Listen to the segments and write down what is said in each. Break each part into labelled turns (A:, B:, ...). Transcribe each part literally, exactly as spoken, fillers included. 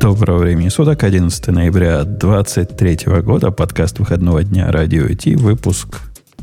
A: Доброго времени суток, одиннадцатого ноября двадцать третьего года, подкаст выходного дня Радио ай ти, выпуск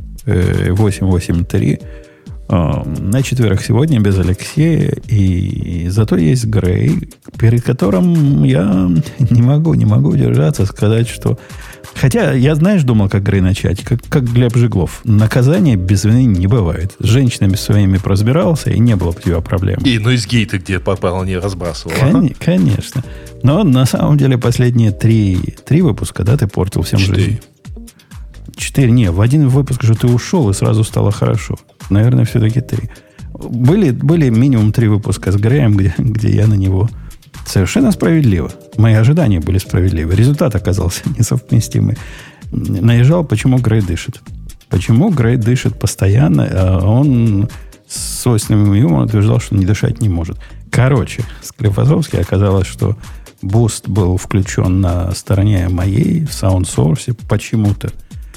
A: э, восемьсот восемьдесят три. Э, на четверых сегодня без Алексея, и зато есть Грей, перед которым я не могу, не могу удержаться, сказать, что... Хотя я, знаешь, думал, как Грей начать, как, как Глеб Жиглов. Наказание без вины не бывает. С женщинами своими разбирался, и не было бы у тебя проблем.
B: И нойзгей ты где попал, не разбрасывал.
A: Кон-
B: ага.
A: Конечно. Но на самом деле последние три, три выпуска, да, ты портил всем
B: Четыре.
A: жизнь. Четыре. Не, в один выпуск же ты ушел, и сразу стало хорошо. Наверное, все-таки три. Были, были минимум три выпуска с Греем, где, где я на него... Совершенно справедливо. Мои ожидания были справедливы. Результат оказался несовместимый. Наезжал, почему Грей дышит. Почему Грей дышит постоянно, а он с свойственным юмором утверждал, что не дышать не может. Короче, Склифосовский оказалось, что буст был включен на стороне моей, в саундсорсе, почему-то.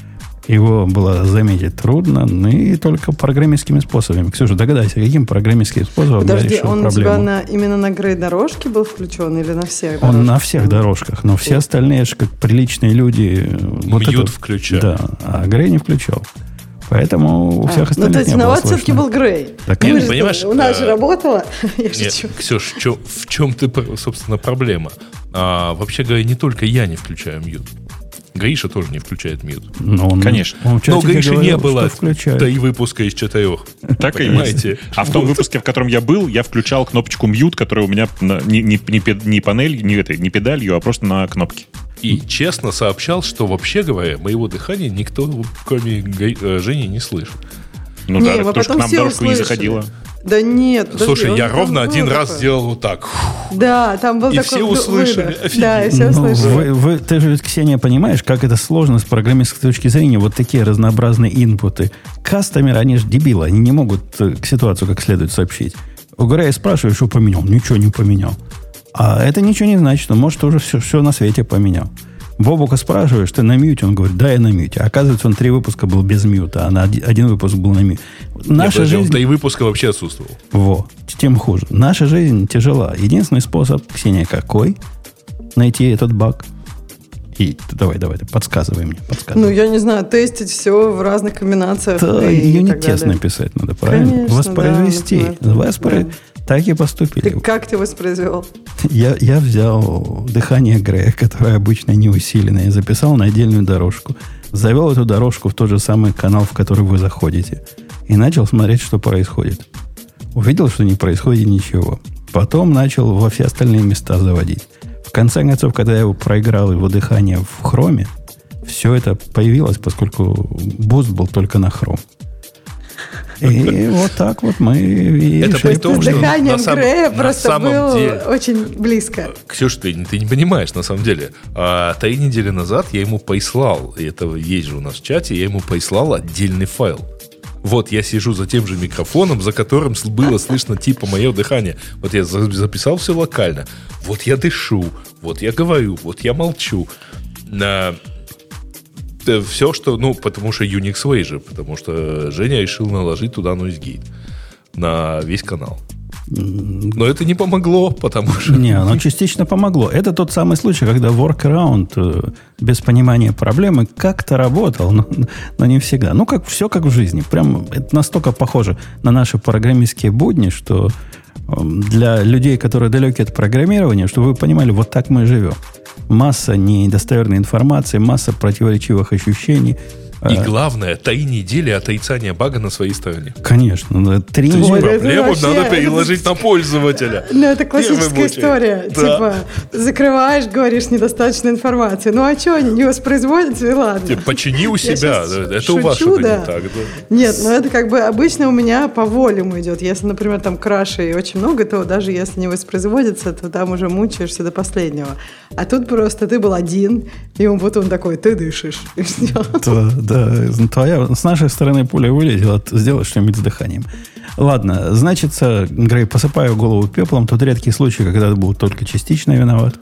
A: Его было заметить трудно, ну и только программистскими способами. Ксюша, догадайся, каким программистским способом
C: Подожди,
A: я решил
C: он
A: проблему?
C: у тебя на, именно на Грей-дорожке был включен или на всех
A: Он
C: дорожках?
A: на всех дорожках, но все остальные, же как приличные люди... Вот
B: Мьют
A: это,
B: включают.
A: Да, а Грей не включал. Поэтому у всех
C: А, ну,
A: остальных
C: то есть
A: не было
C: виноват
A: слышно.
C: все-таки был Грей.
A: Так,
C: Мы
B: нет,
C: же-
B: понимаешь,
C: у нас же
B: э,
C: работало. Я
B: Нет,
C: шучу.
B: Ксюш, чё- в чем ты, собственно, проблема? А, вообще говоря, не только я не включаю мьют. Гриша тоже не включает мьют.
A: Но он,
D: Конечно.
A: Он в
B: Но у
A: чатике
B: Гриши не
A: говорил,
B: было
A: что включает.
B: три выпуска из четырех.
D: Так и
B: Понимаете?
D: есть. А в том выпуске, в котором я был, я включал кнопочку mute, которая у меня на- не, не, не, пед- не панель, не, этой, не педалью, а просто на кнопке.
B: И честно сообщал, что, вообще говоря, моего дыхания никто, кроме Гри- э, Жени, не слышит.
D: Ну
C: Не,
D: да,
C: мы
D: потому что к
C: потом
D: нам
C: все
D: дорожку не
C: услышали.
D: заходила.
C: Да нет. подожди,
B: Слушай,
C: он
B: я
C: там
B: ровно
C: был
B: один раз
C: такой.
B: сделал вот так.
C: Да, там был
B: И
C: такой
B: все
C: вдох-
B: услышали.
C: выдох.
B: Офигеть.
C: Да, и все
A: Ну,
C: услышали.
A: вы, вы- ты же, Ксения, понимаешь, как это сложно с программистской точки зрения, вот такие разнообразные инпуты. Кастомеры, они же дебилы, они не могут э, к ситуацию как следует сообщить. У Грея спрашиваешь, что поменял. Ничего не поменял. А это ничего не значит, он, может, уже все, все на свете поменял. Бобука спрашиваешь, ты на мьюте? Он говорит, да, я на мьюте. А оказывается, он три выпуска был без мьюта, а на один, один выпуск был на мьюте. Наша
B: Нет,
A: жизнь...
B: Да и выпуска вообще отсутствовал.
A: Во, тем хуже. Наша жизнь тяжела. Единственный способ, Ксения, какой? Найти этот баг. И давай, давай, ты подсказывай мне, подсказывай.
C: Ну, я не знаю, тестить все в разных комбинациях.
A: Да,
C: и
A: юнит-тест
C: так далее.
A: написать надо, правильно?
C: Конечно,
A: Воспроизвести.
C: да, например.
A: Воспро-
C: Да.
A: Так и поступили.
C: Ты как ты воспроизвел?
A: Я, я взял дыхание Грея, которое обычно не усиленное, и записал на отдельную дорожку. Завел эту дорожку в тот же самый канал, в который вы заходите. И начал смотреть, что происходит. Увидел, что не происходит ничего. Потом начал во все остальные места заводить. В конце концов, когда я его проиграл, его дыхание в хроме, все это появилось, поскольку буст был только на хром. И вот так вот мы и
B: Это
A: решили
B: при том,
C: С
B: что
C: дыханием
B: на самом-
C: Грея
B: на
C: просто
B: самом
C: был
B: деле-
C: очень близко.
B: Ксюш, ты, ты не понимаешь, на самом деле. А, три недели назад я ему прислал, и это есть же у нас в чате, я ему прислал отдельный файл. Вот я сижу за тем же микрофоном, за которым с- было слышно типа мое дыхание. Вот я за- записал все локально. Вот я дышу, вот я говорю, вот я молчу. На... Все, что... Ну, потому что Unix Way же, потому что Женя решил наложить туда нойзгейт на весь канал. Но это не помогло, потому что...
A: Не, оно частично помогло. Это тот самый случай, когда workaround э, без понимания проблемы как-то работал, но, но не всегда. Ну, как все как в жизни. Прям это настолько похоже на наши программистские будни, что э, для людей, которые далеки от программирования, чтобы вы понимали, вот так мы и живем. Масса недостоверной информации, масса противоречивых ощущений.
B: И главное, три недели отрицания бага на своей стороне.
A: Конечно, да, три
C: Ой,
A: недели.
C: это
B: Проблему
C: вообще-
B: надо переложить на пользователя.
C: Ну, это классическая
B: Первый мучает.
C: история.
B: Да.
C: Типа, закрываешь, говоришь, недостаточно информации. Ну, а что, они не воспроизводятся, и ладно.
B: Типа, почини у
C: Я
B: себя.
C: щас
B: Это
C: шучу,
B: у вас что-то
C: да.
B: не так. Да.
C: Нет, ну это как бы обычно у меня по волюму идет. Если, например, там крашей очень много, то даже если не воспроизводится, то там уже мучаешься до последнего. А тут просто ты был один, и он вот он такой, ты дышишь. И всё.
A: Да, да, твоя, с нашей стороны пуля вылетела, сделай что-нибудь с дыханием. Ладно, значит, Грей, посыпаю голову пеплом. Тут редкий случай, когда ты был только частично виноват.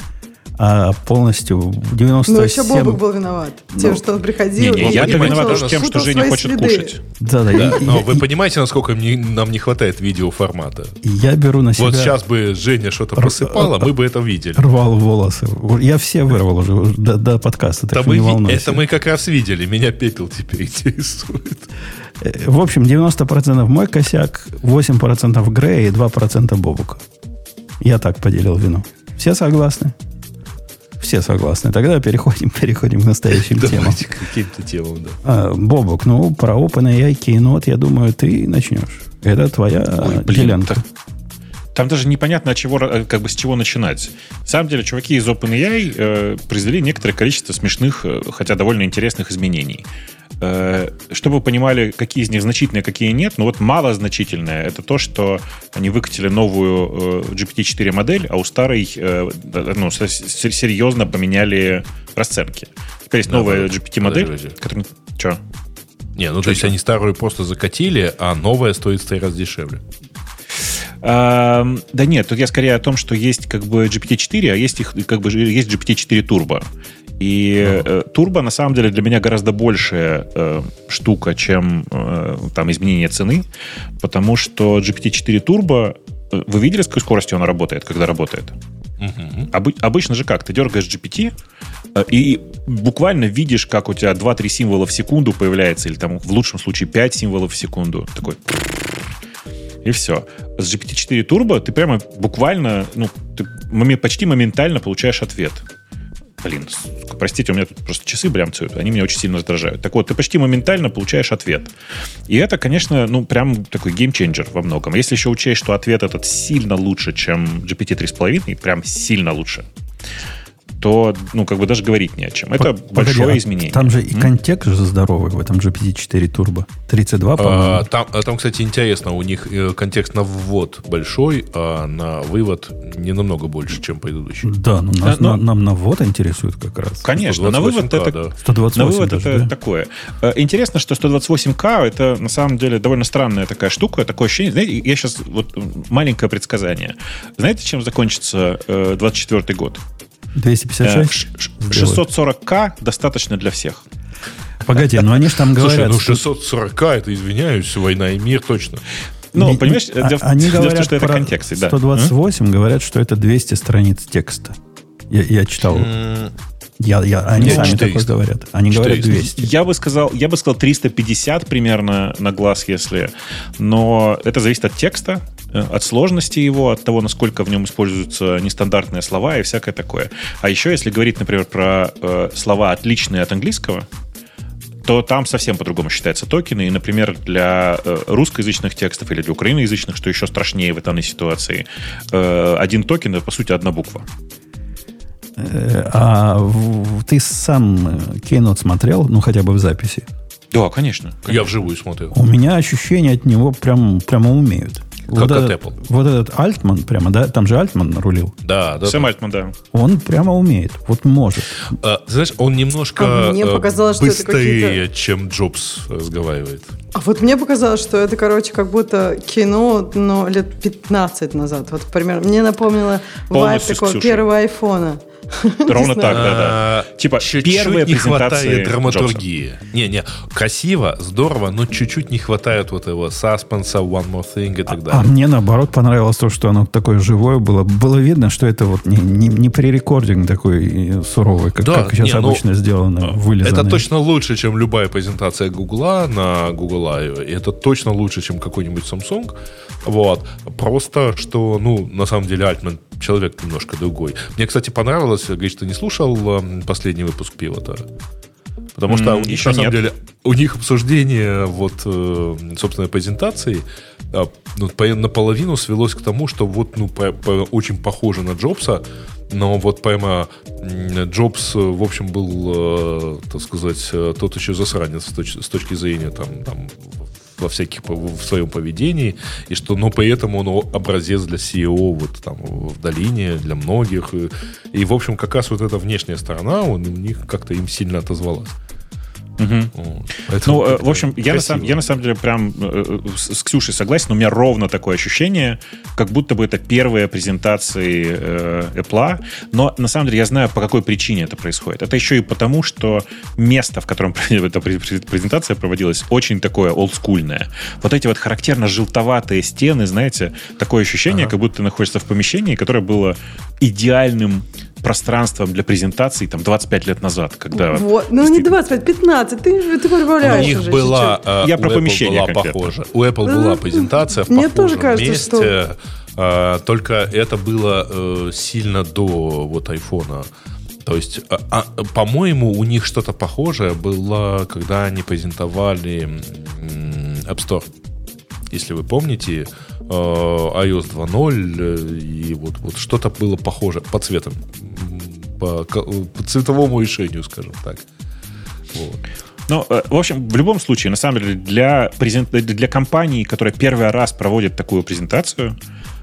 A: а полностью девяносто семь...
C: Ну, еще Бобок был виноват. Тем,
A: Ну,
C: что он приходил...
D: Не, не,
C: и
D: я-то
C: начал
D: виноват тоже тем, что
C: путать
D: Женя
C: свои
D: хочет
C: следы.
D: кушать.
A: Да, да,
B: Да,
A: я,
B: но
A: я-
B: вы понимаете, насколько мне- нам не хватает видеоформата?
A: я беру на себя...
B: Вот сейчас бы Женя что-то посыпала, мы бы это видели.
A: Рвал волосы. Я все вырвал уже уже до, до подкаста, так
B: Да
A: что
B: мы
A: не
B: ви-
A: волнуйся.
B: это мы как раз видели. Меня пепел теперь интересует.
A: Э, В общем, девяносто процентов мой косяк, восемь процентов Грея и два процента Бобука. Я так поделил вину. Все согласны? Все согласны. Тогда переходим, переходим к настоящим темам.
B: Давайте к каким-то темам, да.
A: А, Бобук, ну, про OpenAI Keynote, я думаю, ты начнешь. Это твоя
D: Ой, блин,
A: делянка.
D: так- Там даже непонятно, от чего, э, как бы с чего начинать. На самом деле, чуваки из OpenAI э, произвели некоторое количество смешных, э, хотя довольно интересных изменений. Э, чтобы вы понимали, какие из них значительные, какие нет, ну вот малозначительное — это то, что они выкатили новую э, джи пи ти четыре модель, а у старой э, ну, с- с- серьезно поменяли расценки. Теперь есть
B: Да,
D: новая
B: подожди,
D: джи пи ти модель,
B: подожди, подожди.
D: которая... Че?
B: Не, ну то есть они старую просто закатили, а новая стоит в три раза дешевле.
D: А, да нет, тут я скорее о том, что есть как бы джи пи ти четыре, а есть их как бы есть джи пи ти четыре Turbo. И э, Turbo на самом деле для меня гораздо большая э, штука, чем э, там изменение цены, потому что джи пи ти четыре Turbo, э, вы видели, с какой скоростью она работает, когда работает?
B: Мгм.
D: Обы- обычно же как? Ты дергаешь джи пи ти э, и буквально видишь, как у тебя два-три символа в секунду появляется, или там в лучшем случае пять символов в секунду. Такой... И все. С джи пи ти четыре Turbo ты прямо буквально, ну, ты моме- почти моментально получаешь ответ. Блин, с- простите, у меня тут просто часы блямцают, они меня очень сильно раздражают. Так вот, ты почти моментально получаешь ответ. И это, конечно, ну, прям такой геймченджер во многом. Если еще учесть, что ответ этот сильно лучше, чем джи пи ти три с половиной, прям сильно лучше, то, ну, как бы даже говорить не о чем. Это
A: Погоди,
D: большое
A: а
D: изменение.
A: Там же и
D: М?
A: контекст же здоровый в этом джи пи ти четыре Turbo. тридцать два,
B: А,
A: по-моему.
B: там, а там, кстати, интересно, у них э, контекст на ввод большой, а на вывод не намного больше, чем предыдущий.
A: Да, ну, нас,
D: но-
A: на- нам на ввод интересует как раз.
D: Конечно, на вывод
B: сто двадцать восемь ка,
D: это...
B: да.
A: сто двадцать
D: На
A: восемь
D: вывод
A: даже,
D: это
A: да?
D: такое. Э, Интересно, что сто двадцать восемь ка это на самом деле довольно странная такая штука, такое ощущение. Знаете, я сейчас вот м, маленькое предсказание. Знаете, чем закончится э, двадцать четвёртый год?
A: двести пятьдесят
D: Э,
A: шесть?
D: ш- ш-
A: сделают.
D: шестьсот сорок ка достаточно для всех.
A: Погоди, ну они же там
B: Слушай,
A: говорят...
B: ну
A: что-
B: шестьсот сорок ка, это, извиняюсь, «Война и мир» точно.
D: Ну,
A: Не-
D: понимаешь,
A: а-
D: дело в-
A: они
D: дело в том,
A: говорят
D: что это
A: про
D: контексты, да.
A: сто двадцать восемь, говорят, что это двести страниц текста. Я, я читал.
B: М,
A: Я, я, они
B: Нет,
A: сами такое
B: четыреста.
A: говорят. Они говорят
B: четыреста.
A: двести.
D: Я бы сказал, я бы сказал триста пятьдесят примерно на глаз, если. Но это зависит от текста, э, от сложности его, от того, насколько в нем используются нестандартные слова и всякое такое. А еще, если говорить, например, про э, слова, отличные от английского, то там совсем по-другому считаются токены. И, например, для э, русскоязычных текстов или для украиноязычных, что еще страшнее в данной ситуации, э, один токен — это, по сути, одна буква.
A: Э, А в- ты сам э, Keynote смотрел, ну хотя бы в записи?
D: Да, конечно.
B: Я вживую смотрел.
A: У меня ощущения от него прям, прямо умеют.
B: Как
A: вот
B: от
A: этот,
B: Apple.
A: Вот этот Альтман прямо, да? Там же Альтман рулил.
B: Да, да.
D: Сэм
B: да.
D: Альтман, да.
A: Он прямо умеет. Вот может.
B: А, ты знаешь, он немножко
C: А мне
B: э,
C: показалось, что это
B: быстрее, чем Джобс разговаривает.
C: А вот мне показалось, что это, короче, как будто кино, но лет пятнадцать назад. Вот примерно. Мне напомнило вайб
D: Полностью с
C: такого
D: Ксюшей.
C: первого айфона.
D: Ровно
C: Не
D: так,
C: знаю.
D: да, да.
B: А,
D: Типа,
B: чуть-чуть
D: первые
B: не
D: презентации
B: хватает драматургии. Не-не, красиво, здорово, но чуть-чуть не хватает вот этого саспенса, one more thing и так
A: А
B: далее.
A: мне, наоборот, понравилось то, что оно такое живое было. Было видно, что это вот не, не, не пререкординг такой э, суровый, как,
B: Да,
A: как сейчас
B: не, ну,
A: обычно сделано, вылизанный.
B: Это точно лучше, чем любая презентация Гугла на Google I O. И это точно лучше, чем какой-нибудь Samsung. Вот. Просто, что, ну, на самом деле, Альтман человек немножко другой. Мне, кстати, понравилось, говорит, что не слушал э, последний выпуск Пивота. Потому что
D: М,
B: у них,
D: еще
B: на самом
D: нет.
B: деле, у них обсуждение вот, э, собственной презентации э, ну, по- наполовину свелось к тому, что вот, ну, по- по- очень похоже на Джобса, но вот прямо м, Джобс, э, в общем, был, э, так сказать, э, тот еще засранец с, точ- с точки зрения там, там, во всяких, в своем поведении, и что, но при этом он образец для си и о вот там в долине, для многих. И, и, в общем, как раз вот эта внешняя сторона, он, у них как-то им сильно отозвалась. Вот.
D: Ну, в общем, я на, самом, я на самом деле прям с, с Ксюшей согласен, но у меня ровно такое ощущение, как будто бы это первые презентации э, Apple, но на самом деле я знаю, по какой причине это происходит. Это еще и потому, что место, в котором эта презентация проводилась, очень такое олдскульное. Вот эти вот характерно желтоватые стены, знаете, такое ощущение, ага. как будто ты находишься в помещении, которое было идеальным пространством для презентаций там двадцать пять лет назад, когда...
C: Вот. Ну, не двадцать пять, пятнадцать, ты, ты прибавляешь.
B: У них
C: уже
B: была, э,
C: Я
B: у
D: про
B: Apple
D: помещение
B: была
D: конкретно.
B: похожа. У Apple была презентация в
C: Мне
B: похожем
C: тоже кажется,
B: месте,
C: что...
B: э, только это было э, сильно до вот айфона. То есть, а, а, по-моему, у них что-то похожее было, когда они презентовали м, App Store. Если вы помните, э, iOS два ноль, э, и вот, вот что-то было похоже по цветам, по, по цветовому решению, скажем так. Вот.
D: Ну, в общем, в любом случае, на самом деле, для, презент... для компании, которая первый раз проводит такую презентацию,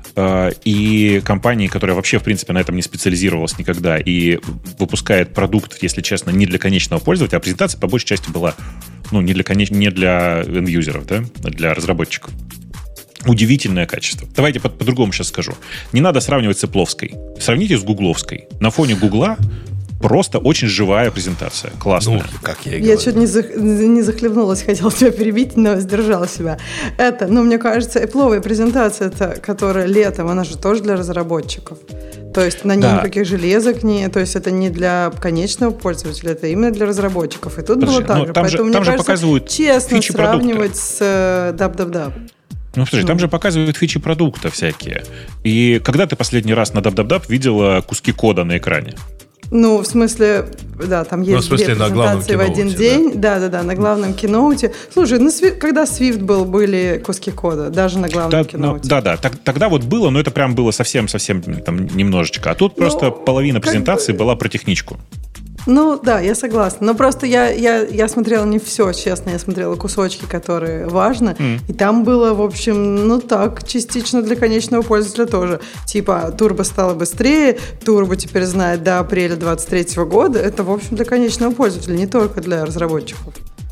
D: и компании, которая вообще, в принципе, на этом не специализировалась никогда и выпускает продукт, если честно, не для конечного пользователя, а презентация по большей части была ну, не для, конеч... не для end-юзеров, да, а для разработчиков. Удивительное качество. Давайте по- по-другому сейчас скажу. Не надо сравнивать с Apple-овской. Сравните с гугловской. На фоне Гугла просто очень живая презентация. Классная.
B: Ну, как я и
C: Я
B: говорю.
C: чуть не, зах... не захлебнулась, хотела тебя перебить, но сдержала себя. Это, ну, мне кажется, Apple-овая презентация, это, которая летом, она же тоже для разработчиков. То есть на ней
D: Да.
C: никаких железок, не, то есть это не для конечного пользователя, это именно для разработчиков. И тут
D: Подожди,
C: было так
D: ну,
C: же.
D: там же-
C: Поэтому,
D: там
C: мне
D: же
C: кажется,
D: показывают
C: честно
D: фичи продукта.
C: сравнивать с э, даб-даб-даб.
D: Ну, слушай, там же показывают фичи продукта всякие. И когда ты последний раз на даб-даб-даб видела куски кода на экране?
C: Ну, в смысле, да, там есть
B: Ну, в смысле,
C: две
B: на главном
C: презентации в один
B: keynote,
C: день. Да-да-да, на главном киноуте. Слушай, на Swift, когда Swift был, были куски кода, даже на главном
D: Да, ну,
C: киноуте.
D: да, так- тогда вот было, но это прям было совсем-совсем там немножечко. А тут
C: Ну,
D: просто половина
C: как
D: презентации
C: бы-
D: была про техничку.
C: Ну, да, я согласна. Но просто я, я, я смотрела не все, честно. Я смотрела кусочки, которые важно.
D: Mm.
C: И там было, в общем, ну так, частично для конечного пользователя тоже. Типа, турбо стало быстрее, турбо теперь знает до апреля двадцать третьего года. Это, в общем, для конечного пользователя, не только для разработчиков.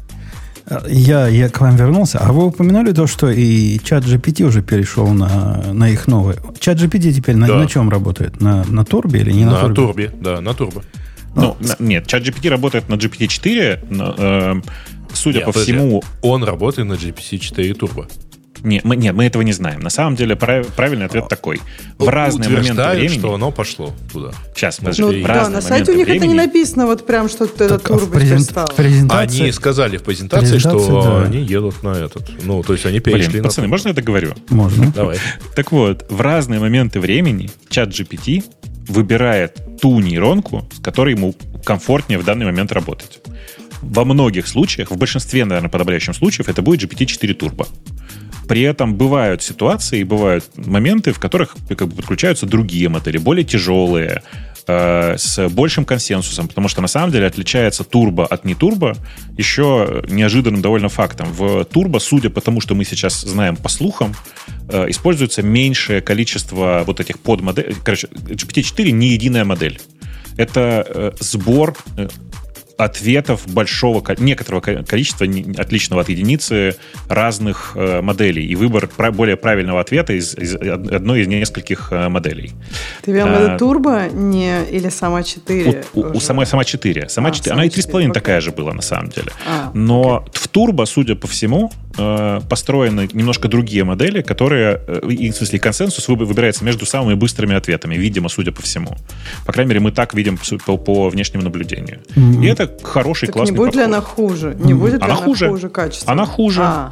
A: Я, я к вам вернулся. А вы упомянули то, что и чат джи пи ти уже перешел на, на их новый. Чат джи пи ти теперь на,
B: Да.
A: на чем работает? На, на турбе или не на,
B: На
A: турбе?
B: турбе, да, на турбо.
D: Ну, на- нет, чат джи пи ти работает на джи пи ти четыре, но, э, судя
B: Нет,
D: по
B: подожди.
D: всему...
B: Он работает на джи пи ти четыре Turbo.
D: Нет мы, нет, мы этого не знаем. На самом деле прав- правильный ответ такой. В разные моменты
B: Утверждают,
D: времени...
B: что оно пошло туда.
D: Сейчас, подожди.
C: Ну,
B: и
D: в
C: да,
D: разные
C: на сайте
D: моменты
C: у них это не
D: времени-
C: написано, вот прям, что это
A: Так, а в
C: турбо
A: презент-
C: стало.
A: в презентации...
B: Они сказали в презентации, что
A: Презентации, да.
B: они едут на этот. Ну, то есть они перешли
D: Блин,
B: на...
D: пацаны, можно я договорю?
A: Можно.
B: Давай.
D: Так вот, в разные моменты времени чат джи пи ти выбирает ту нейронку, с которой ему комфортнее в данный момент работать. Во многих случаях, в большинстве, наверное, подавляющем случаев, это будет джи пи ти четыре Turbo. При этом бывают ситуации, бывают моменты, в которых как бы подключаются другие модели, более тяжелые, э, с большим консенсусом, потому что на самом деле отличается турбо от не турбо еще неожиданным довольно фактом. В турбо, судя по тому, что мы сейчас знаем по слухам, э, используется меньшее количество вот этих подмоделей. Короче, джи пи ти четыре не единая модель. Это э, сбор э, ответов большого, некоторого количества, отличного от единицы, разных э, моделей. И выбор пра- более правильного ответа из, из одной из нескольких э, моделей.
C: Ты имел в виду
D: А,
C: турбо не, или сама четыре?
D: У, у- у самой сама четыре. Сама
C: А,
D: четыре.
C: сама
D: Она и три с половиной
C: четыре,
D: такая
C: окей.
D: же была на самом деле.
C: А,
D: Но в турбо, судя по всему, э, построены немножко другие модели, которые, э, и, в смысле, консенсус выб- выбирается между самыми быстрыми ответами, видимо, судя по всему. По крайней мере, мы так видим по, по внешнему наблюдению.
A: Мгм.
D: И это хороший,
C: Так не
D: классный
C: будет ли
D: подход.
C: она хуже? Не будет ли
D: Она
C: она
D: хуже.
C: хуже качественно?
D: Она хуже.
C: А,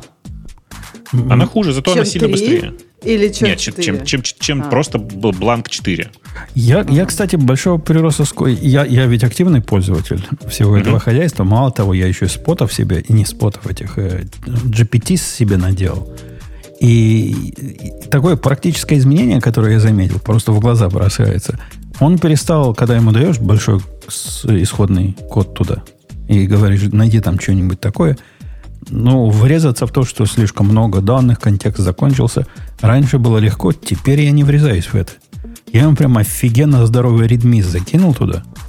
D: Она хуже, зато
C: чем
D: она сильно
C: три?
D: быстрее.
C: Или чем
D: Нет, чем,
C: четыре?
D: чем, чем, чем
C: А.
D: просто бл- бланк четыре.
A: Я, я, кстати, большого прироста... ска- Я, я ведь активный пользователь всего этого хозяйства. Мало того, я еще и спотов себе, и не спотов этих, э, джи пи ти себе наделал. И, и такое практическое изменение, которое я заметил, просто в глаза бросается. Он перестал, когда ему даешь большой с- исходный код туда, и говоришь, найди там что-нибудь такое, ну, врезаться в то, что слишком много данных, контекст закончился. Раньше было легко, теперь я не врезаюсь в это. Я ему прям офигенно здоровый редмис закинул туда.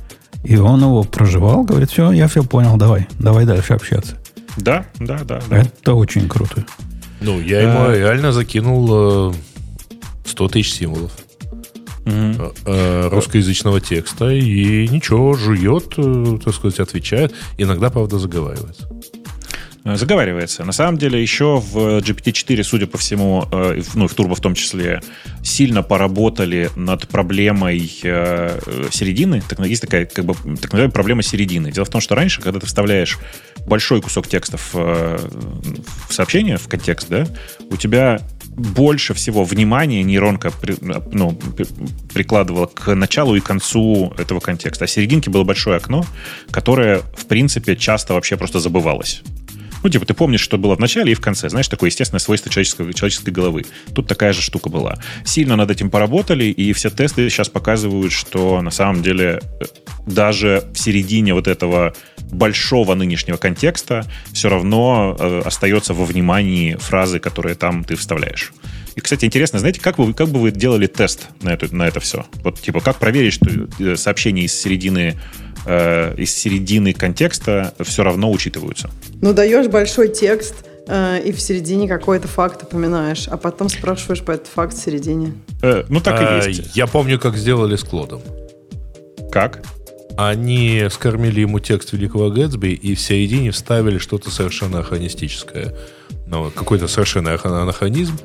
A: И он его проживал, говорит, все, я все понял, давай, давай дальше общаться.
D: Да, да, да. да.
A: Это очень круто.
B: Ну, я ему а... реально закинул э, сто тысяч символов
D: Угу.
B: э, русскоязычного текста, и ничего, жует, э, так сказать, отвечает. Иногда, правда, заговаривается.
D: Заговаривается. На самом деле, еще в джи пи ти четыре, судя по всему, э, ну, в Turbo в том числе, сильно поработали над проблемой э, середины. Так, есть такая, как бы, так называемая проблема середины. Дело в том, что раньше, когда ты вставляешь большой кусок текстов э, в сообщение, в контекст, да, у тебя больше всего внимания нейронка при, ну, прикладывала к началу и концу этого контекста. А в серединке было большое окно, которое, в принципе, часто вообще просто забывалось. Ну, типа, ты помнишь, что было в начале и в конце. Знаешь, такое естественное свойство человеческой, человеческой головы. Тут такая же штука была. Сильно над этим поработали, и все тесты сейчас показывают, что на самом деле даже в середине вот этого большого нынешнего контекста все равно э, остается во внимании фразы, которые там ты вставляешь. И, кстати, интересно, знаете, как бы, как бы вы делали тест на, эту, на это все? Вот, типа, как проверить, что сообщения из середины из середины контекста все равно учитываются?
C: Ну, даешь большой текст, э, и в середине какой-то факт упоминаешь, а потом спрашиваешь по этот факт в середине.
D: Э, ну, так
B: а,
D: и есть.
B: Я помню, как сделали с Клодом.
D: Как?
B: Они скормили ему текст Великого Гэтсби и в середине вставили что-то совершенно анахронистическое. Ну, какой-то совершенно анахронизм.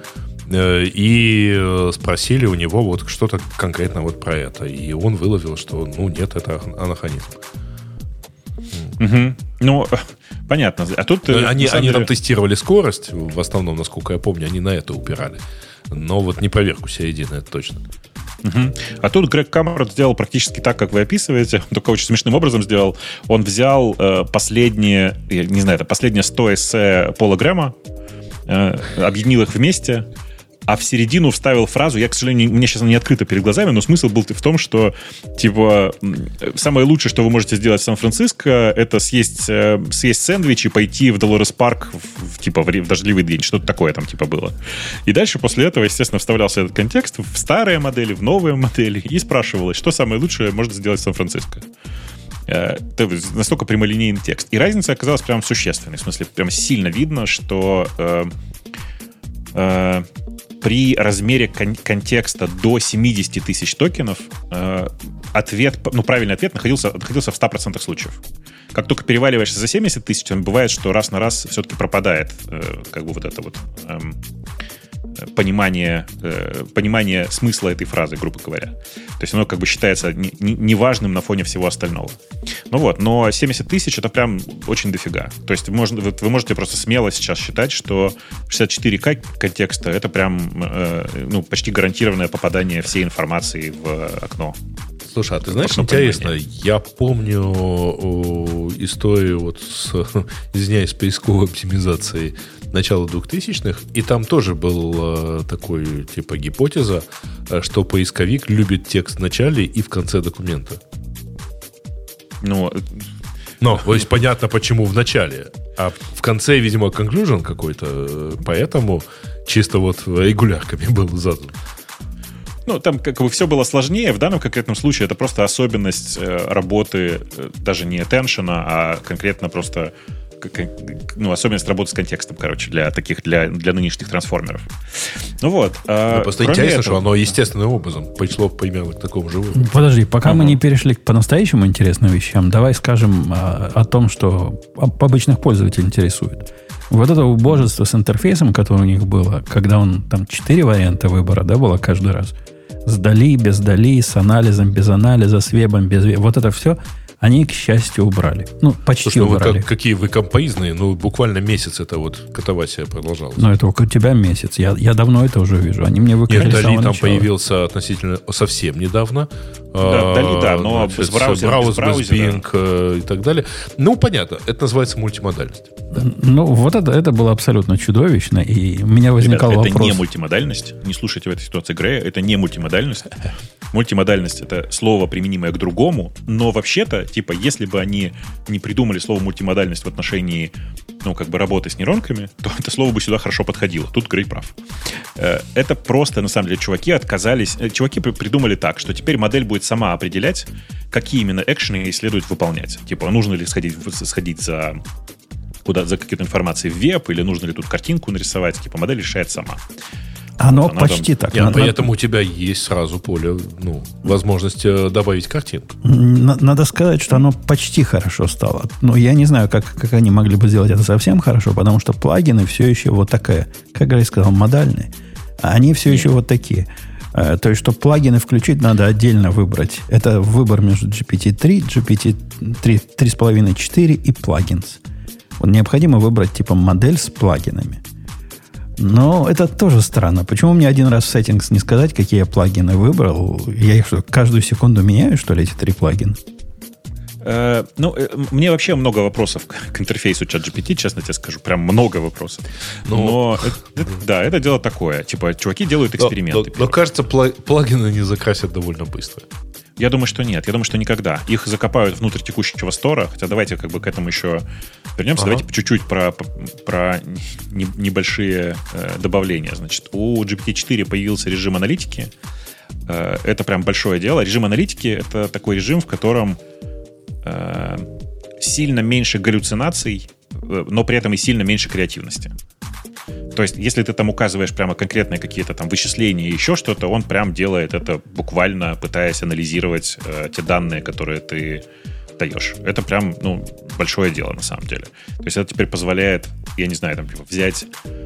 B: И спросили у него вот что-то конкретно вот про это. И он выловил, что, ну, нет, это анахронизм.
D: Угу. Ну, понятно. А тут
B: они, они
D: деле...
B: там тестировали скорость, в основном, насколько я помню, они на это упирали. Но вот не проверку середины, это точно.
D: Угу. А тут Грег Камерот сделал практически так, как вы описываете, только очень смешным образом сделал. Он взял э, последние, я не знаю, это последние сто эссе Пола Грэма, э, объединил их вместе, а в середину вставил фразу, я, к сожалению, мне сейчас она не открыта перед глазами, но смысл был в том, что, типа, самое лучшее, что вы можете сделать в Сан-Франциско, это съесть, съесть сэндвич и пойти в Долорес Парк, в, типа, в дождливый день, что-то такое там, типа, было. И дальше после этого, естественно, вставлялся этот контекст в старые модели, в новые модели, и спрашивалось, что самое лучшее можно сделать в Сан-Франциско. Это настолько прямолинейный текст. И разница оказалась прям существенной. В смысле, прям сильно видно, что... Э, э, при размере кон- контекста до семьдесят тысяч токенов э, ответ, ну, правильный ответ находился, находился в сто процентов случаев. Как только переваливаешься за семьдесят тысяч, бывает, что раз на раз все-таки пропадает э, как бы вот это вот э, понимание, э, понимание смысла этой фразы, грубо говоря. То есть оно как бы считается неважным не, не на фоне всего остального. Ну вот, но семьдесят тысяч это прям очень дофига. То есть можно, вы, вы можете просто смело сейчас считать, что шестьдесят четыре ка контекста это прям э, ну, почти гарантированное попадание всей информации в окно.
B: Слушай, а ты знаешь, интересно, я помню о, историю вот с, извиняюсь, поисковой оптимизацией начала двухтысячных, и там тоже был э, такой, типа, гипотеза, что поисковик любит текст в начале и в конце документа.
D: Ну,
B: Но, то есть, понятно, почему в начале, а в конце, видимо, conclusion какой-то, поэтому чисто вот регулярками был задан.
D: Ну, там как бы все было сложнее. В данном конкретном случае это просто особенность э, работы э, даже не attention, а конкретно просто как, ну, особенность работы с контекстом, короче, для таких, для, для нынешних трансформеров. Ну вот. Э,
B: ну, просто интересно, этого... что оно естественным образом пришло примерно к такому же выводу.
A: Подожди, пока
D: uh-huh.
A: мы не перешли к по-настоящему интересным вещам, давай скажем о, о том, что обычных пользователей интересует. Вот это убожество с интерфейсом, которое у них было, когда он там четыре варианта выбора, да, было каждый раз. С дали, без дали, с анализом, без анализа, с вебом, без веба. Вот это все они, к счастью, убрали. Ну, почти
B: Слушай,
A: убрали.
B: Ну, как, какие вы компоизные, ну, буквально месяц это вот катавасия продолжалась.
A: Ну, это у тебя месяц. Я, я давно это уже вижу. Они мне выключили
B: Нет,
A: с самого
B: Дали там
A: начала.
B: появился относительно совсем недавно.
D: Да, Дали, да, но
B: значит,
D: без браузера,
B: браузер,
D: без браузера.
B: без Bing и так далее. Ну, понятно, это называется мультимодальность. Да.
A: Ну, вот это, это было абсолютно чудовищно, и у меня возникал
D: Ребята,
A: вопрос.
D: это не мультимодальность. Не слушайте в этой ситуации Грея, это не мультимодальность. мультимодальность — это слово, применимое к другому, но вообще-то, типа, если бы они не придумали слово мультимодальность в отношении, ну, как бы работы с нейронками, то это слово бы сюда хорошо подходило. Тут Грей прав. Это просто, на самом деле, чуваки отказались... Чуваки придумали так, что теперь модель будет сама определять, какие именно экшены ей следует выполнять. Типа, нужно ли сходить, сходить за... куда за какой-то информацией в веб, или нужно ли тут картинку нарисовать. Типа, модель решает сама.
A: Оно вот, почти там... так.
B: Нет, поэтому у тебя есть сразу поле, ну, возможность добавить картинку.
A: Надо сказать, что оно почти хорошо стало. Но я не знаю, как, как они могли бы сделать это совсем хорошо, потому что плагины все еще вот такая, как Грей сказал, модальные. А они все еще вот такие. То есть, чтобы плагины включить, надо отдельно выбрать. Это выбор между джи пи ти три, джи пи ти три, три с половиной, четыре и плагинс. Вот необходимо выбрать типа модель с плагинами. Но это тоже странно. Почему мне один раз в settings не сказать, какие я плагины выбрал? Я их что, каждую секунду меняю, что ли, эти три плагина?
D: Uh, ну, мне вообще много вопросов к интерфейсу ChatGPT, честно тебе скажу. Прям много вопросов. Но, но это, это, да, это дело такое. Типа, чуваки делают эксперименты.
B: Но, но кажется, плагины не закрасят довольно быстро.
D: Я думаю, что нет. Я думаю, что никогда. Их закопают внутрь текущего стора. Хотя давайте как бы к этому еще вернемся. Ага. Давайте по чуть-чуть про, про не, небольшие э, добавления. Значит, у джи пи ти четыре появился режим аналитики. Э, это прям большое дело. Режим аналитики — это такой режим, в котором э, сильно меньше галлюцинаций, э, но при этом и сильно меньше креативности. То есть, если ты там указываешь прямо конкретные какие-то там вычисления и еще что-то, он прям делает это буквально, пытаясь анализировать э, те данные, которые ты даешь. Это прям, ну, большое дело на самом деле. То есть, это теперь позволяет, я не знаю, там, типа, взять,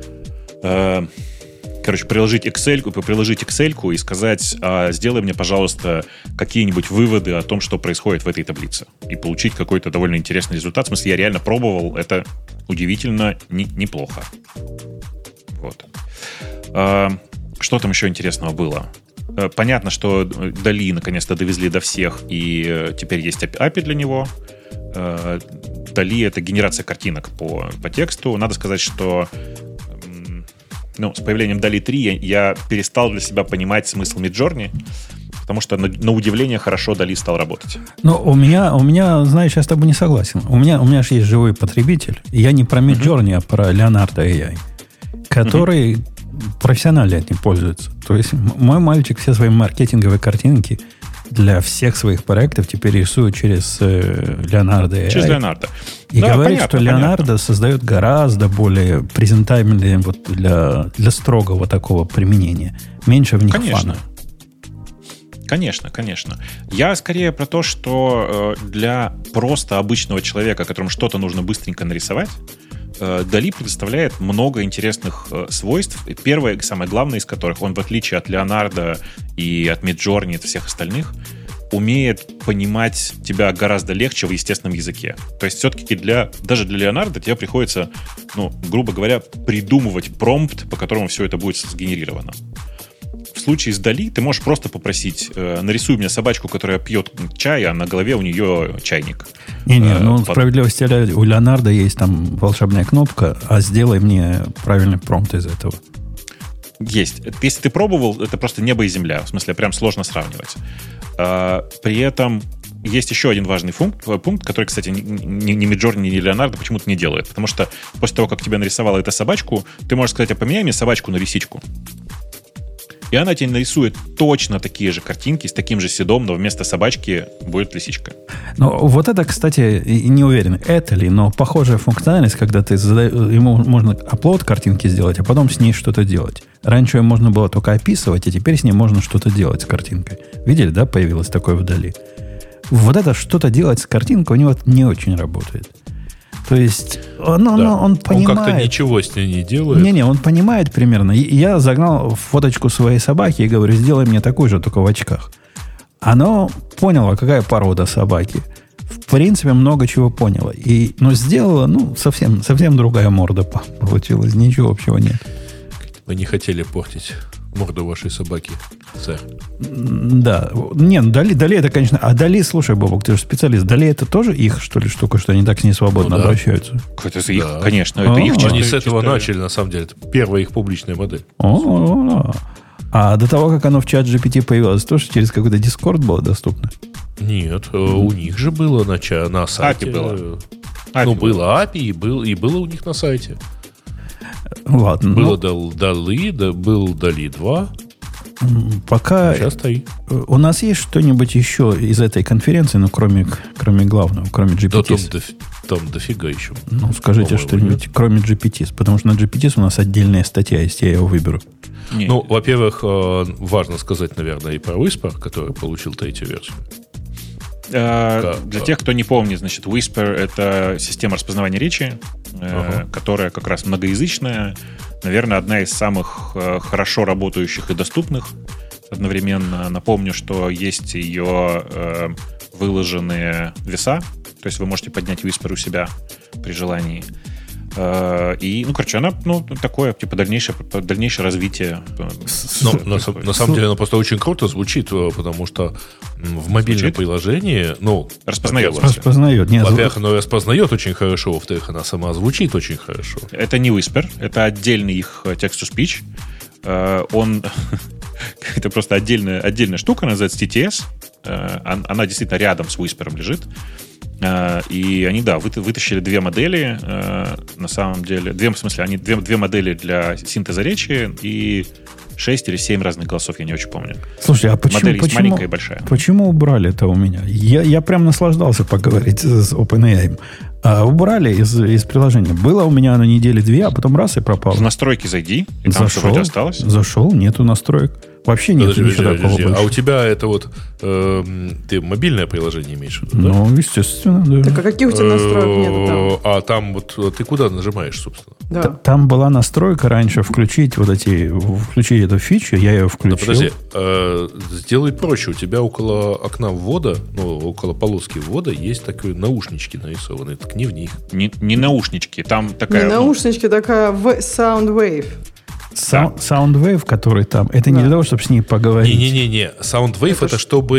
D: э, короче, приложить Excel, приложить Excel и сказать, а, сделай мне, пожалуйста, какие-нибудь выводы о том, что происходит в этой таблице. И получить какой-то довольно интересный результат. В смысле, я реально пробовал, это удивительно не, неплохо. Вот. А, что там еще интересного было? А, понятно, что Дали наконец-то довезли до всех, и теперь есть эй пи ай для него. А, Дали — это генерация картинок по, по тексту. Надо сказать, что ну, с появлением Дали три я, я перестал для себя понимать смысл Midjourney, потому что, на, на удивление, хорошо Дали стал работать.
A: Ну, у меня, у меня, знаешь, я с тобой не согласен. У меня, у меня же есть живой потребитель. И я не про Midjourney, uh-huh. а про Leonardo эй ай, который uh-huh. профессионально этим пользуется. То есть мой мальчик все свои маркетинговые картинки для всех своих проектов теперь рисует через э, Leonardo эй ай.
D: Через Leonardo.
A: И да, говорит, понятно, что Leonardo
D: понятно.
A: создает гораздо более презентабельные вот для, для строгого такого применения. Меньше в них
D: конечно.
A: фана.
D: Конечно, конечно. Я скорее про то, что э, для просто обычного человека, которому что-то нужно быстренько нарисовать, э, Дали предоставляет много интересных э, свойств. И первое, самое главное из которых, он, в отличие от Leonardo и от Midjourney и от всех остальных, умеет понимать тебя гораздо легче в естественном языке. То есть все-таки для, даже для Leonardo тебе приходится, ну, грубо говоря, придумывать промпт, по которому все это будет сгенерировано. В случае с Дали ты можешь просто попросить, э, нарисуй мне собачку, которая пьет чай, а на голове у нее чайник.
A: Не-не, ну, под... справедливости у Леонардо есть там волшебная кнопка, а сделай мне правильный промпт из этого.
D: Есть. Если ты пробовал, это просто небо и земля. В смысле, прям сложно сравнивать. А, при этом есть еще один важный пункт, пункт, который, кстати, ни, ни Midjourney, ни Leonardo почему-то не делает. Потому что после того, как тебе нарисовала эту собачку, ты можешь сказать, а поменяй мне собачку на лисичку. И она тебе нарисует точно такие же картинки с таким же седом, но вместо собачки будет лисичка.
A: Ну, вот это, кстати, не уверен, это ли, но похожая функциональность, когда ты задаешь, ему можно апплод картинки сделать, а потом с ней что-то делать. Раньше ее можно было только описывать, а теперь с ней можно что-то делать с картинкой. Видели, да, появилось такое вдали? Вот это что-то делать с картинкой у него не очень работает. То есть он, да. он, он понимает...
B: Он как-то ничего с ней не делает.
A: Не-не, он понимает примерно. И я загнал фоточку своей собаки и говорю, сделай мне такую же, только в очках. Оно поняло, какая порода собаки. В принципе, много чего поняло. И, но сделала, ну, совсем, совсем другая морда получилась. Ничего общего нет.
B: Вы не хотели портить морду вашей собаки, сэр.
A: Да. Не, ну Дали, Дали это, конечно... А Дали, слушай, Бобок, ты же специалист. Дали это тоже их, что ли, штука, что они так с ней свободно ну, да. обращаются?
D: Это да. их, конечно. Это
A: А-а-а.
D: их чисто,
B: Они с этого
D: чисто...
B: начали, на самом деле. Это первая их публичная модель.
A: А-а-а. А до того, как оно в чат джи пи ти появилось, тоже через какой-то Discord было доступно?
B: Нет, mm-hmm. у них же было на, ча- на сайте.
D: эй пи было.
B: Ну,
D: эй пи
B: было эй пи, и, был, и было у них на сайте.
A: Ладно.
B: Было
A: ну,
B: Дали, да, был Дали два.
A: Пока
B: сейчас стоит.
A: У нас есть что-нибудь еще из этой конференции, ну, кроме, кроме главного, кроме джи пи ти?
B: Да, там, доф, там дофига еще.
A: Ну, скажите что-нибудь, кроме джи пи ти, потому что на джи пи ти у нас отдельная статья есть, я его выберу.
B: Не. Ну, во-первых, важно сказать, наверное, и про Whisper, который получил третью версию.
D: Э, для тех, кто не помнит, значит, Whisper — это система распознавания речи, uh-huh. которая как раз многоязычная, наверное, одна из самых хорошо работающих и доступных. Одновременно напомню, что есть ее э, выложенные веса, то есть вы можете поднять Whisper у себя при желании. И, ну, короче, она, ну, такое, типа, дальнейшее, дальнейшее развитие.
B: Но, на, на самом деле, она просто очень круто звучит, потому что в мобильном звучит? приложении, ну,
D: распознает.
A: Распознает. Нет,
B: во-первых, она распознает очень хорошо, во-вторых, она сама звучит очень хорошо.
D: Это не Whisper, это отдельный их text-to-speech. Он, это просто отдельная, отдельная штука, называется ти ти эс. Она действительно рядом с Whisper лежит. И они, да, вытащили две модели, на самом деле, две, в смысле, они две, две модели для синтеза речи и шесть или семь разных голосов, я не очень помню.
A: Слушай, а почему,
D: модель есть
A: почему,
D: маленькая и большая.
A: Почему убрали это у меня? Я, я прям наслаждался поговорить с OpenAI. А, убрали из, из приложения. Было у меня на неделе две, а потом раз и пропало.
D: В настройки зайди, и там
A: зашел,
D: вроде осталось.
A: Зашел, нету настроек. Вообще нет ничего
B: подожди,
A: такого
B: подожди.
A: больше.
B: А у тебя это вот э, ты мобильное приложение имеешь в виду, да?
A: Ну, естественно, да.
C: Так а каких у тебя настроек нет там?
B: А там вот ты куда нажимаешь, собственно?
C: Да.
A: Там была настройка раньше включить вот эти, включить эту фичу, я ее включил.
B: Да, подожди, э, сделай проще. У тебя около окна ввода, ну, около полоски ввода есть такие наушнички нарисованы. Ткни в них.
D: Не, не наушнички, там такая...
C: Не наушнички, такая Soundwave.
A: Sound, Soundwave, который там, это не
C: да.
A: для того, чтобы с ней поговорить.
B: Не-не-не, Soundwave это, это чтобы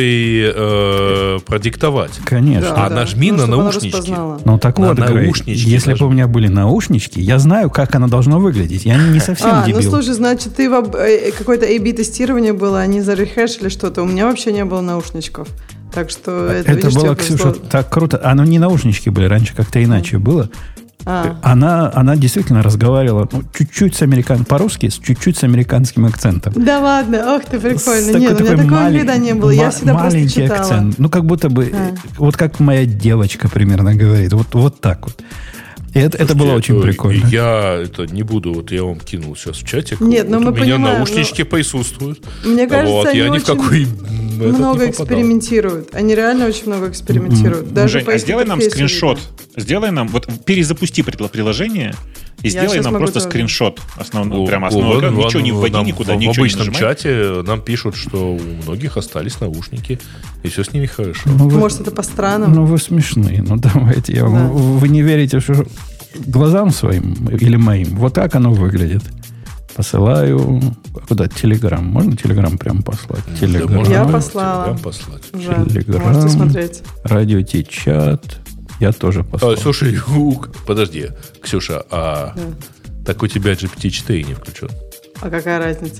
B: э, продиктовать.
A: Конечно.
B: Да, а
C: да.
B: нажми
C: ну,
B: на наушнички.
A: Ну так
B: на
A: вот, Грей, если бы у меня были наушнички, я знаю, как оно должно выглядеть. Я не совсем
C: а,
A: дебил.
C: Ну слушай, значит, ты в, какое-то эй би-тестирование было, они зарехешили что-то. У меня вообще не было наушничков. Так что это,
A: это
C: видишь,
A: было, Ксюша, так круто. Оно не наушнички были, раньше как-то иначе было. А. Она, она действительно разговаривала ну, чуть-чуть с американ... по-русски, с чуть-чуть с американским акцентом.
C: Да ладно, ох ты, прикольно.
A: С
C: Нет,
A: такой,
C: у меня такого
A: малень...
C: никогда не было. Я всегда просто читала.
A: Акцент. Ну, как будто бы,
C: а.
A: вот как моя девочка примерно говорит. Вот, вот так вот. И это, это было очень прикольно.
B: Я это не буду, вот я вам кинул сейчас в чатик.
C: Нет, но
B: вот
C: мы
B: у меня
C: понимаем,
B: наушнички
C: но...
B: присутствуют.
C: Мне кажется,
B: вот,
C: они
B: я ни в какой
C: много экспериментируют. Они реально очень много экспериментируют. Даже
D: Жень, а сделай нам скриншот. Сделай нам, вот перезапусти приложение и
C: я
D: сделай нам просто тоже. скриншот основного, прямо основного.
B: О,
D: ничего не вводи
B: нам,
D: никуда,
B: в,
D: ничего
B: в обычном
D: не
B: чате нам пишут, что у многих остались наушники, и все с ними хорошо.
A: Ну, вы,
C: Может, это по странам?
A: Ну, вы смешные. Ну, давайте. Я, да. вы, вы не верите, что глазам своим или моим? Вот так оно выглядит. Посылаю... Куда? Телеграм. Можно Телеграм прямо послать? Телеграм.
C: Да, я послала.
B: Телеграм послать.
C: Да.
A: Телеграм.
C: Можете смотреть.
A: Радио Ти-чат. Я тоже послал.
B: А, слушай, подожди, Ксюша, а да. так у тебя джи пи ти четыре не включен?
C: А какая разница?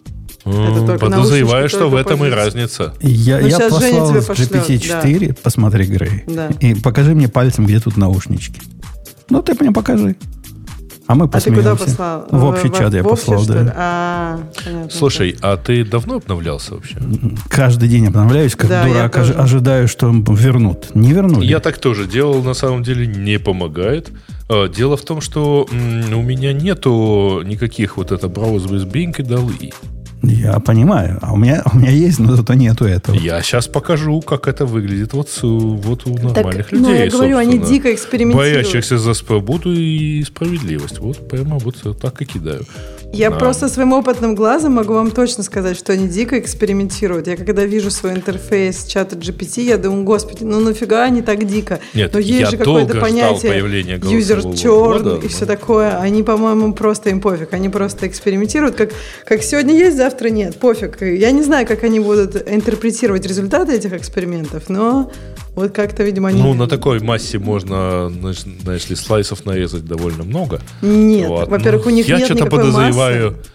B: Mm, подозреваю, что в этом и разница.
A: Я, я послал с джи пи ти четыре, да. Посмотри, Грей,
C: да.
A: и покажи мне пальцем, где тут наушнички. Ну, ты мне покажи. А мы посмеемся.
C: А ты куда послал?
A: В общий в, чат в, я в послал,
C: общий,
A: да.
C: А, понятно,
B: слушай,
C: да.
B: а ты давно обновлялся вообще?
A: Каждый день обновляюсь, как
C: да,
A: дурак, ожи- ожидаю, что вернут. Не вернули.
B: Я так тоже делал, на самом деле не помогает. Дело в том, что м- у меня нету никаких вот это Browse with Bing и Dall-E.
A: Я понимаю. А у меня, у меня есть, но зато нету этого.
B: Я сейчас покажу, как это выглядит вот, вот у нормальных
C: так,
B: людей.
C: Ну, я говорю, они дико экспериментируют.
B: Боящихся за свободу и справедливость. Вот прямо вот так и кидаю.
C: Я
B: да.
C: просто своим опытным глазом могу вам точно сказать, что они дико экспериментируют. Я когда вижу свой интерфейс чата джи пи ти, я думаю, господи, ну нафига они так дико?
B: Нет,
C: но есть
B: я
C: же какое-то понятие user churn
B: года,
C: и
B: но...
C: все такое. Они, по-моему, просто им пофиг. Они просто экспериментируют. Как, как сегодня есть, завтра нет. Пофиг. Я не знаю, как они будут интерпретировать результаты этих экспериментов, но вот как-то, видимо, они...
B: Ну, на такой массе можно, знаешь ли, слайсов нарезать довольно много.
C: Нет.
B: вот.
C: Во-первых,
B: ну,
C: у них
B: я
C: нет
B: что-то
C: никакой
B: подозреваю,
C: массы.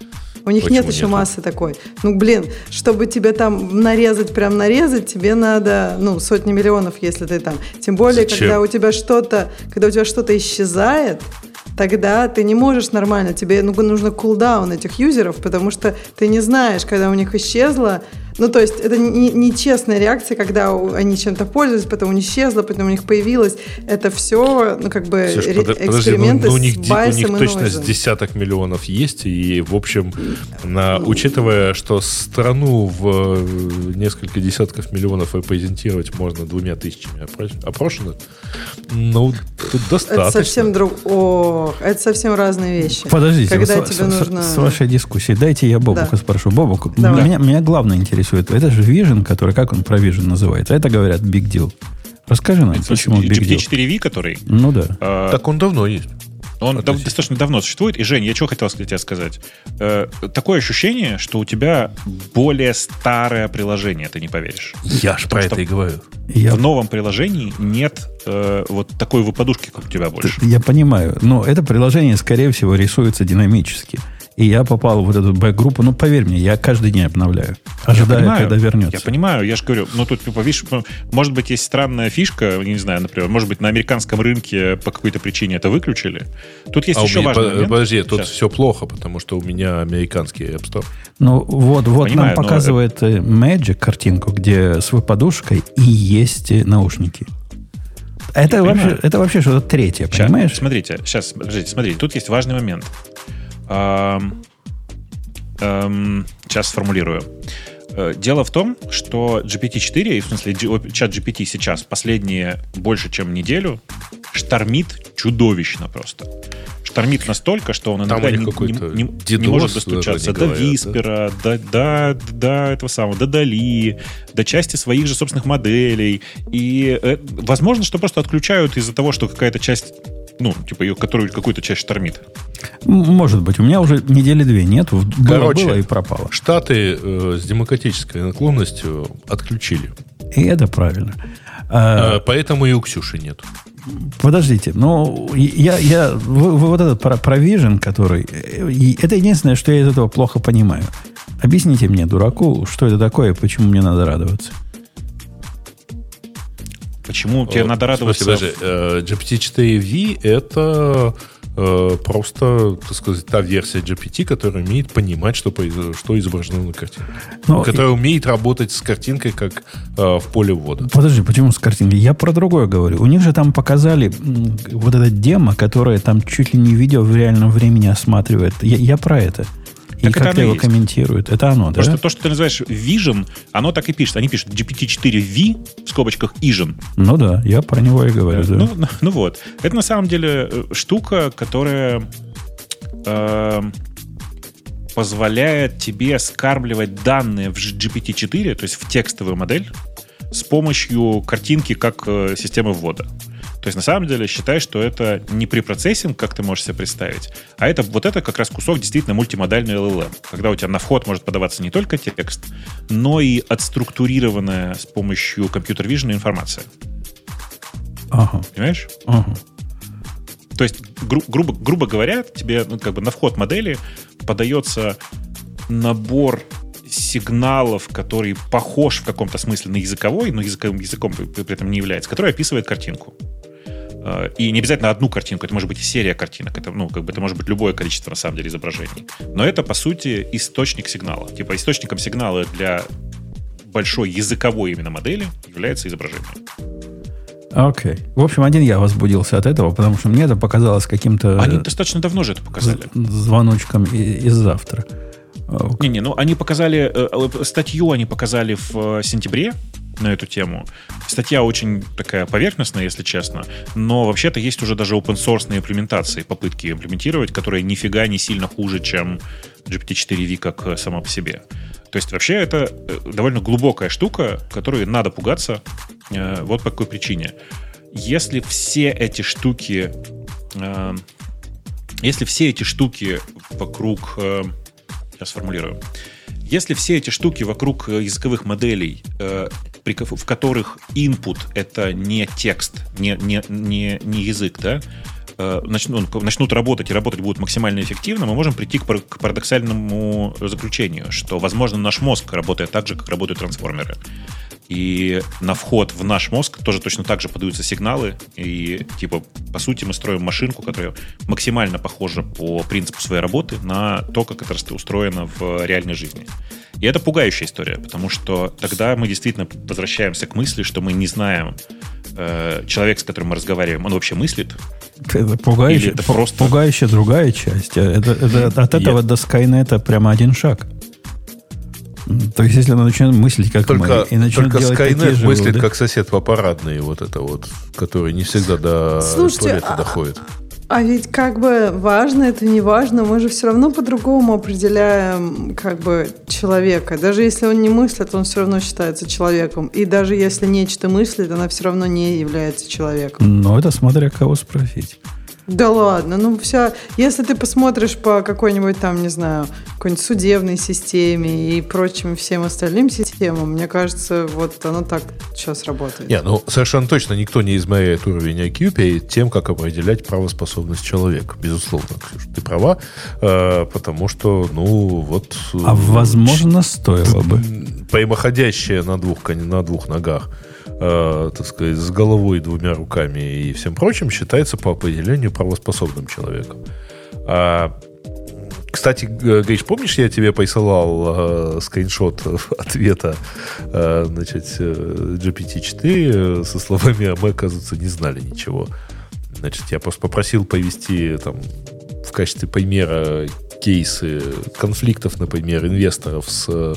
C: У них
B: Почему
C: нет еще
B: нету?
C: массы такой. Ну, блин, чтобы тебе там нарезать, прям нарезать, тебе надо, ну, сотни миллионов, если ты там. Тем более,
B: Зачем?
C: когда у тебя что-то, когда у тебя что-то исчезает, тогда ты не можешь нормально, тебе ну, нужно кулдаун этих юзеров, потому что ты не знаешь, когда у них исчезло. Ну, то есть это нечестная не реакция, когда у, они чем-то пользовались, потом у них исчезло, потом у них появилось. Это все, ну, как бы,
B: Слушай,
C: ре-
B: подожди,
C: эксперименты
B: ну, ну, у них,
C: с
B: ди- у
C: байсом
B: них
C: и
B: точно
C: нойзом.
B: с десяток миллионов есть, и, в общем, на, учитывая, что страну в э, несколько десятков миллионов репрезентировать можно двумя тысячами опро- опрошенных, ну, тут достаточно.
C: Это совсем друг... О, это совсем разные вещи.
A: Подождите,
C: когда
A: с,
C: тебе
A: с-
C: нужно...
A: с вашей дискуссии. Дайте я Бобука
C: Да.
A: спрошу. Бобук,
C: Давай.
A: меня, меня главное интересует. Это же Vision, который, как он про Vision называется? Это, говорят, big deal. Расскажи нам, почему big
D: джи пи ти
A: deal.
D: четыре ви, который...
A: Ну да.
D: э,
B: Так он давно есть.
D: Он дав- достаточно давно существует. И, Жень, я что хотел тебе сказать? Э, такое ощущение, что у тебя более старое приложение, ты не поверишь.
B: Я ж про
D: что-
B: это и говорю.
A: Я,
D: В новом приложении нет э, вот такой выпадушки, как у тебя больше.
A: я понимаю, но это приложение, скорее всего, рисуется динамически. И я попал в вот эту бэк-группу, ну, поверь мне, я каждый день обновляю, ожидая,
D: понимаю,
A: когда вернется.
D: Я понимаю, я же говорю, ну тут, типа, видишь, может быть, есть странная фишка, я не знаю, например, может быть, на американском рынке по какой-то причине это выключили. Тут есть
B: А у
D: еще
B: меня-
D: важный
B: по-
D: момент.
B: Подожди, тут
D: Сейчас.
B: все плохо, потому что у меня американский App Store.
A: Ну, вот, вот
D: Понимаю,
A: нам
D: но
A: показывает э, Magic картинку, где с подушкой и есть э, наушники. Это
D: Я
A: вообще,
D: понимаю.
A: это вообще что-то третье,
D: Щас,
A: понимаешь?
D: Смотрите, сейчас, подождите, смотрите, тут есть важный момент. Ам, ам, сейчас сформулирую. Э, Дело в том, что джи пи ти четыре, и в смысле G- о, чат джи пи ти сейчас последние больше, чем неделю, штормит чудовищно просто. Штормит настолько, что он
B: Там
D: иногда
B: у них
D: не,
B: какой-то
D: не- не-
B: DDoS,
D: не может достучаться
B: вроде
D: до
B: говорят, да?
D: Виспера, до, до, до этого самого, до Дали, до части своих же собственных моделей. И э, возможно, что просто отключают из-за того, что какая-то часть, ну, типа, ее, которую какую-то часть штормит.
A: М- Может быть, у меня уже недели две нет, было,
B: Короче,
A: было и пропало.
B: Штаты э, с демократической наклонностью отключили.
A: И это правильно. А,
B: Э, поэтому и у Ксюши нет.
A: Подождите, ну, я, я, вы- вы вот этот про, про Vision, который, э, и это единственное, что я из этого плохо понимаю. Объясните мне, дураку, что это такое и почему мне надо радоваться.
D: Почему тебе
B: Э,
D: надо
B: в
D: радоваться?
B: смысле, подожди, э, джи пи ти четыре ви это э, просто, так сказать, та версия джи пи ти, которая умеет понимать, что, произ- что изображено на картинке.
A: Ну,
B: Которая умеет работать с картинкой, как э, в поле ввода.
A: Подожди, почему с картинкой? Я про другое говорю. У них же там показали м, вот это демо, которое там чуть ли не видео в реальном времени осматривает. Я, я про это. И
D: Так это
A: как-то
D: оно и
A: его
D: есть.
A: комментирует. Это оно, да?
D: То, что, то, что ты называешь Vision, оно так и пишет. Они пишут джи пи ти четыре ви в скобочках Vision.
A: Ну да, я про него и говорю. Да.
D: Ну, ну, ну вот. Это на самом деле э, штука, которая э, позволяет тебе скармливать данные в джи пи ти четыре, то есть в текстовую модель, с помощью картинки как э, системы ввода. То есть, на самом деле, считай, что это не препроцессинг, как ты можешь себе представить, а это вот это как раз кусок действительно мультимодальный эл эл эм, когда у тебя на вход может подаваться не только текст, но и отструктурированная с помощью компьютер-вижена информация.
A: Ага,
D: Понимаешь?
A: ага.
D: То есть, гру- грубо, грубо говоря, тебе ну, как бы на вход модели подается набор сигналов, который похож в каком-то смысле на языковой, но языком, языком при при этом не является, который описывает картинку. Э, И не обязательно одну картинку, это может быть и серия картинок, это, ну, как бы, это может быть любое количество, на самом деле, изображений. Но это, по сути, источник сигнала. Типа источником сигнала для большой языковой именно модели является изображение.
A: Окей. В общем, один я возбудился от этого, потому что мне это показалось каким-то
D: Они
A: э,
D: достаточно давно же это показали.
A: з- звоночком и- из завтра. Э,
D: Не-не, ну они показали, э, статью они показали в э, сентябре на эту тему. Статья очень такая поверхностная, если честно, но вообще-то есть уже даже open-source имплементации, попытки ее имплементировать, которые нифига не сильно хуже, чем джи пи ти четыре ви как э, сама по себе. То есть вообще это э, довольно глубокая штука, которой надо пугаться э, вот по какой причине. Если все эти штуки... э, если все эти штуки вокруг... э, сейчас сформулирую. Если все эти штуки вокруг э, языковых моделей, э, при ко- в которых input — это не текст, не, не, не, не язык, да, э, начнут, начнут работать и работать будут максимально эффективно, мы можем прийти к, пар- к парадоксальному заключению, что, возможно, наш мозг работает так же, как работают трансформеры. И на вход в наш мозг тоже точно так же подаются сигналы. И, типа, по сути, мы строим машинку, которая максимально похожа по принципу своей работы на то, как это устроено в реальной жизни. И это пугающая история, потому что тогда мы действительно возвращаемся к мысли, что мы не знаем, э, человек, с которым мы разговариваем, он вообще мыслит?
A: Это пугающая,
D: это просто...
A: пугающая другая часть. Это, это, от этого Я... до Скайнета прямо один шаг. То есть, если она начнет мыслить, как
B: только,
A: мы, и начнет
B: только
A: делать
B: Skynet
A: такие же
B: мыслит,
A: выводы.
B: как сосед по парадной, вот это вот, который не всегда до
C: Слушайте,
B: туалета
C: а,
B: доходит.
C: А ведь как бы важно это не важно, мы же все равно по-другому определяем как бы человека. Даже если он не мыслит, он все равно считается человеком. И даже если нечто мыслит, она все равно не является человеком.
A: Но это смотря кого спросить.
C: Да ладно, ну вся... Если ты посмотришь по какой-нибудь там, не знаю, какой-нибудь судебной системе и прочим всем остальным системам, мне кажется, вот оно так сейчас работает.
B: Не, ну совершенно точно никто не измеряет уровень ай кью перед тем, как определять правоспособность человека. Безусловно, Ксюша, ты права, э, потому что, ну, вот...
A: А возможно, стоило бы.
B: Прямоходящая на двух, на двух ногах, э, так сказать, с головой, двумя руками и всем прочим, считается по определению правоспособным человеком. А, кстати, Гриш, помнишь, я тебе присылал э, скриншот ответа э, значит, джи пи ти четыре со словами «А мы, оказывается, не знали ничего». Значит, я просто попросил повести там, в качестве примера кейсы конфликтов, например, инвесторов с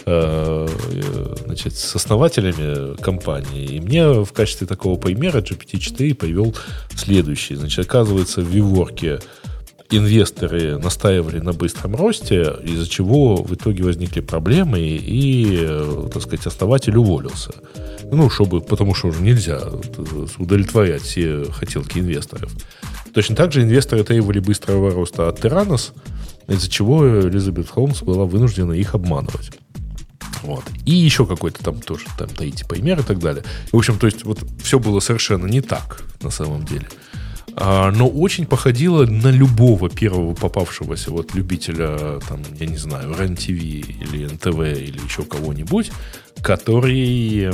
B: значит, с основателями компании. И мне в качестве такого примера джи пи ти четыре привел следующий. Значит, оказывается, в WeWork инвесторы настаивали на быстром росте, из-за чего в итоге возникли проблемы, и, так сказать, основатель уволился. Ну, чтобы, потому что уже нельзя удовлетворять все хотелки инвесторов. Точно так же инвесторы требовали быстрого роста от Theranos, из-за чего Элизабет Холмс была вынуждена их обманывать. Вот. И еще какой-то там тоже там третий пример и так далее. В общем, то есть вот все было совершенно не так на самом деле. А, но очень походило на любого первого попавшегося вот любителя, там, я не знаю, РЕН ТВ или эн тэ вэ или еще кого-нибудь, который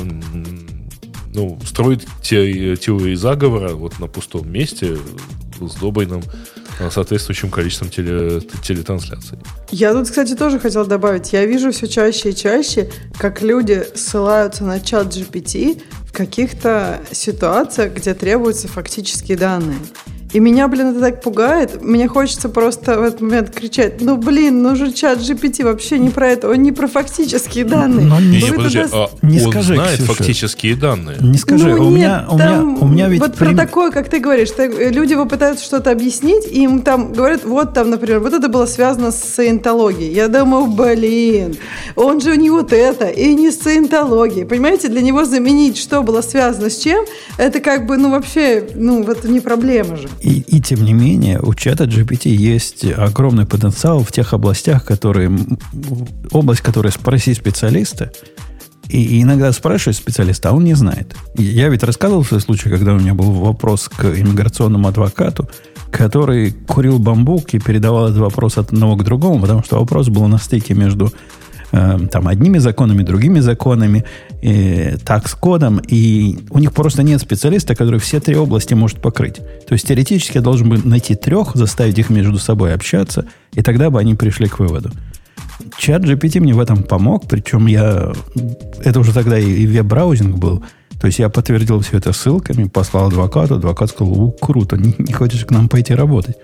B: ну, строит те, теории заговора вот на пустом месте с добрым соответствующим количеством теле, телетрансляций.
C: Я тут, кстати, тоже хотела добавить. Я вижу все чаще и чаще, как люди ссылаются на чат джи пи ти в каких-то ситуациях, где требуются фактические данные. И меня, блин, это так пугает. Мне хочется просто в этот момент кричать: ну, блин, ну же чат джи пи ти вообще не про это, он не про фактические данные.
A: Но не,
B: не, подожди,
C: даст...
B: а
A: не
B: он
A: скажи,
B: знает
A: Ксюша.
B: фактические данные.
A: Не скажи,
C: ну,
A: у,
C: нет,
A: меня, у,
C: там,
A: меня, у меня ведь...
C: Вот
A: прим...
C: про такое, как ты говоришь, так, люди пытаются что-то объяснить, и им там говорят, вот там, например, вот это было связано с саентологией. Я думаю, блин, он же не вот это, и не с саентологией. Понимаете, для него заменить, что было связано с чем, это как бы, ну, вообще, ну, это не проблема же.
A: И, и тем не менее, у чата джи пи ти есть огромный потенциал в тех областях, которые... Область, которая спроси специалиста, и, и иногда спрашиваешь специалиста, а он не знает. И я ведь рассказывал в свой случай, когда у меня был вопрос к иммиграционному адвокату, который курил бамбук и передавал этот вопрос от одного к другому, потому что вопрос был на стыке между э, там, одними законами, другими законами, э, такс-кодом, и у них просто нет специалиста, который все три области может покрыть. То есть теоретически я должен бы найти трех, заставить их между собой общаться, и тогда бы они пришли к выводу. Чат джи пи ти мне в этом помог, причем я... Это уже тогда и, и веб-браузинг был. То есть я подтвердил все это ссылками, послал адвокату, адвокат сказал: у, круто, не, не хочешь к нам пойти работать?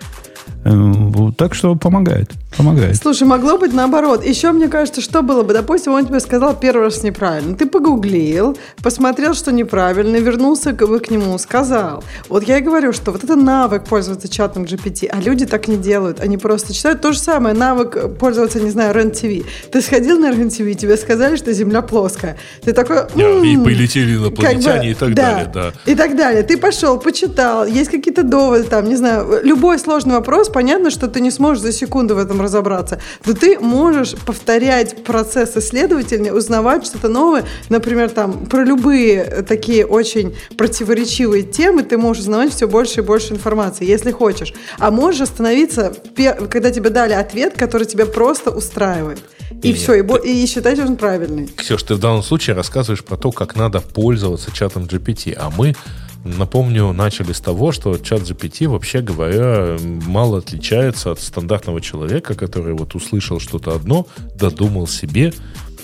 A: Так что помогает, помогает.
C: Слушай, могло быть наоборот. Еще, мне кажется, что было бы, допустим, он тебе сказал первый раз неправильно. Ты погуглил, посмотрел, что неправильно, вернулся к, к нему, сказал. Вот я и говорю, что вот это навык пользоваться чатом джи пи ти, а люди так не делают. Они просто читают. То же самое, навык пользоваться, не знаю, РЕН ТВ. Ты сходил на РЕН ТВ, тебе сказали, что Земля плоская. Ты такой... М-м-м,
B: и полетели инопланетяне, как бы, и так
C: да,
B: далее. Да.
C: И так далее. Ты пошел, почитал, есть какие-то доводы, там, не знаю, любой сложный вопрос понятно, что ты не сможешь за секунду в этом разобраться. Но ты можешь повторять процесс исследовательный, узнавать что-то новое. Например, там, про любые такие очень противоречивые темы ты можешь узнавать все больше и больше информации, если хочешь. А можешь остановиться, когда тебе дали ответ, который тебя просто устраивает. И, и все, и, и считать, что он правильный.
B: Ксюш, ты в данном случае рассказываешь про то, как надо пользоваться чатом джи пи ти. А мы, напомню, начали с того, что чат джи пи ти, вообще говоря, мало отличается от стандартного человека, который вот услышал что-то одно, додумал себе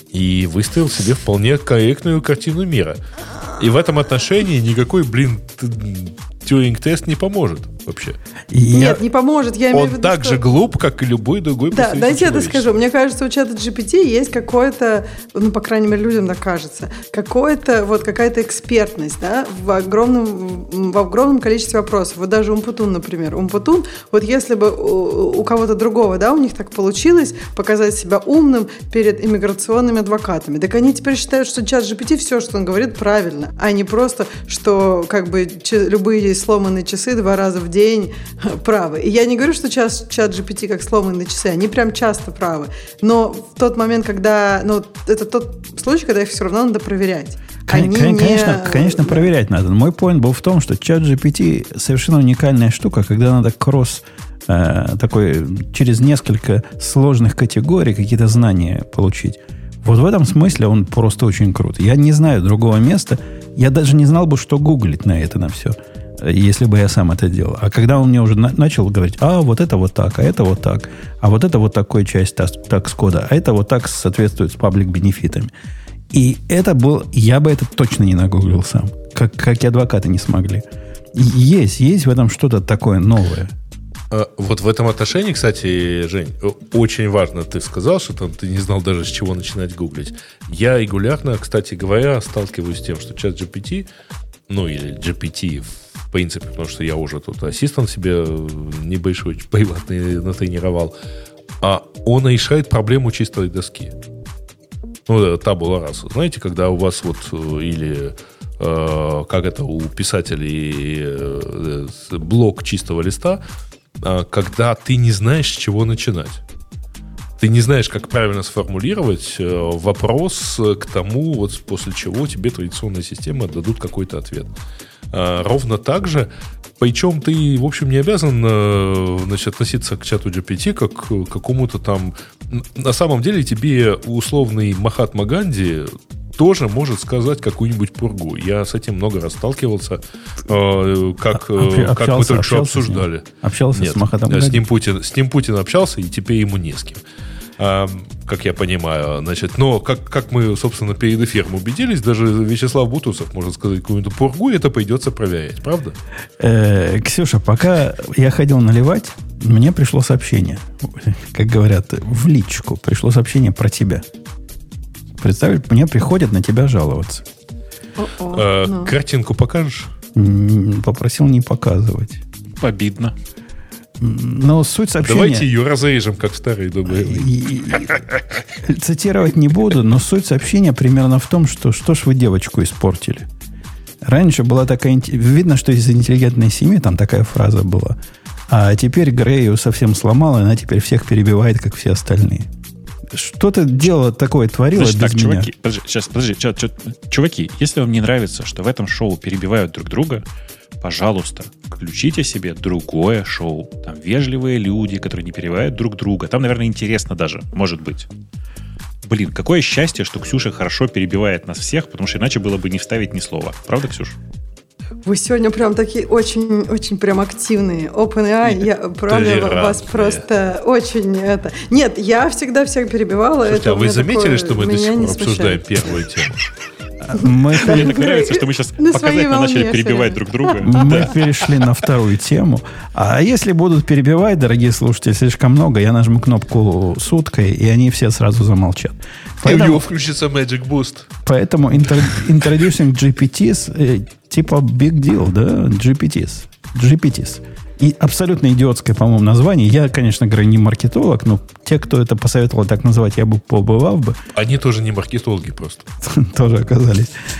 B: и выставил себе вполне корректную картину мира. И в этом отношении никакой, блин, Тьюринг-тест не поможет вообще.
C: Нет, я... не поможет. Я имею
B: Он
C: в виду,
B: так
C: что...
B: же глуп, как и любой другой.
C: Да, дайте я это скажу. Мне кажется, у чата джи пи ти есть какое-то, ну, по крайней мере, людям так кажется, какое-то, вот какая-то экспертность, да, в огромном, в огромном количестве вопросов. Вот даже Умпутун, например. Умпутун, вот если бы у, у кого-то другого, да, у них так получилось показать себя умным перед иммиграционными адвокатами. Так они теперь считают, что чат джи пи ти все, что он говорит, правильно, а не просто, что как бы ч- любые сломанные часы два раза в день правы. И я не говорю, что чат, чат джи пи ти как сломанные часы, они прям часто правы. Но в тот момент, когда... Ну, это тот случай, когда их все равно надо проверять. Они
A: конечно,
C: не...
A: конечно, проверять надо. Мой поинт был в том, что чат джи пи ти совершенно уникальная штука, когда надо кросс э, такой через несколько сложных категорий какие-то знания получить. Вот в этом смысле он просто очень крут. Я не знаю другого места. Я даже не знал бы, что гуглить на это, на все, если бы я сам это делал. А когда он мне уже на- начал говорить, а вот это вот так, а это вот так, а вот это вот такая часть так с кода, а это вот так соответствует с паблик-бенефитами. И это был... Я бы это точно не нагуглил сам. Как, как и адвокаты не смогли. Есть, есть в этом что-то такое новое.
B: Вот в этом отношении, кстати, Жень, очень важно, ты сказал, что там ты не знал даже, с чего начинать гуглить. Я регулярно, кстати говоря, сталкиваюсь с тем, что чат джи пи ти, ну или джи пи ти в принципе, потому что я уже тут ассистент себе небольшой приватный натренировал, а он решает проблему чистой доски. Ну, табула раса. Знаете, когда у вас вот или... как это у писателей блок чистого листа, когда ты не знаешь, с чего начинать. Ты не знаешь, как правильно сформулировать вопрос к тому, вот после чего тебе традиционная система дадут какой-то ответ. Ровно так же, причем ты, в общем, не обязан, значит, относиться к чату джи пи ти как к какому-то там... На самом деле тебе условный Махатма Ганди тоже может сказать какую-нибудь пургу. Я с этим много раз сталкивался, э, как, э,
A: общался,
B: как мы только что
A: общался
B: обсуждали.
A: С общался
B: Нет,
A: с Махатмой Ганди?
B: С ним, Путин, с ним Путин общался, и теперь ему не с кем. А, как я понимаю. Значит, но как, как мы, собственно, перед эфиром убедились, даже Вячеслав Бутусов может сказать какую-нибудь пургу, и это придется проверять, правда?
A: Э, Ксюша, пока я ходил наливать, мне пришло сообщение, как говорят, в личку пришло сообщение про тебя. Представь, мне приходят на тебя жаловаться.
B: А, no. Картинку покажешь?
A: Попросил не показывать.
D: Обидно.
A: Но суть сообщения...
B: Давайте ее разрежем, как в старые добрые.
A: Цитировать не буду, но суть сообщения примерно в том, что что ж вы девочку испортили. Раньше была такая... Видно, что из интеллигентной семьи там такая фраза была. А теперь Грей ее совсем сломала, и она теперь всех перебивает, как все остальные. Что-то дело такое творило без
D: так,
A: меня.
D: Чуваки, подожди, сейчас, подожди, чё, чё, чуваки, если вам не нравится, что в этом шоу перебивают друг друга, пожалуйста, включите себе другое шоу. Там вежливые люди, которые не перебивают друг друга. Там, наверное, интересно даже, может быть. Блин, какое счастье, что Ксюша хорошо перебивает нас всех, потому что иначе было бы не вставить ни слова. Правда, Ксюш?
C: Вы сегодня прям такие очень-очень прям активные. OpenAI, я правда вас просто очень это... Нет, я всегда всех перебивала.
B: Слушайте,
C: это
B: а вы заметили,
C: такое,
B: что мы до сих пор обсуждаем первую тему?
A: Мы,
D: Мне так нравится, что мы сейчас
C: на
D: показательно начали перебивать друг друга.
A: мы перешли на вторую тему. А если будут перебивать, дорогие слушатели, слишком много, я нажму кнопку с уткой, и они все сразу замолчат.
B: И у него включится Magic Boost.
A: Поэтому introducing джи пи тис э, типа big deal, да? джи пи тис. джи пи тис. И абсолютно идиотское, по-моему, название. Я, конечно, говорю, не маркетолог, но те, кто это посоветовал так называть, я бы побывал бы.
B: Они тоже не маркетологи просто.
A: Тоже оказались.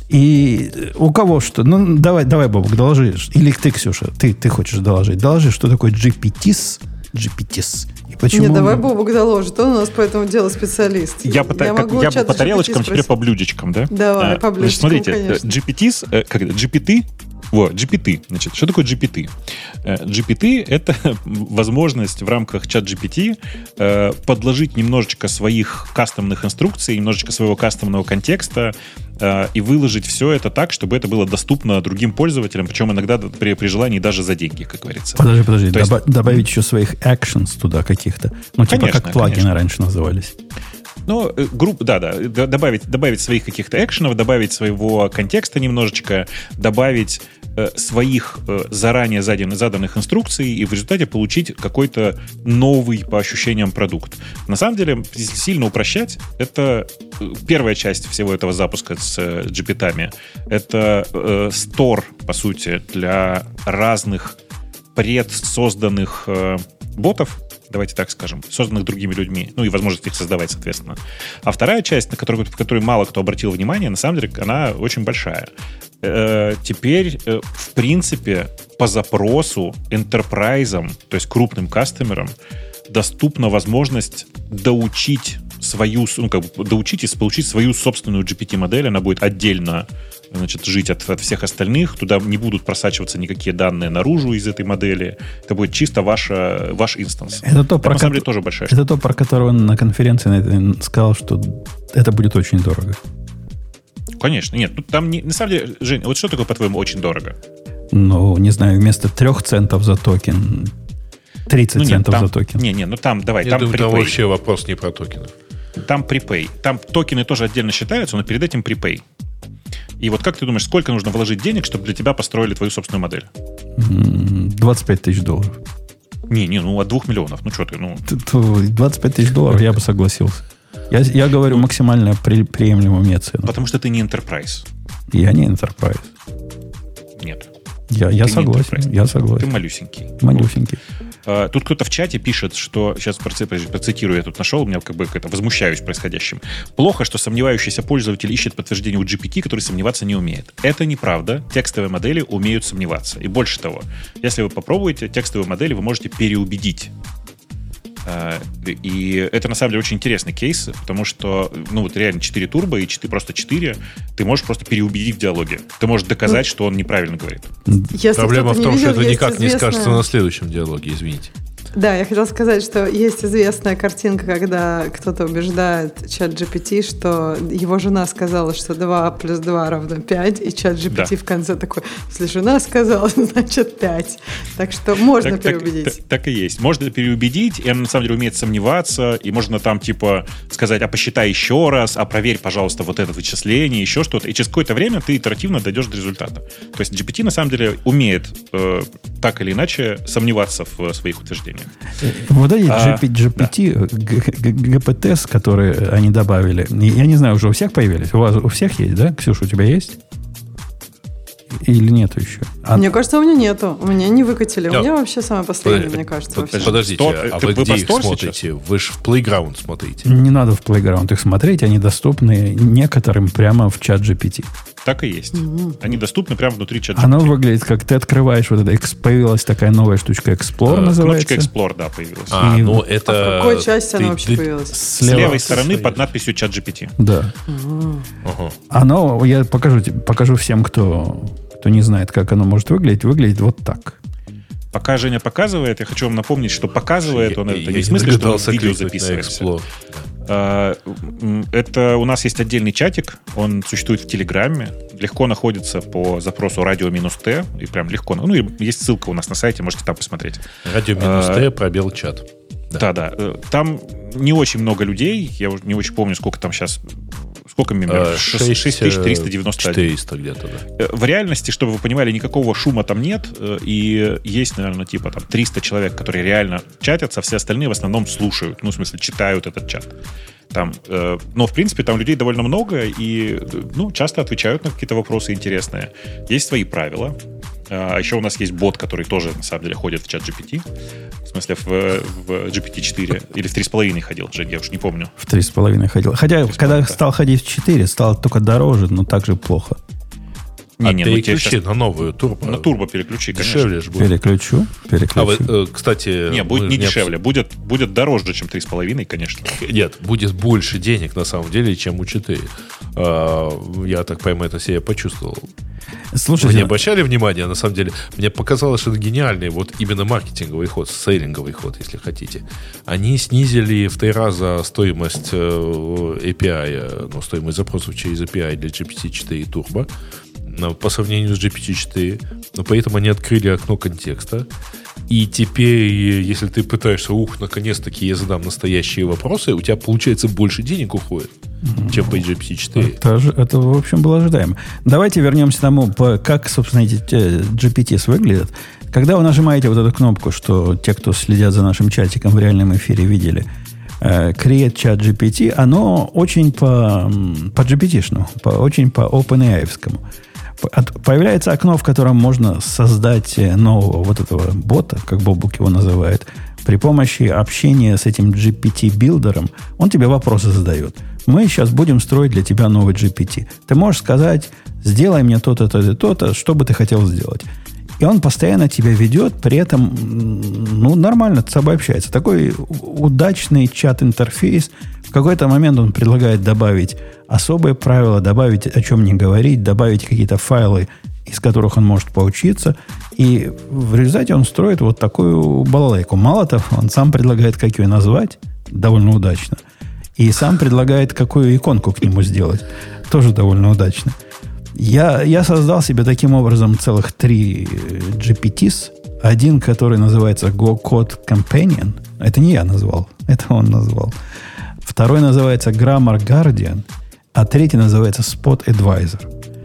A: И у кого что? Ну, давай, давай, Бобок, доложи. Или ты, Ксюша, ты, ты хочешь доложить. Доложи, что такое джи пи ти эс, джи пи ти эс. И почему...
C: Нет, давай Бобок доложит. Он у нас по этому делу специалист.
D: Я, по, я, как, я по тарелочкам, теперь по блюдечкам, да?
C: Давай,
D: а,
C: по блюдечкам,
D: значит, смотрите,
C: конечно.
D: джи пи ти эс, как это, джи пи ти, Во, джи пи ти. Значит, что такое джи пи ти? джи пи ти — это возможность в рамках чат джи пи ти э, подложить немножечко своих кастомных инструкций, немножечко своего кастомного контекста э, и выложить все это так, чтобы это было доступно другим пользователям, причем иногда при, при желании даже за деньги, как говорится.
A: Подожди, подожди.
D: То
A: Доба-
D: есть...
A: Добавить еще своих actions туда каких-то. Ну, типа
D: Конечно,
A: как плагины
D: конечно.
A: раньше назывались.
D: Ну, групп, да, да, добавить, добавить своих каких-то экшенов, добавить своего контекста немножечко, добавить э, своих э, заранее задан, заданных инструкций и в результате получить какой-то новый по ощущениям продукт. На самом деле, если сильно упрощать, это первая часть всего этого запуска с э, джи пи ти-ами. Это э, стор, по сути, для разных предсозданных э, ботов, давайте так скажем, созданных другими людьми, ну и возможность их создавать, соответственно. А вторая часть, на которую, в которую мало кто обратил внимание, на самом деле, она очень большая. Э, теперь, э, в принципе, по запросу энтерпрайзам, то есть крупным кастомерам, доступна возможность доучить свою, ну, как бы доучить и получить свою собственную джи пи ти-модель. Она будет отдельно, значит, жить от, от всех остальных. Туда не будут просачиваться никакие данные наружу из этой модели. Это будет чисто ваша, ваш инстанс.
A: Это то,
D: это
A: про
D: на самом
A: ко-
D: деле тоже большая
A: Это
D: штука.
A: то, про которого на конференции на этой сказал, что это будет очень дорого.
D: Конечно. Нет, ну, там не, на самом деле, Жень, вот что такое, по-твоему, очень дорого?
A: Ну, не знаю, вместо трех центов за токен тридцать
D: Ну, нет,
A: центов
D: там,
A: за токен.
D: Не, не, ну там, давай,
B: Я
D: там
B: думаю, там
D: припей.
B: вообще вопрос не про токенов.
D: Там припей. Там токены тоже отдельно считаются, но перед этим припей. И вот как ты думаешь, сколько нужно вложить денег, чтобы для тебя построили твою собственную модель?
A: двадцать пять тысяч долларов.
D: Не, не, ну от двух миллионов. Ну что ты, ну...
A: двадцать пять тысяч долларов я бы согласился. Я, я говорю максимально при, приемлемую мне цену.
D: Потому что ты не enterprise.
A: Я не enterprise.
D: Нет.
A: Я, я
D: Ты не
A: согласен.
D: enterprise.
A: Я
D: Ты
A: согласен.
D: малюсенький.
A: Малюсенький.
D: А, Тут кто-то в чате пишет, что... Сейчас процитирую, я тут нашел, у меня как бы это возмущаюсь происходящим. Плохо, что сомневающийся пользователь ищет подтверждение у джи пи ти, который сомневаться не умеет. Это неправда. Текстовые модели умеют сомневаться. И больше того, если вы попробуете, текстовые модели вы можете переубедить. И это на самом деле очень интересный кейс, потому что, ну, вот реально четыре турбо и четыре, просто четыре ты можешь просто переубедить в диалоге. Ты можешь доказать, ну, что он неправильно говорит.
C: Если
B: Проблема в том,
C: видел,
B: что это никак
C: известная...
B: не скажется на следующем диалоге, извините.
C: Да, я хотела сказать, что есть известная картинка, когда кто-то убеждает чат джи пи ти, что его жена сказала, что два плюс два равно пять, и чат джи пи ти да. в конце такой, если жена сказала, значит пять. Так что можно
D: так,
C: переубедить.
D: Так, так, так и есть. Можно переубедить, и она на самом деле умеет сомневаться, и можно там типа сказать, а посчитай еще раз, а проверь, пожалуйста, вот это вычисление, еще что-то. И через какое-то время ты итеративно дойдешь до результата. То есть джи пи ти на самом деле умеет э, так или иначе сомневаться в своих утверждениях.
A: Вот эти
D: а,
A: джи пи ти, да. джи пи ти эс, которые они добавили, я не знаю, уже у всех появились? У вас у всех есть, да? Ксюша, у тебя есть? Или нету еще?
C: А... Мне кажется, у меня нету. У меня не выкатили.
B: Да.
C: У меня вообще самое последнее, мне кажется.
B: Под, подождите, Стор, а вы, вы где их смотрите? Сейчас? Вы же в Playground смотрите.
A: Не надо в Playground их смотреть, они доступны некоторым прямо в чат джи пи ти.
D: Так и есть. Mm-hmm. Они доступны прямо внутри чат джи пи ти.
A: Оно выглядит, как ты открываешь вот это, появилась такая новая штучка, Explore uh, называется.
D: Кнопочка Explore, да, появилась.
B: А, и, ну это...
C: а в какой части ты, она вообще ты, появилась?
D: С левой стороны стоишь. Под надписью чат джи пи ти.
A: Да.
C: Uh-huh.
A: Uh-huh. Оно, я покажу, покажу всем, кто, кто не знает, как оно может выглядеть, выглядит вот так.
D: Пока Женя показывает, я хочу вам напомнить, что показывает я, он это не в смысле, что он видео записывается. Это у нас есть отдельный чатик, он существует в Телеграме, легко находится по запросу радио-т, и прям легко, ну и есть ссылка у нас на сайте, можете там посмотреть.
B: Радио-т, пробел чат.
D: Да, да. Там не очень много людей, я не очень помню, сколько там сейчас... Сколько мемберов? шесть тысяч триста девяносто один.
B: четыреста где-то, да.
D: В реальности, чтобы вы понимали, никакого шума там нет. И есть, наверное, типа там триста человек, которые реально чатятся, все остальные в основном слушают. Ну, в смысле, читают этот чат. Там, э, но, в принципе, там людей довольно много, и ну, часто отвечают на какие-то вопросы интересные. Есть свои правила. А еще у нас есть бот, который тоже, на самом деле, ходит в чат джи пи ти. В смысле, в, в джи пи ти четыре. Или в три с половиной ходил, Жень, я уж не помню.
A: В три с половиной ходил. Хотя, когда
D: да.
A: стал ходить в четыре, стало только дороже, но так же плохо.
B: Не,
C: а
B: не, переключи ну, сейчас... на новую турбо.
D: На турбо переключи, конечно.
B: Дешевле же будет.
A: Переключу, переключу.
B: А вы, кстати...
D: Не, будет не дешевле, обс... будет, будет дороже, чем три с половиной, конечно.
B: Нет, будет больше денег, на самом деле, чем у четыре. Я так пойму, это себе почувствовал.
A: Слушайте,
B: вы не обращали внимания, на самом деле, мне показалось, что это гениальный вот именно маркетинговый ход, сейлинговый ход, если хотите. Они снизили в три раза стоимость эй пи ай, ну, стоимость запросов через эй пи ай для джи пи ти четыре Turbo по сравнению с джи пи ти четыре, но при этом они открыли окно контекста. И теперь, если ты пытаешься, ух, наконец-таки я задам настоящие вопросы, у тебя, получается, больше денег уходит, mm-hmm. чем по джи пи ти четыре.
A: Это, это, в общем, было ожидаемо. Давайте вернемся к тому, как, собственно, эти джи пи ти выглядят. Когда вы нажимаете вот эту кнопку, что те, кто следят за нашим чатиком в реальном эфире, видели, Create Chat джи пи ти, оно очень по, по джи пи ти-шному, по, очень по OpenAI-евскому. Появляется окно, в котором можно создать нового вот этого бота, как Бобук его называет, при помощи общения с этим джи пи ти-билдером. Он тебе вопросы задает. Мы сейчас будем строить для тебя новый джи пи ти. Ты можешь сказать, сделай мне то-то, то-то, то-то, что бы ты хотел сделать. И он постоянно тебя ведет, при этом ну, нормально с собой общается. Такой удачный чат-интерфейс. В какой-то момент он предлагает добавить особые правила, добавить о чем не говорить, добавить какие-то файлы, из которых он может поучиться. И в результате он строит вот такую балалайку. Мало того, он сам предлагает, как ее назвать, довольно удачно. И сам предлагает, какую иконку к нему сделать. Тоже довольно удачно. Я, я создал себе таким образом целых три джи пи ти-с. Один, который называется GoCode Companion. Это не я назвал, это он назвал. Второй называется Grammar Guardian, а третий называется Spot Advisor.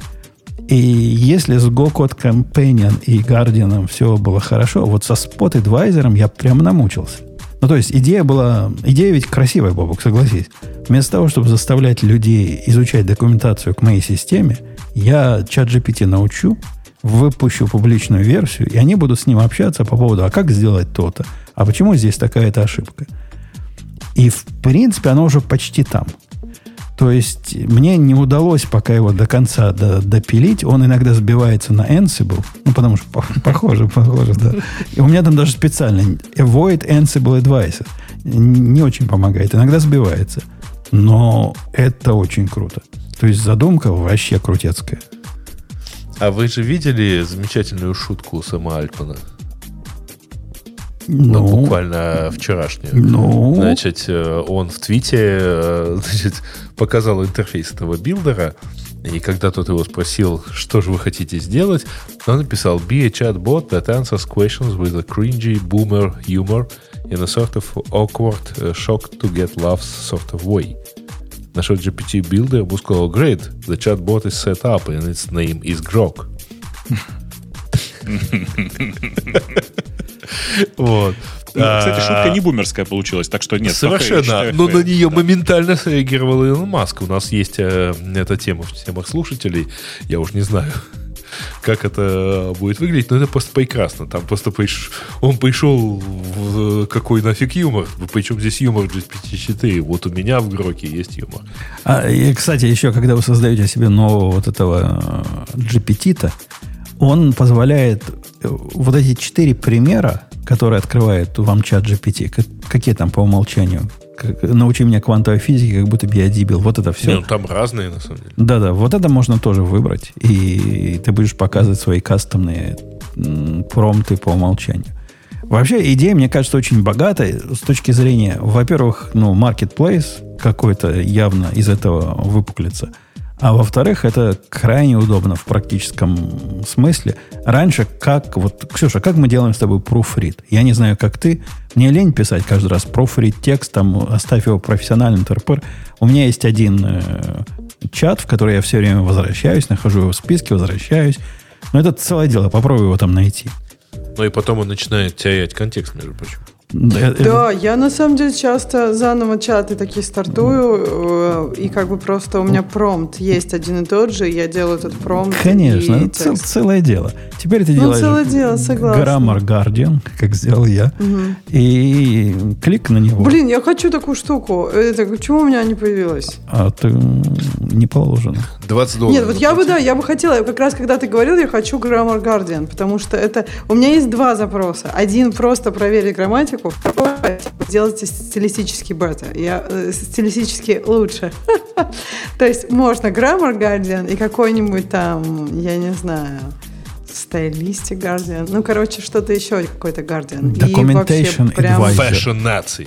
A: И если с GoCode Companion и Guardian все было хорошо, вот со Spot Advisor я прям намучился. Ну, то есть идея была... Идея ведь красивая, Бобок, согласись. Вместо того, чтобы заставлять людей изучать документацию к моей системе, я чат джи пи ти научу, выпущу публичную версию, и они будут с ним общаться по поводу, а как сделать то-то, а почему здесь такая-то ошибка. И, в принципе, оно уже почти там. То есть, мне не удалось пока его до конца до, допилить. Он иногда сбивается на Ansible. Ну, потому что похоже, похоже, да. И у меня там даже специально Avoid Ansible Advice. Не очень помогает. Иногда сбивается. Но это очень круто. То есть, задумка вообще крутецкая.
B: А вы же видели замечательную шутку Сэма Альтмана?
A: Ну,
B: ну, буквально вчерашнюю.
A: Ну.
B: Значит, он в твите значит, показал интерфейс этого билдера, и когда тот его спросил, что же вы хотите сделать, он написал «Be a chatbot that answers questions with a cringy boomer humor in a sort of awkward, uh, shock to get laughs sort of way». Наш джи пи ти-билдер ему сказал «Great, the chatbot is set up and its name is Grok». Вот.
D: Кстати, шутка не бумерская получилась, так что нет.
B: Совершенно. Но на нее моментально среагировал Илон Маск. У нас есть эта тема в темах слушателей. Я уж не знаю, как это будет выглядеть, но это просто прекрасно. Там просто приш... он пришел в какой нафиг юмор. Причем здесь юмор джи пи ти четыре. Вот у меня в Гроке есть юмор.
A: А, и, кстати, еще, когда вы создаете себе нового вот этого джи пи ти-то, он позволяет вот эти четыре примера, которые открывает вам чат джи пи ти, как, какие там по умолчанию? Как, научи меня квантовой физике, как будто бы я дебил. Вот это все.
B: Не, ну, там разные, на самом деле.
A: Да-да, вот это можно тоже выбрать. И ты будешь показывать свои кастомные м, промпты по умолчанию. Вообще, идея, мне кажется, очень богатая с точки зрения, во-первых, ну, marketplace какой-то явно из этого выпуклится. А во-вторых, это крайне удобно в практическом смысле. Раньше, как вот, Ксюша, как мы делаем с тобой proofread? Я не знаю, как ты. Мне лень писать каждый раз proofread текст, там, оставь его профессиональным ТРПР. У меня есть один э, чат, в который я все время возвращаюсь, нахожу его в списке, возвращаюсь. Но это целое дело, попробую его там найти.
B: Ну и потом он начинает терять контекст, между прочим.
C: Да, я на самом деле часто заново чаты такие стартую, и как бы просто у меня промпт есть один и тот же, я делаю этот промпт.
A: Конечно, это цел, целое дело. Теперь ты
C: ну,
A: делаешь
C: целое дело, согласна.
A: Grammar Guardian, как сделал я, угу. и клик на него.
C: Блин, я хочу такую штуку. Это почему у меня не появилась?
A: А ты не положено.
B: двадцать долларов.
C: Нет, вот я бы, да, я бы хотела, как раз когда ты говорил, я хочу Grammar Guardian, потому что это... У меня есть два запроса. Один просто проверить грамматику, второй сделайте стилистически better. Я, э, стилистически лучше. То есть можно Grammar Guardian и какой-нибудь там, я не знаю... Стайлистик Guardian. Ну, короче, что-то еще, какой-то Guardian.
A: Documentation
C: прям...
A: Advisor.
B: Fashion наций.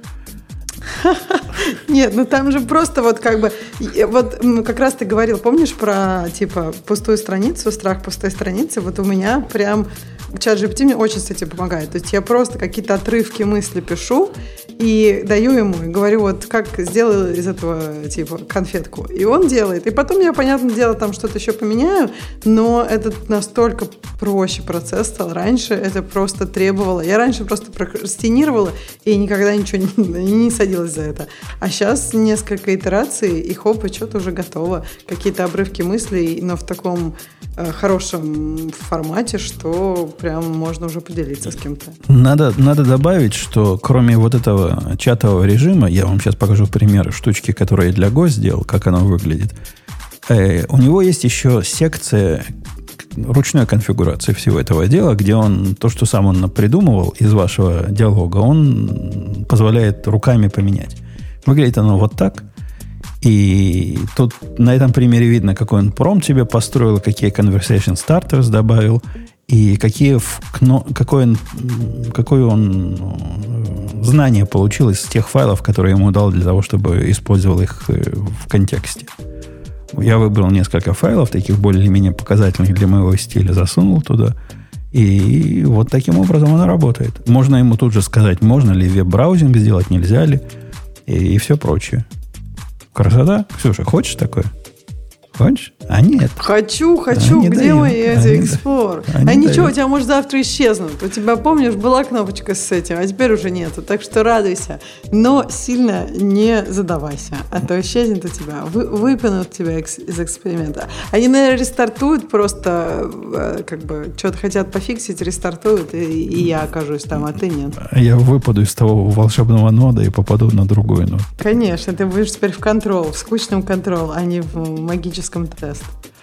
C: Нет, ну там же просто вот как бы... Вот как раз ты говорил, помнишь про, типа, пустую страницу, страх пустой страницы? Вот у меня прям... чат джи пи ти мне очень, кстати, помогает. То есть я просто какие-то отрывки мысли пишу и даю ему, и говорю, вот как сделаю из этого, типа, конфетку. И он делает. И потом я, понятное дело, там что-то еще поменяю, но это настолько проще процесс стал. Раньше это просто требовало... Я раньше просто прокрастинировала и никогда ничего не, не садилась за это. А сейчас несколько итераций, и хоп, и что-то уже готово. Какие-то обрывки мыслей, но в таком э, хорошем формате, что прям можно уже поделиться с кем-то.
A: Надо, надо добавить, что кроме вот этого чатового режима, я вам сейчас покажу примеры штучки, которые я для Go сделал, как оно выглядит. Э, у него есть еще секция ручной конфигурации всего этого дела, где он, то, что сам он придумывал из вашего диалога, он позволяет руками поменять. Выглядит оно вот так. И тут на этом примере видно, какой он промпт себе построил, какие conversation starters добавил, и какие, какое он, какое он знание получил из тех файлов, которые ему дал для того, чтобы использовал их в контексте. Я выбрал несколько файлов, таких более-менее показательных для моего стиля, засунул туда. И вот таким образом оно работает. Можно ему тут же сказать, можно ли веб-браузинг сделать, нельзя ли, и, и все прочее. Красота. Ксюша, хочешь такое? Хочешь? А нет.
C: Хочу, хочу.
A: Они
C: Где
A: дают.
C: мои эти
A: Они
C: Explorer?
A: да. Они
C: А ничего,
A: дают.
C: у тебя может завтра исчезнут. У тебя, помнишь, была кнопочка с этим, а теперь уже нету. Так что радуйся. Но сильно не задавайся. А то исчезнет у тебя. Вы, выпинут тебя экс, из эксперимента. Они, наверное, рестартуют просто, э, как бы, что-то хотят пофиксить, рестартуют, и, и я окажусь там, а ты нет.
A: Я выпаду из того волшебного нода и попаду на другой нод.
C: Конечно, ты будешь теперь в контрол, в скучном контрол, а не в магическом тест.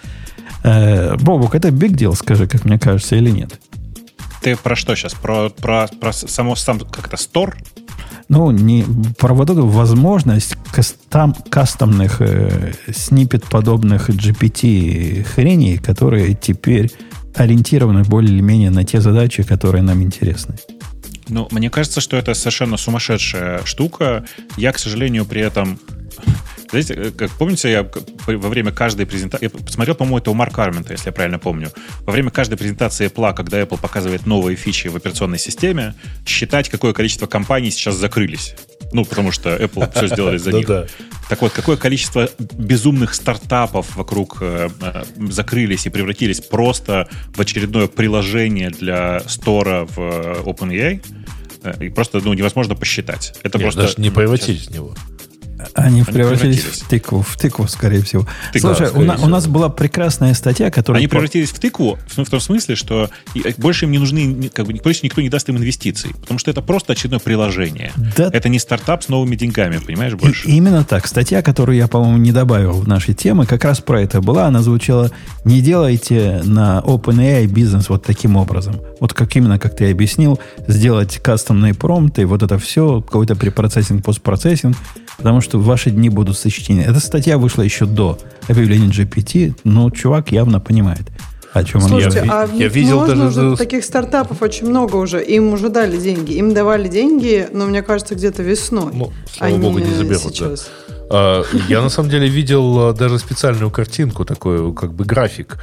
A: Э, Бобук, это big deal, скажи, как мне кажется, или нет?
D: Ты про что сейчас? Про, про, про само сам как-то стор?
A: Ну, не про вот эту возможность кастом, кастомных э, сниппет-подобных джи пи ти хреней, которые теперь ориентированы более или менее на те задачи, которые нам интересны.
D: Ну, мне кажется, что это совершенно сумасшедшая штука. Я, к сожалению, при этом... Знаете, как помните, я во время каждой презентации... Я посмотрел, по-моему, это у Марка Армента, если я правильно помню. Во время каждой презентации Apple, когда Apple показывает новые фичи в операционной системе, считать, какое количество компаний сейчас закрылись. Ну, потому что Apple все сделали за них. Так вот, какое количество безумных стартапов вокруг э, э, закрылись и превратились просто в очередное приложение для стора в э, OpenAI, э, и просто ну, невозможно посчитать. Это
B: Нет,
D: просто
B: даже не превратились в него.
A: Они, Они
D: превратились,
A: превратились в тыкву, в тыкву, скорее всего.
D: Тыква,
A: Слушай,
D: скорее
A: у, на,
D: всего.
A: у нас была прекрасная статья, которая...
D: Они превратились в тыкву в том смысле, что больше им не нужны, как бы, больше никто не даст им инвестиций, потому что это просто очередное приложение.
A: Да.
D: Это не стартап с новыми деньгами, понимаешь, больше?
A: И, именно так. Статья, которую я, по-моему, не добавил в наши темы, как раз про это была. Она звучала: не делайте на OpenAI бизнес вот таким образом. Вот как именно, как ты объяснил, сделать кастомные промпты, вот это все, какой-то препроцессинг, постпроцессинг, потому что ваши дни будут сочтены. Эта статья вышла еще до объявления джи пи ти, но чувак явно понимает, о чем
C: Слушайте,
A: он
C: а
B: я видел
C: можно
B: даже...
C: уже таких стартапов очень много уже. Им уже дали деньги. Им давали деньги, но мне кажется, где-то весной.
B: Ну, слава богу, не заберут,
C: сейчас.
B: да. Я на самом деле видел даже специальную картинку, такой как бы график.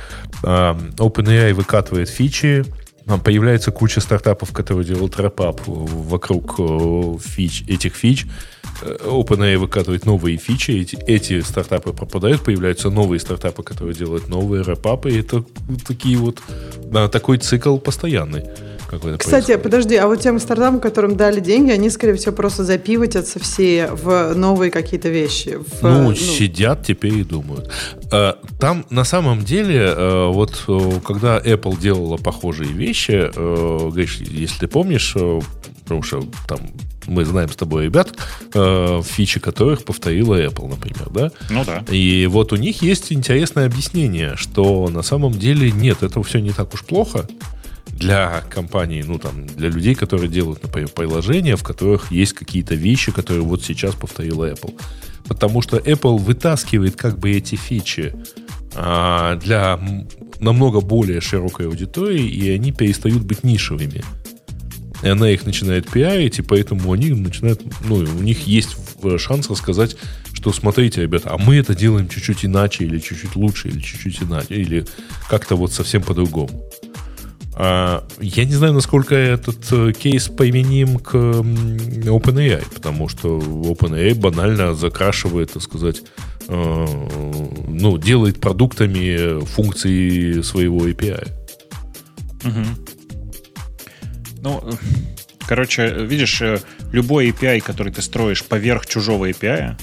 B: OpenAI выкатывает фичи, появляется куча стартапов, которые делают рэп-ап вокруг фич, этих фич. OpenAI выкатывает новые фичи, эти, эти стартапы пропадают, появляются новые стартапы, которые делают новые рэп-апы, и это такие вот, да, такой цикл постоянный. какой-то
C: Кстати,
B: происходит.
C: подожди, а вот тем стартапам, которым дали деньги, они, скорее всего, просто запивотятся все в новые какие-то вещи. В,
B: ну,
C: ну,
B: сидят теперь и думают. Там, на самом деле, вот когда Apple делала похожие вещи, Гриш, если ты помнишь, потому что там мы знаем с тобой ребят, фичи которых повторила Apple, например, да?
D: Ну да.
B: И вот у них есть интересное объяснение, что на самом деле нет, это все не так уж плохо для компаний, ну там, для людей, которые делают, например, приложения, в которых есть какие-то вещи, которые вот сейчас повторила Apple. Потому что Apple вытаскивает как бы эти фичи а, для намного более широкой аудитории, и они перестают быть нишевыми. И она их начинает пиарить, и поэтому они начинают, ну, у них есть шанс рассказать, что смотрите, ребята, а мы это делаем чуть-чуть иначе, или чуть-чуть лучше, или чуть-чуть иначе, или как-то вот совсем по-другому. А, я не знаю, насколько этот кейс применим к OpenAI, потому что OpenAI банально закрашивает, так сказать, э, ну, делает продуктами функции своего эй пи ай.
D: Угу. Ну, короче, видишь, любой эй пи ай, который ты строишь поверх чужого эй пи ай,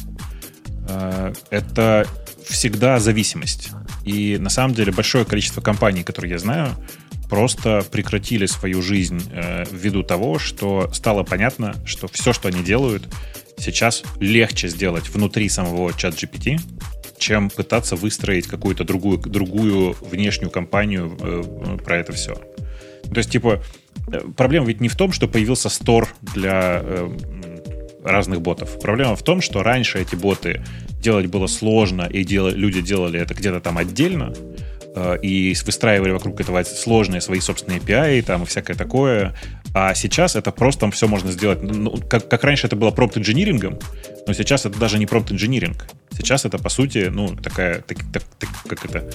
D: это всегда зависимость. И на самом деле большое количество компаний, которые я знаю, просто прекратили свою жизнь ввиду того, что стало понятно, что все, что они делают, сейчас легче сделать внутри самого ChatGPT, чем пытаться выстроить какую-то другую, другую внешнюю компанию про это все. То есть, типа, проблема ведь не в том, что появился стор для э, разных ботов. Проблема в том, что раньше эти боты делать было сложно, и дел, люди делали это где-то там отдельно, э, и выстраивали вокруг этого сложные свои собственные эй пи ай там, и всякое такое. А сейчас это просто там все можно сделать. Ну, как, как раньше это было промпт-инжинирингом, но сейчас это даже не промпт-инжиниринг. Сейчас это, по сути, ну, такая, так, так, так, как это...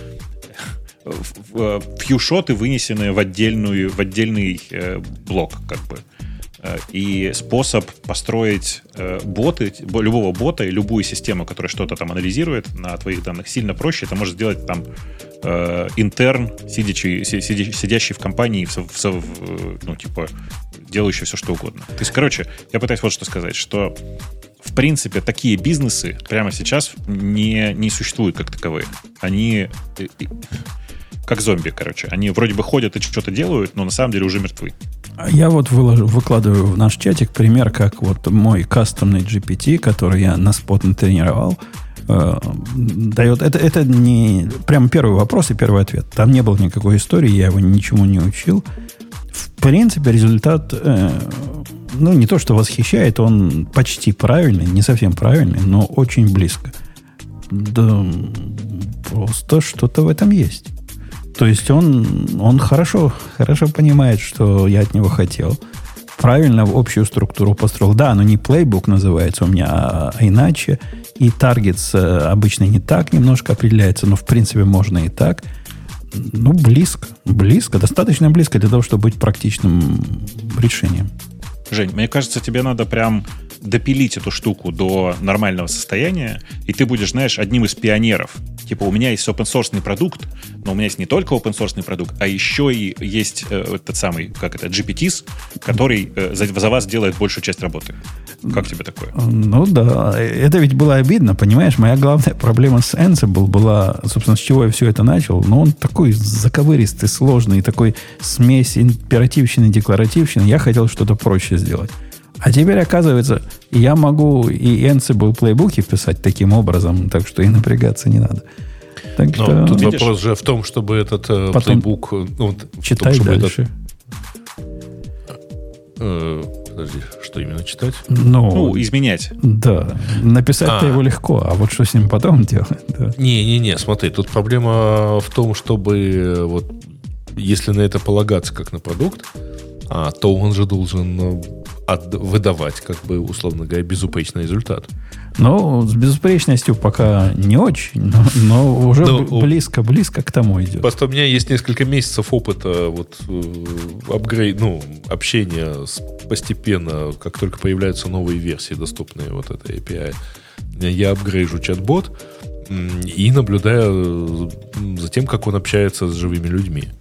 D: фьюшоты вынесены в, отдельную, в отдельный э, блок, как бы. И способ построить э, боты, любого бота и любую систему, которая что-то там анализирует на твоих данных, сильно проще. Это может сделать там э, интерн, сидящий, сидящий, сидящий в компании, в, в, в, ну, типа, делающий все, что угодно. То есть, короче, я пытаюсь вот что сказать, что в принципе, такие бизнесы прямо сейчас не, не существуют как таковые. Они как зомби, короче. Они вроде бы ходят и что-то делают, но на самом деле уже мертвы. Я
A: вот выложу, выкладываю в наш чатик пример, как вот мой кастомный джи пи ти, который я на спот натренировал, э, дает... Это, это не... Прямо первый вопрос и первый ответ. Там не было никакой истории, я его ничему не учил. В принципе, результат... Э, ну, не то, что восхищает, он почти правильный, не совсем правильный, но очень близко. Да, просто что-то в этом есть. То есть он, он хорошо, хорошо понимает, что я от него хотел. Правильно в общую структуру построил. Да, оно не плейбук называется у меня, а, а иначе. И таргетс обычно не так немножко определяется, но в принципе можно и так. Ну, близко. Близко, достаточно близко для того, чтобы быть практичным решением.
D: Жень, мне кажется, тебе надо прям допилить эту штуку до нормального состояния, и ты будешь, знаешь, одним из пионеров. Типа, у меня есть open-source продукт, но у меня есть не только open-source продукт, а еще и есть э, этот самый, как это, джи пи ти эс, который э, за, за вас делает большую часть работы. Как тебе такое?
A: Ну да, это ведь было обидно, понимаешь? Моя главная проблема с Ansible была, собственно, с чего я все это начал, но он такой заковыристый, сложный, такой смесь императивщины и декларативщины. Я хотел что-то проще сделать. А теперь, оказывается, я могу и Ansible плейбуки писать таким образом, так что и напрягаться не надо. Так
B: Но
A: что,
B: тут
A: видишь,
B: вопрос же в том, чтобы этот э, плейбук... Ну,
A: читай
B: том,
A: дальше.
B: Этот, э, подожди, что именно читать?
A: Ну,
D: ну изменять.
A: Да, написать-то
B: А.
A: его легко, а вот что с ним потом делать? Да.
B: Не-не-не, смотри, тут проблема в том, чтобы вот если на это полагаться как на продукт, а, то он же должен от, выдавать, как бы, условно говоря, безупречный результат.
A: Ну, с безупречностью пока не очень, но, но уже
B: Но,
A: близко-близко к тому идет.
B: Просто у меня есть несколько месяцев опыта вот, апгрейд, ну, общения с, постепенно, как только появляются новые версии, доступные вот этой эй пи ай. Я апгрейжу чат-бот и наблюдаю за тем, как он общается с живыми людьми.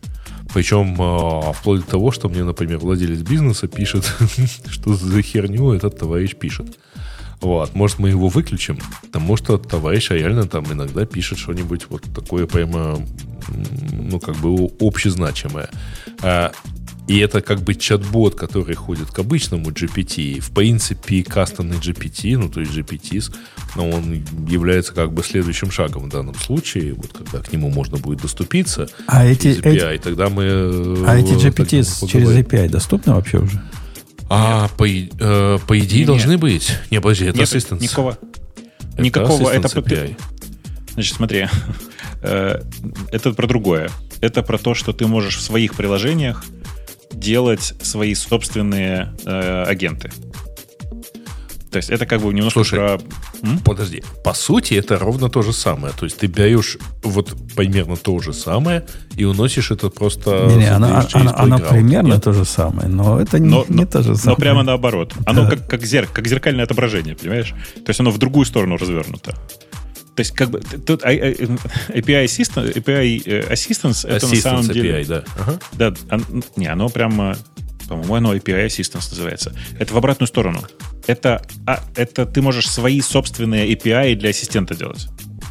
B: Причем э, вплоть до того, что мне, например, владелец бизнеса пишет, что за херню этот товарищ пишет. Вот. Может, мы его выключим, потому что товарищ реально там иногда пишет что-нибудь вот такое прямо, ну, как бы общезначимое. А, и это как бы чат-бот, который ходит к обычному джи пи ти. В принципе, кастомный джи пи ти, ну, то есть джи пи ти, но он является как бы следующим шагом в данном случае, вот когда к нему можно будет доступиться
A: а
B: через
A: эти,
B: эй пи ай,
A: эти,
B: тогда мы...
A: А эти джи пи ти через эй пи ай доступны вообще уже?
B: А, по, э, по идее,
D: Нет.
B: должны быть. Не, подожди, это
D: Нет,
B: Assistance.
D: никакого.
B: Это
D: Никакого.
B: Assistance
D: Это,
B: эй пи ай.
D: Значит, смотри. Это про другое. Это про то, что ты можешь в своих приложениях делать свои собственные э, агенты. То есть это как бы немножко
B: Слушай,
D: про... М?
B: Подожди. По сути, это ровно то же самое. То есть ты берешь вот примерно то же самое и уносишь это просто...
A: Не, не, она,
B: через
A: она, она
B: Playground.
A: примерно
B: Нет?
A: то же самое, но это
D: Но,
A: не, не
D: но,
A: то же
D: но
A: самое.
D: прямо наоборот. Оно
A: Да.
D: как, как, зерк, как зеркальное отображение, понимаешь? То есть оно в другую сторону развернуто. То есть как бы тут эй пи ай Assistance, эй пи ай Assistance это на самом
B: Assistance
D: деле...
B: эй пи ай, да. Ага.
D: Да, он- не, оно прямо, по-моему, оно эй пи ай Assistance называется. Это в обратную сторону. Это, а, это ты можешь свои собственные эй пи ай для ассистента делать.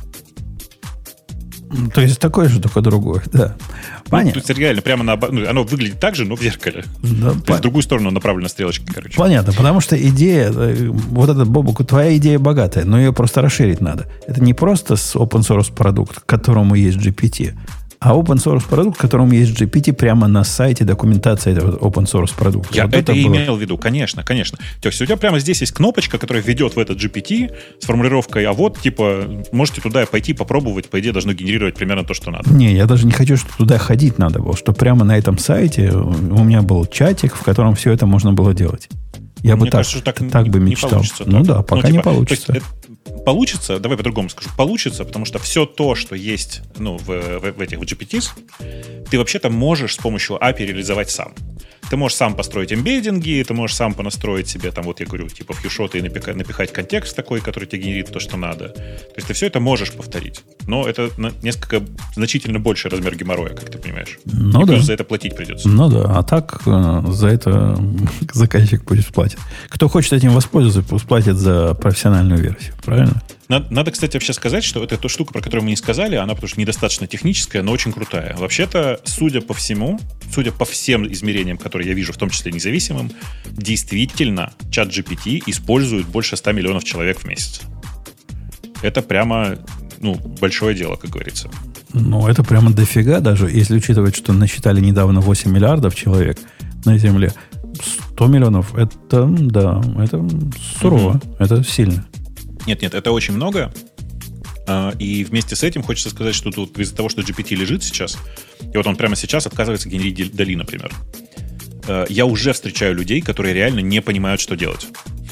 A: То есть такое же, только другое, да.
D: Ну,
A: Понятно.
D: то есть реально прямо на, ну, оно выглядит так же, но в зеркале.
A: Да,
D: То есть
A: пон-
D: в другую сторону направлена стрелочка, короче.
A: Понятно, потому что идея, э, вот эта, Бобук, твоя идея богатая, но ее просто расширить надо. Это не просто с open source продукт, к которому есть джи пи ти, а open source продукт, к которому есть джи пи ти прямо на сайте документация этого open source продукта.
D: Я
A: Вот
D: это и
A: было-
D: имел в виду, конечно, конечно. То есть у тебя прямо здесь есть кнопочка, которая ведет в этот джи пи ти с формулировкой, а вот, типа, можете туда пойти попробовать, по идее, должно генерировать примерно то, что надо.
A: Не, я даже не хочу, что туда ходить надо было, что прямо на этом сайте у меня был чатик, в котором все это можно было делать. Я бы
D: Мне
A: так,
D: кажется, что так
A: так
D: не-
A: бы
D: не
A: мечтал.
D: получится
A: Ну
D: так.
A: да, пока
D: Ну,
A: не
D: типа, то
A: получится.
D: есть это получится, давай по-другому скажу, получится, потому что все то, что есть ну, в, в, в этих в джи пи ти, ты вообще-то можешь с помощью эй пи ай реализовать сам. Ты можешь сам построить эмбеддинги, ты можешь сам понастроить себе, там, вот я говорю, типа фьюшоты и напихать, напихать контекст такой, который тебе генерит то, что надо. То есть ты все это можешь повторить. Но это на- несколько, значительно больше размер геморроя, как ты понимаешь.
A: Ну
D: И
A: да.
D: плюс за это платить придется.
A: Ну да, а так э, за это заказчик будет платить. Кто хочет этим воспользоваться, пусть платит за профессиональную версию, правильно?
D: Надо, надо, кстати, вообще сказать, что это та штука, про которую мы не сказали, она потому что недостаточно техническая, но очень крутая. Вообще-то, судя по всему, судя по всем измерениям, которые я вижу, в том числе независимым, действительно чат джи пи ти использует больше ста миллионов человек в месяц. Это прямо ну, большое дело, как говорится.
A: Ну, это прямо дофига даже, если учитывать, что насчитали недавно восемь миллиардов человек на Земле. сто миллионов, это, да, это сурово,
D: Мгм.
A: это сильно.
D: Нет-нет, это очень много. А, И вместе с этим хочется сказать, что тут из-за того, что джи пи ти лежит сейчас, и вот он прямо сейчас отказывается генерить Дали, например, а, я уже встречаю людей, которые реально не понимают, что делать.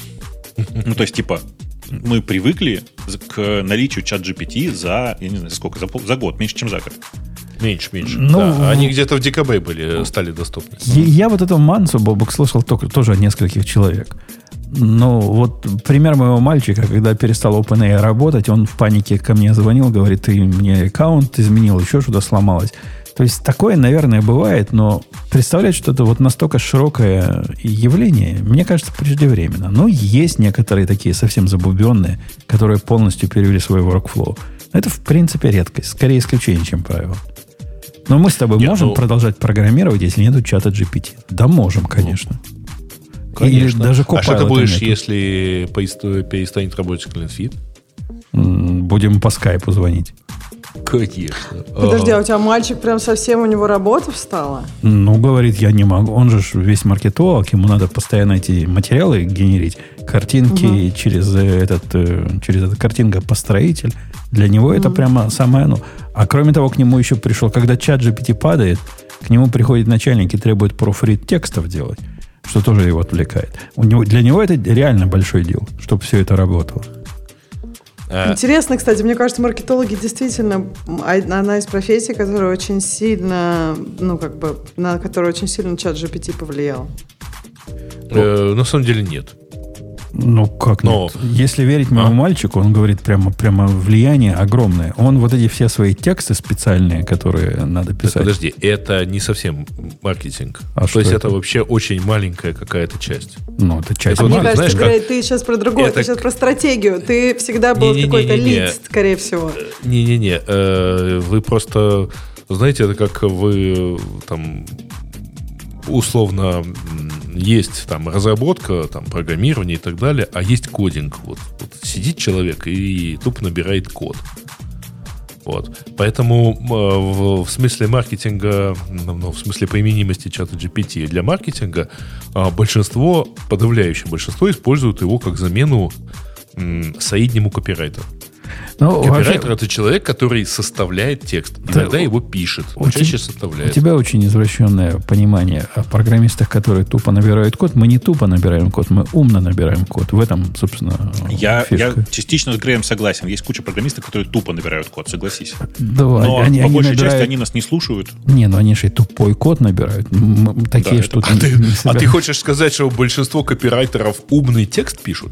D: Ну, то есть, типа, мы привыкли к наличию чат джи пи ти за, я не знаю, сколько, за, пол- за год, меньше, чем за год.
B: Меньше, меньше.
A: Ну,
B: Да, они где-то в декабре были, стали доступны.
A: Я, я вот эту мансу, Бобок, слышал только, тоже от нескольких человек. Ну, вот пример моего мальчика, когда перестал OpenAI работать, он в панике ко мне звонил, говорит, ты мне аккаунт изменил, еще что-то сломалось. То есть такое, наверное, бывает, но представлять, что это вот настолько широкое явление, мне кажется, преждевременно. Но есть некоторые такие совсем забубенные, которые полностью перевели свой workflow. Это, в принципе, редкость. Скорее исключение, чем правило. Но мы с тобой
B: Нет,
A: можем
B: ну-
A: продолжать программировать, если нету чата джи пи ти? Да, можем, конечно.
B: Конечно.
A: Или даже
B: А что ты
A: Copilot
B: будешь,
A: нету.
B: если поист- перестанет работать CleanFit?
A: М, Будем по скайпу звонить.
B: Конечно.
C: Подожди, а у тебя мальчик прям совсем, у него работа встала?
A: Ну, говорит, я не могу. Он же ж весь маркетолог, ему надо постоянно эти материалы генерить, картинки через э, этот, э, через этот картинка-построитель. Для него это прямо самое оно. А кроме того, к нему еще пришел, когда чат джи пи ти падает, к нему приходит начальник и требует профрид текстов делать, что тоже его отвлекает. У него, для него это реально большой дел, чтобы все это работало.
B: А,
C: Интересно, кстати, мне кажется, маркетологи действительно м, одна из профессий, которая очень сильно, ну, как бы, на которую очень сильно чат джи пи ти повлиял.
B: э, на самом деле нет.
A: Ну, как
B: Но...
A: нет? Если верить моему а? мальчику, он говорит, прямо, прямо влияние огромное. Он вот эти все свои тексты специальные, которые надо писать...
B: Так, подожди, это не совсем маркетинг.
A: А
B: То есть это?
A: это
B: вообще очень маленькая какая-то часть.
A: Ну, это часть.
C: А
A: это
C: мне кажется,
B: знаешь,
C: Грей,
B: как...
C: ты сейчас про другое,
B: это...
C: ты сейчас про стратегию. Ты всегда был
B: не, не,
C: какой-то
B: не, не, не.
C: лид, скорее всего.
B: Не-не-не, э, вы просто... Знаете, это как вы там... условно есть там разработка, там программирование и так далее, а есть кодинг. Вот, вот сидит человек и тупо набирает код. Вот. Поэтому в, в смысле маркетинга, ну, в смысле применимости чата джи пи ти для маркетинга большинство, подавляющее большинство используют его как замену м, соиднему копирайтеру.
A: Ну,
B: Копирайтер
A: вообще...
B: это человек, который составляет текст.
A: Да,
B: иногда его пишет, но чаще составляет.
A: У тебя очень извращенное понимание о программистах, которые тупо набирают код. Мы не тупо набираем код, мы умно набираем код. В этом, собственно,
D: я,
A: фишка.
D: Я частично с Греем согласен. Есть куча программистов, которые тупо набирают код, согласись.
A: Да,
D: но
A: они,
D: по
A: они
D: большей
A: набирают...
D: части они нас не слушают.
A: Не, ну они же и тупой код набирают. Такие
D: да,
A: штуки.
B: А,
A: не,
B: ты,
A: не
B: а ты хочешь сказать, что большинство копирайтеров умный текст пишут?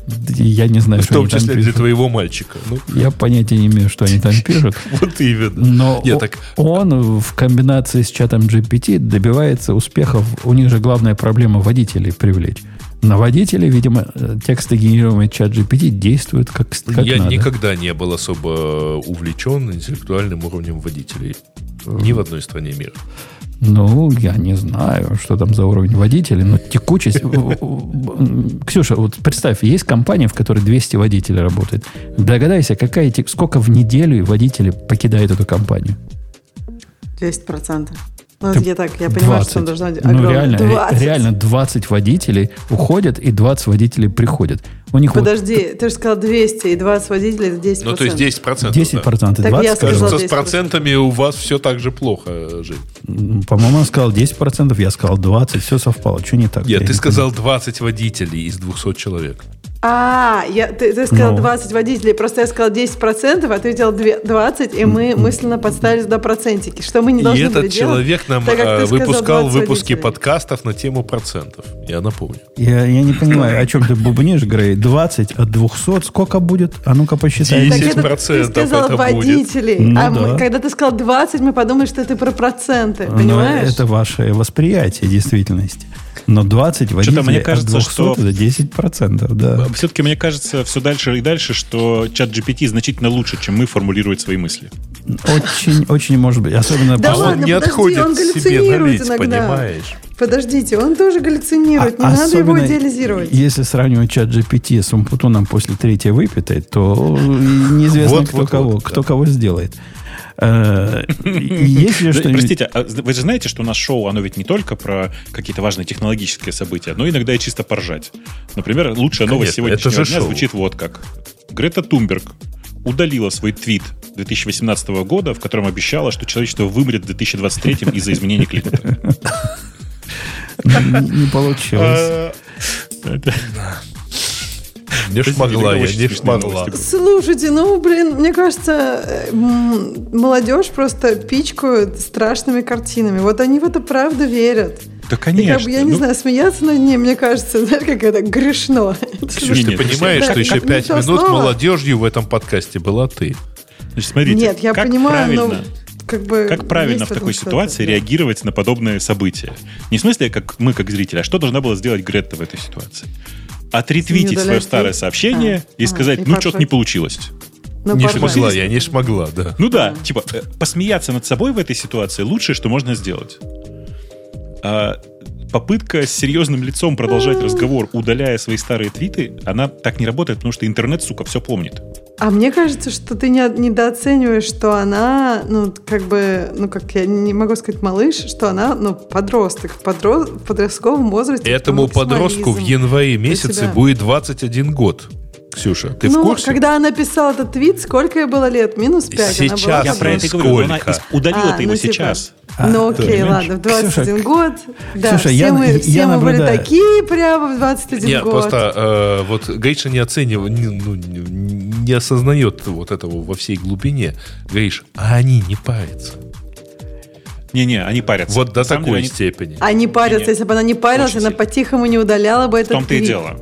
A: Я не знаю,
B: в
A: что
B: том
A: они там
B: числе для
A: пишут.
B: твоего мальчика. Ну.
A: Я понятия не имею, что они там пишут.
B: Вот именно.
A: Но
B: Нет, так...
A: он в комбинации с чатом джи пи ти добивается успехов. У них же главная проблема водителей привлечь. На водителей, видимо, тексты, генерируемые чат джи пи ти, действуют как, как
B: Я
A: надо.
B: никогда не был особо увлечен интеллектуальным уровнем водителей. Ни в одной стране мира.
A: Ну, я не знаю, что там за уровень водителей, но текучесть... Ксюша, вот представь, есть компания, в которой двести водителей работает. Догадайся, какая, сколько в неделю водители покидают эту компанию?
C: десять процентов. Ну,
A: Ты
C: я так, я понимаю,
A: двадцать.
C: что там должно быть
A: Ну,
C: огромное.
A: реально,
C: двадцать.
A: реально двадцать водителей уходят, и двадцать водителей приходят. У них
C: Подожди,
A: вот
C: ты же сказал двести, и двадцать водителей, это десять процентов.
B: Ну, то есть десять процентов.
A: десять процентов,
C: Так
A: двадцать
C: я сказала
A: процентов.
B: Кажется, с процентами у вас все так же плохо, Жень.
A: По-моему, он сказал десять процентов, я сказал двадцать, все совпало. Что не так?
B: Нет,
A: Я
B: ты
A: не
B: сказал двадцать водителей из двухсот человек.
C: А, я, ты, ты сказал
A: Ну.
C: двадцать водителей, просто я сказал десять процентов, а ты сделал двадцать, и мы мысленно подставили сюда процентики, что мы не
B: И
C: должны
B: этот
C: были
B: человек
C: делать,
B: нам
C: так как ты
B: э,
C: сказал
B: выпускал
C: двадцать
B: выпуски
C: водителей.
B: подкастов на тему процентов. Я напомню.
A: Я, я не понимаю, о чем ты бубнишь, Грей. двадцать от двухсот сколько будет? А ну-ка посчитай.
C: Так
B: десять
C: это
B: процентов
C: ты сказал
B: это
C: водителей,
A: будет.
C: а
A: Ну
C: мы-
A: да.
C: когда ты сказал двадцать, мы подумали, что ты про проценты,
A: Но
C: понимаешь?
A: это ваше восприятие действительности. Но двадцать водителей
D: мне
A: от
D: кажется,
A: двухсот
D: что-
A: это десять процентов, да.
D: Все-таки мне кажется все дальше и дальше, что чат джи пи ти значительно лучше, чем мы формулирует свои мысли.
A: Очень, очень может быть. Особенно
C: Да
A: по-
C: ладно,
B: Он не
C: подожди,
B: отходит
C: он
B: к себе
C: галлюцинирует
B: налить,
C: иногда.
B: понимаешь?
C: Подождите, он тоже галлюцинирует, не
A: А-
C: надо его
A: особенно,
C: идеализировать.
A: Если сравнивать чат джи пи ти с Умпутуном после третьей выпитой, то неизвестно,
B: Вот,
A: кто,
B: вот,
A: кого,
B: вот,
A: кто
B: да.
A: кого сделает. Э, Есть ли что-нибудь...
D: Простите, а вы же знаете, что наше шоу, оно ведь не только про какие-то важные технологические события, но иногда и чисто поржать. Например, лучшая новость
B: Конечно, это
D: сегодняшнего
B: же
D: дня
B: шоу.
D: звучит вот как. Грета Тунберг удалила свой твит две тысячи восемнадцатого года, в котором обещала, что человечество вымрет в две тысячи двадцать третьем из-за изменения климата.
A: Не не получилось.
B: Не ж могла, я
D: Очень
B: не
D: смешные
B: смогла.
D: новости.
C: Слушайте, ну, блин, мне кажется, э, м, молодежь просто пичкают страшными картинами. Вот они в это правда верят.
D: Да,
C: И
D: конечно.
C: как бы, я не
D: Ну,
C: знаю, смеяться над ней, мне кажется, знаешь, как это грешно.
B: Ксюш,
D: Не,
B: ты
D: не,
B: понимаешь,
C: да,
B: что еще
C: как не
B: пять
C: то
B: минут
C: слово.
B: молодежью в этом подкасте была ты?
D: Значит, смотрите,
C: Нет, я
D: как
C: понимаю, но
D: правильно,
C: как бы...
D: как правильно
C: есть
D: в такой
C: этом
D: ситуации
C: что-то, да.
D: реагировать на подобные события? Не в смысле, как мы, как зрители, а что должна была сделать Гретта в этой ситуации? Отретвитить
C: Не
D: свое
C: удалять
D: старое
C: твит?
D: сообщение
C: А,
D: и
C: а,
D: сказать,
C: и
D: ну, что-то не
C: поржать.
D: получилось.
C: Ну,
B: Не
C: поржать.
B: смогла, я не смогла, да.
D: Ну да, типа, э, посмеяться над собой в этой ситуации лучшее, что можно сделать. А попытка с серьезным лицом продолжать разговор, удаляя свои старые твиты, она так не работает, потому что интернет, сука, все помнит.
C: А мне кажется, что ты не, недооцениваешь, что она, ну, как бы, ну, как я не могу сказать малыш, что она, ну, подросток. В, подро... в подростковом возрасте.
B: Этому
C: это максимализм.
B: подростку в январе месяце
C: себя.
B: будет двадцать один год. Ксюша, ты
C: ну,
B: в курсе?
C: когда она писала этот твит, сколько ей было лет? Минус пять.
B: Сейчас
C: она была
D: Я про это и говорю, но она
B: Сколько?
D: из- удалила-то
C: А,
D: его
C: ну, типа,
D: сейчас.
C: Ну окей,
A: понимаешь?
C: ладно, в двадцать один
A: Ксюша,
C: год. Да,
A: Ксюша,
C: все
A: я-
C: мы,
A: я
C: все мы были
A: наблюдаю.
C: такие прямо в двадцать один
B: Нет,
C: год.
B: просто э, вот Гриша не оценивает, не, ну, не не осознает вот этого во всей глубине. Гриш, а они не парятся.
D: Не-не, они парятся.
B: Вот до
D: На самом
B: такой
D: деле, они-
B: степени.
C: Они парятся,
D: Не-не.
C: если бы она не парилась,
D: Очень
C: она
D: сильно.
C: по-тихому не удаляла бы
D: В
C: этот
D: том-то и
C: твит.
D: дело.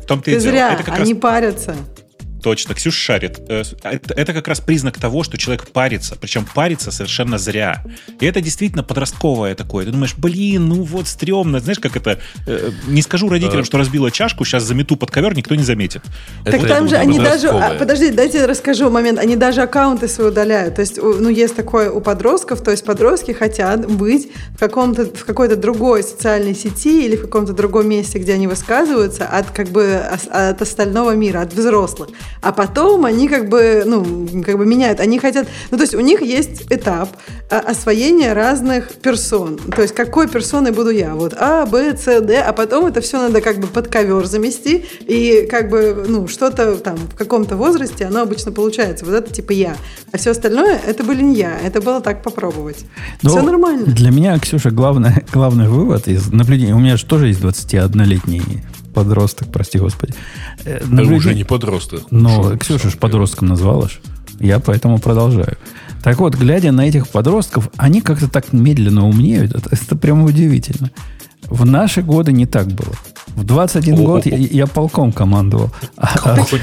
D: В том-то
C: Ты
D: и дело.
C: зря,
D: Это как
C: они
D: раз...
C: парятся.
D: Точно, Ксюша шарит. Это, это как раз признак того, что человек парится. Причем парится совершенно зря. И это действительно подростковое такое. Ты думаешь, блин, ну вот стрёмно. Знаешь, как это... Э, не скажу родителям, а... что разбила чашку, сейчас замету под ковер, никто не заметит.
C: Так это там же они даже... А, подожди, дайте я расскажу момент. Они даже аккаунты свои удаляют. То есть, ну, есть такое у подростков, то есть подростки хотят быть в, каком-то, в какой-то другой социальной сети или в каком-то другом месте, где они высказываются от, как бы, от остального мира, от взрослых. А потом они как бы, ну, как бы меняют. Они хотят... Ну, то есть у них есть этап освоения разных персон. То есть какой персоной буду я? Вот А, Б, С, Д. А потом это все надо как бы под ковер замести. И как бы, ну, что-то там в каком-то возрасте оно обычно получается. Вот это типа я. А все остальное это были не я. Это было так попробовать. Но все нормально.
A: Для меня, Ксюша, главный, главный вывод из наблюдения... У меня же тоже есть двадцатиоднолетний подросток, прости господи.
B: Наблюдение... уже не подросток.
A: Но Ксюша же подростком назвала ж. Я поэтому продолжаю. Так вот, глядя на этих подростков, они как-то так медленно умнеют. Это, это прямо удивительно. В наши годы не так было. В двадцать один О-о-о. Год я, я полком командовал.
B: Конечно,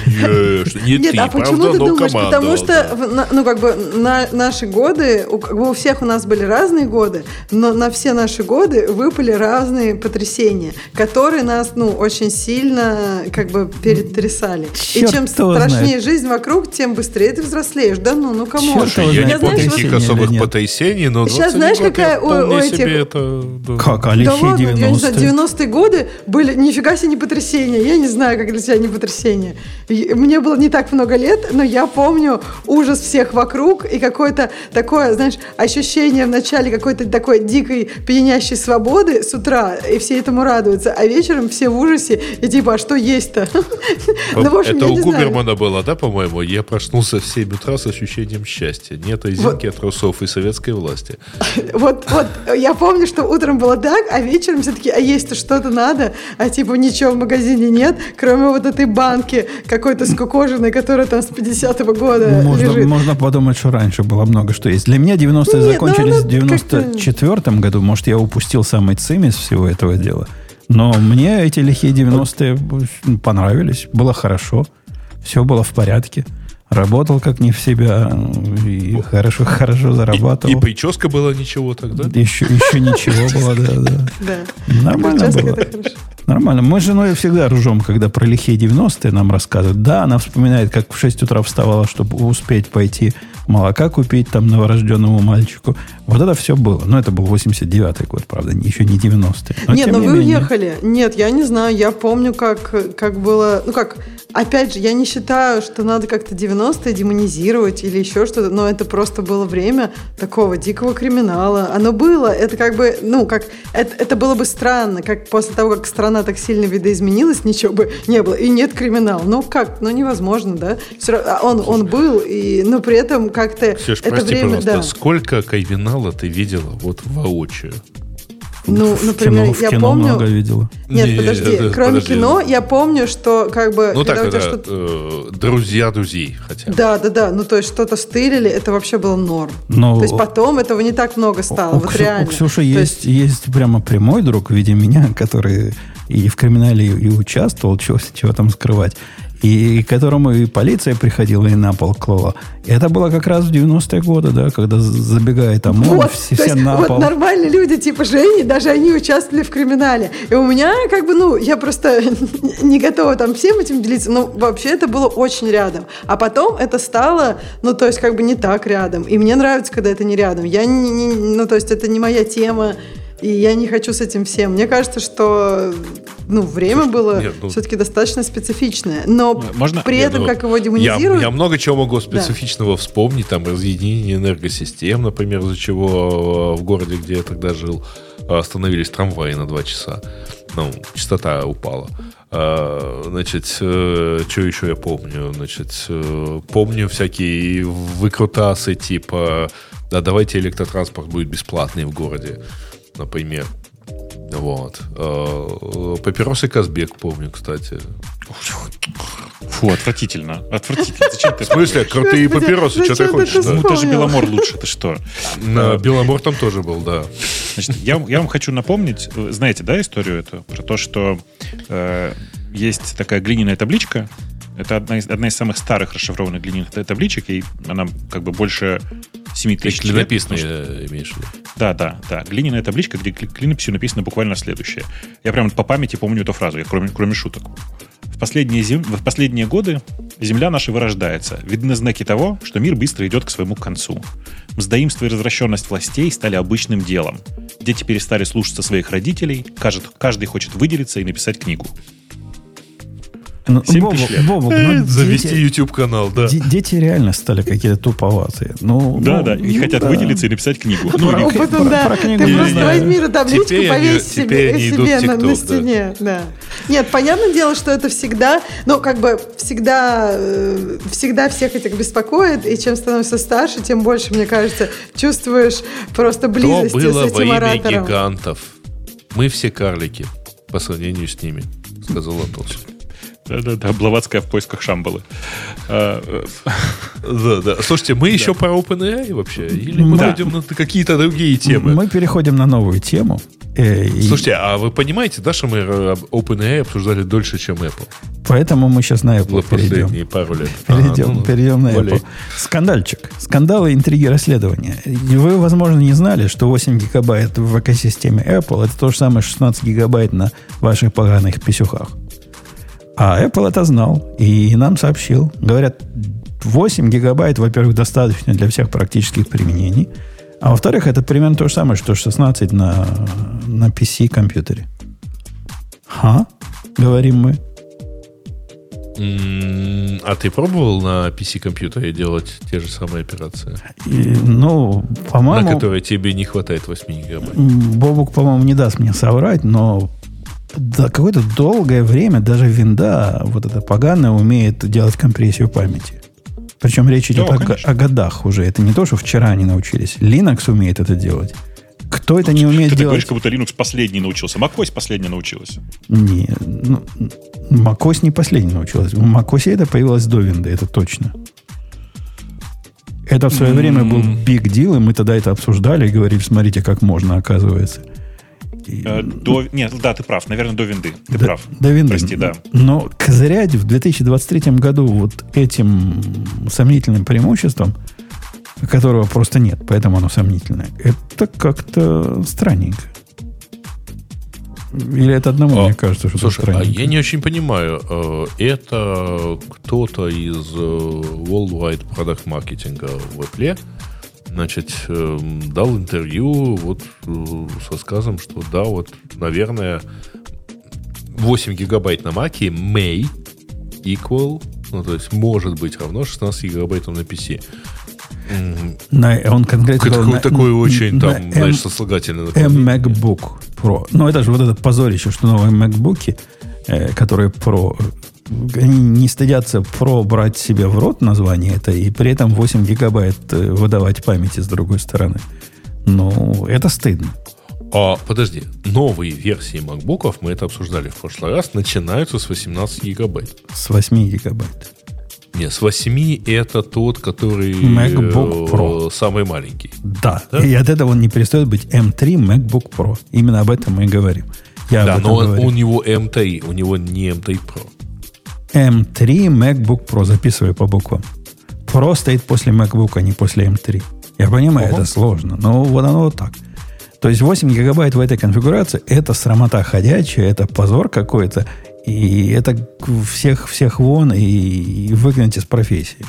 B: не
C: Нет,
B: ты,
C: а почему
B: правда,
C: ты думаешь?
B: командовал,
C: Потому что,
B: да.
C: ну, как бы, на наши годы, у, как бы у всех у нас были разные годы, но на все наши годы выпали разные потрясения, которые нас, ну, очень сильно, как бы, перетрясали.
A: Черт
C: И чем страшнее знает. Жизнь вокруг, тем быстрее ты взрослеешь. Да ну, ну, кому?
B: Слушай, я, я не помню никаких особых потрясений, но
C: сейчас знаешь, какая у, у этих...
B: Это, да.
A: Как, а лихие девяностые?
C: девяностые годы были... Нифига себе не потрясение. Я не знаю, как для тебя не потрясение. Мне было не так много лет, но я помню ужас всех вокруг и какое-то такое, знаешь, ощущение в начале какой-то такой дикой пьянящей свободы с утра, и все этому радуются, а вечером все в ужасе, и типа, а что есть-то?
B: Это у Губермана было, да, по-моему? Я проснулся в семь утра с ощущением счастья. Нет резинки от трусов и советской власти.
C: Вот, вот, я помню, что утром было так, а вечером все-таки, а есть-то что-то надо, а типа ничего в магазине нет, кроме вот этой банки какой-то скукоженной, которая там с пятидесятого года
A: можно,
C: лежит.
A: Можно подумать, что раньше было много что есть. Для меня девяностые Нет, закончились в девяносто четвёртом году. Может, я упустил самый цимис всего этого дела. Но мне эти лихие девяностые понравились. Было хорошо. Все было в порядке. Работал как не в себя и хорошо, хорошо зарабатывал.
B: И, и прическа была ничего тогда?
A: Еще, еще ничего было, да, да.
C: Да.
A: Нормально было. Нормально. Мы с женой всегда ржем, когда про лихие девяностые нам рассказывают. Да, она вспоминает, как в шесть утра вставала, чтобы успеть пойти молока купить там новорожденному мальчику. Вот это все было. Но это был восемьдесят девятый год, правда, еще не девяностые. Но,
C: Нет, но
A: не
C: вы
A: менее...
C: уехали. Нет, я не знаю. Я помню, как, как было... Ну как, опять же, я не считаю, что надо как-то девяностые демонизировать или еще что-то, но это просто было время такого дикого криминала. Оно было. Это как бы, ну, как... Это, это было бы странно, как после того, как страна так сильно видоизменилась, ничего бы не было. И нет криминала. Ну как? Ну невозможно, да? Все равно, он, он был, и, но при этом как-то...
B: Ксюш,
C: это
B: прости,
C: время,
B: пожалуйста,
C: да.
B: сколько криминала ты видела вот воочию?
C: Ну, например,
A: кино, в
C: я
A: кино
C: помню...
A: много видела.
C: Нет,
B: Не,
C: подожди,
B: это,
C: кроме
B: подожди.
C: кино, я помню, что как бы...
B: Ну так,
C: у тебя
B: это,
C: что-то...
B: э, друзья друзей хотя бы.
C: Да, да, да. Ну, то есть что-то стырили, это вообще было норм.
A: Но
C: то есть потом этого не так много стало.
A: У,
C: вот
A: Ксю,
C: реально.
A: у Ксюши
C: есть...
A: есть, есть прямо прямой друг в виде меня, который и в криминале и участвовал, чего, чего там скрывать. И к которому и полиция приходила, и на пол клала. И это было как раз в девяностые годы, да, когда забегает ОМОН,
C: вот,
A: все,
C: то
A: все
C: есть,
A: на
C: вот
A: пол.
C: нормальные люди типа Жени, даже они участвовали в криминале. И у меня как бы, ну, я просто не готова там всем этим делиться, но вообще это было очень рядом. А потом это стало, ну, то есть как бы не так рядом. И мне нравится, когда это не рядом. Я не, не, ну, то есть это не моя тема. И я не хочу с этим всем. Мне кажется, что ну, время Слушай, было нет, ну, все-таки достаточно специфичное. Но
D: можно,
C: при
D: нет,
C: этом,
B: ну,
C: как его демонизируют...
B: Я, я много чего могу специфичного да. вспомнить. Там разъединение энергосистем, например, из-за чего в городе, где я тогда жил, остановились трамваи на два часа. Ну, частота упала. Значит, что еще я помню? Значит, помню всякие выкрутасы типа да, давайте электротранспорт будет бесплатный в городе. Например. Вот. Папиросы Казбек, помню, кстати.
D: Фу, отвратительно. Отвратительно. Зачем ты?
B: В смысле? Крутые папиросы, что ты хочешь?
D: Ну, даже Беломор лучше, ты что?
B: Беломор там тоже был, да.
D: Значит, я, я вам хочу напомнить, знаете, да, историю эту? Про то, что э, есть такая глиняная табличка. Это одна из, одна из самых старых расшифрованных глиняных табличек, и она как бы больше семь тысяч лет.
B: Клинописные имеешь в виду?
D: Да, да, да. Глиняная табличка, где клинописью написано буквально следующее. Я прям по памяти помню эту фразу, я, кроме, кроме шуток. В последние, зим... в последние годы земля наша вырождается. Видны знаки того, что мир быстро идет к своему концу. Мздоимство и развращенность властей стали обычным делом. Дети перестали слушаться своих родителей, кажет, каждый хочет выделиться и написать книгу.
A: Ну, Бобок, Бобок, ну,
B: завести
A: дети,
B: YouTube-канал, да.
A: Дети реально стали какие-то туповатые. Ну,
D: да,
A: ну,
D: да, и
A: ну,
D: хотят
A: да.
D: выделиться и написать книгу.
C: Ну,
A: про,
C: опытом,
A: про,
C: да.
A: про книгу
C: Ты
A: не
C: просто
A: знаю.
C: возьми табличку,
B: Теперь
C: повесь
B: они- теперь
C: себе,
B: они идут
C: себе
B: в
C: на,
B: TikTok,
C: на
B: да.
C: стене. Да. Нет, понятное дело, что это всегда, ну, как бы всегда, э, всегда всех этих беспокоит, и чем становишься старше, тем больше, мне кажется, чувствуешь просто
B: То
C: близости
B: было
C: с
B: во
C: этим
B: имя
C: оратором.
B: гигантов. Мы все карлики по сравнению с ними, сказал Атос.
D: Да-да-да, Блаватская в поисках Шамбалы. А,
B: Да, да. Слушайте, мы еще про OpenAI вообще? Или мы
A: Да.
B: пойдем на какие-то другие темы?
A: Мы переходим на новую тему. Э, и
B: Слушайте, а вы понимаете, да, что мы э, OpenAI обсуждали дольше, чем Apple?
A: поэтому мы сейчас на Apple
B: За
A: перейдем.
B: последние пару лет.
A: Перейдем,
B: А, ну,
A: перейдем на
B: более.
A: Apple. Скандальчик. Скандалы, интриги, расследования. И вы, возможно, не знали, что восемь гигабайт в экосистеме Apple это то же самое шестнадцать гигабайт на ваших поганых писюхах. А Apple это знал и нам сообщил. Говорят, восемь гигабайт, во-первых, достаточно для всех практических применений. А во-вторых, это примерно то же самое, что шестнадцать на, на пи си-компьютере. Ха? Говорим мы.
B: М, А ты пробовал на пи си-компьютере делать те же самые операции?
A: И, ну,
B: На
A: по-моему,
B: которые тебе не хватает восемь гигабайт?
A: Бобук, по-моему, не даст мне соврать, но да, какое-то долгое время даже винда, вот эта поганая, умеет делать компрессию памяти. Причем речь идет
D: Да,
A: о,
D: конечно.
A: о годах уже. Это не то, что вчера они научились. Linux умеет это делать. Кто это не умеет
D: Ты так
A: делать?
D: говоришь, как будто Linux последний научился. macOS последний научилась.
A: Не, ну, macOS не последний научилась. В macOS это появилось до винды, это точно. Это в свое время был big deal, и мы тогда это обсуждали и говорили, смотрите, как можно, оказывается. И-
D: Э, До... Нет, да, ты прав. Наверное, до винды. Ты
A: До-
D: прав.
A: До винды.
D: Прости, да.
A: Но козырять в две тысячи двадцать третьем году вот этим сомнительным преимуществом, которого просто нет, поэтому оно сомнительное, это как-то странненько. Или это одному,
B: А,
A: мне кажется, что
B: Слушай,
A: это
B: а
A: странненько.
B: я не очень понимаю, э, это кто-то из э, Worldwide Product Marketing в Apple, значит, э, дал интервью вот э, с рассказом, что да, вот, наверное, восемь гигабайт на Mac may equal, ну, то есть может быть равно шестнадцать гигабайтам на пи си. М,
A: На- он конкретно
B: Такой,
A: сказал, на-
B: такой очень,
A: на
B: там,
A: M-
B: знаешь, сослагательный.
A: M MacBook Pro. Ну, это же вот это позорище, что новые MacBook'и, э, которые Pro, они не стыдятся Pro брать себе в рот название это и при этом восемь гигабайт э, выдавать памяти с другой стороны. Ну, это стыдно.
B: А, подожди, новые версии макбуков, мы это обсуждали в прошлый раз, начинаются с восемнадцати гигабайт.
A: С восемь гигабайт.
B: Не, с восьми это тот, который
A: MacBook
B: э,
A: Pro.
B: самый маленький.
A: Да.
B: Да?
A: И от этого он не перестает быть эм три MacBook Pro. Именно об этом мы и говорим. Я
B: да,
A: об этом
B: но он-
A: говорю.
B: у него эм три, у него не эм три Pro.
A: эм три MacBook Pro. Записывай по буквам. Pro стоит после MacBook, а не после эм три. Я понимаю,
B: Ого.
A: это сложно, но вот оно вот так. То есть восемь гигабайт в этой конфигурации – это срамота ходячая, это позор какой-то, и это всех, всех вон и, и выгнать из профессии.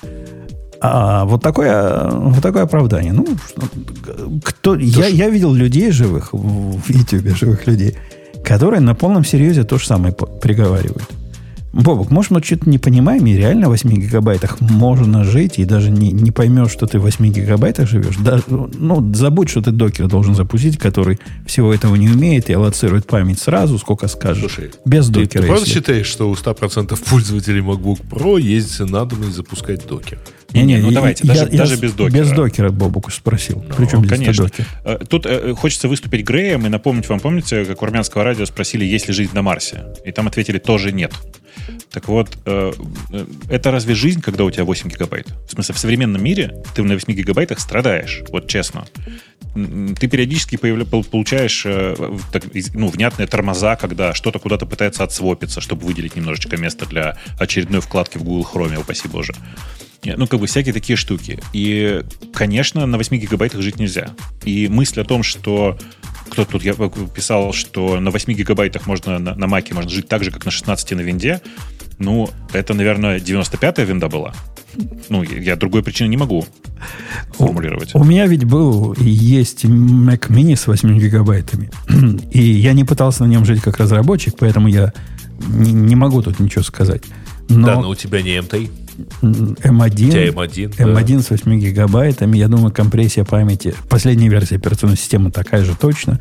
A: А вот такое, вот такое оправдание. Ну, что- кто, я, я видел людей живых, в в YouTube живых людей, которые на полном серьезе то же самое по- приговаривают. Бобок, может, мы что-то не понимаем, и реально в восьми гигабайтах можно жить, и даже не, не поймешь, что ты в восьми гигабайтах живешь. Да, ну, забудь, что ты докер должен запустить, который всего этого не умеет и аллоцирует память сразу, сколько скажешь.
B: Слушай,
A: без
B: Ты,
A: докера.
B: ты правда
A: если-
B: считаешь, что у ста процентов пользователей MacBook Pro есть надобность запускать докер?
A: Не-не,
D: ну
A: я-
D: давайте,
A: я-
D: даже-
A: я
D: даже
A: с-
D: без докера.
A: Без докера Бобуку спросил.
B: Ну,
A: Причем здесь
D: Конечно.
A: докер?
D: Э, Тут э, хочется выступить Греем и напомнить вам, помните, как у армянского радио спросили, есть ли жизнь на Марсе? И там ответили, тоже нет. Так вот, э, э, это разве жизнь, когда у тебя восемь гигабайт? В смысле, в современном мире ты на восьми гигабайтах страдаешь, вот честно. ты периодически появля, получаешь так, ну, внятные тормоза, когда что-то куда-то пытается отсвопиться, чтобы выделить немножечко место для очередной вкладки в Google Chrome, упаси боже. Ну, как бы всякие такие штуки. И, конечно, на восьми гигабайтах жить нельзя. И мысль о том, что кто-то тут я писал, что на восьми гигабайтах можно на, на Маке можно жить так же, как на шестнадцати на винде, ну, это, наверное, девяносто пятая винда была. Ну, я другой причины не могу формулировать.
A: У, у меня ведь был и есть Mac Mini с восьмью гигабайтами. И я не пытался на нем жить как разработчик, поэтому я не, не могу тут ничего сказать. Но
B: да, но у тебя не эм три.
A: эм один,
B: у тебя эм один,
A: эм один да. С восьмью гигабайтами. Я думаю, компрессия памяти, последняя версия операционной системы такая же точно.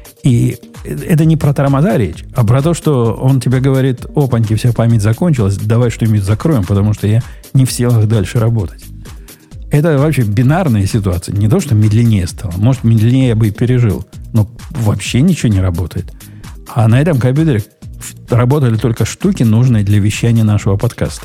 A: И это не про тормоза речь, а про то, что он тебе говорит: опаньки, вся память закончилась, давай что-нибудь закроем, потому что я не в силах дальше работать. Это вообще бинарная ситуация. Не то, что медленнее стало. Может, медленнее я бы и пережил, но вообще ничего не работает. А на этом компьютере работали только штуки, нужные для вещания нашего подкаста.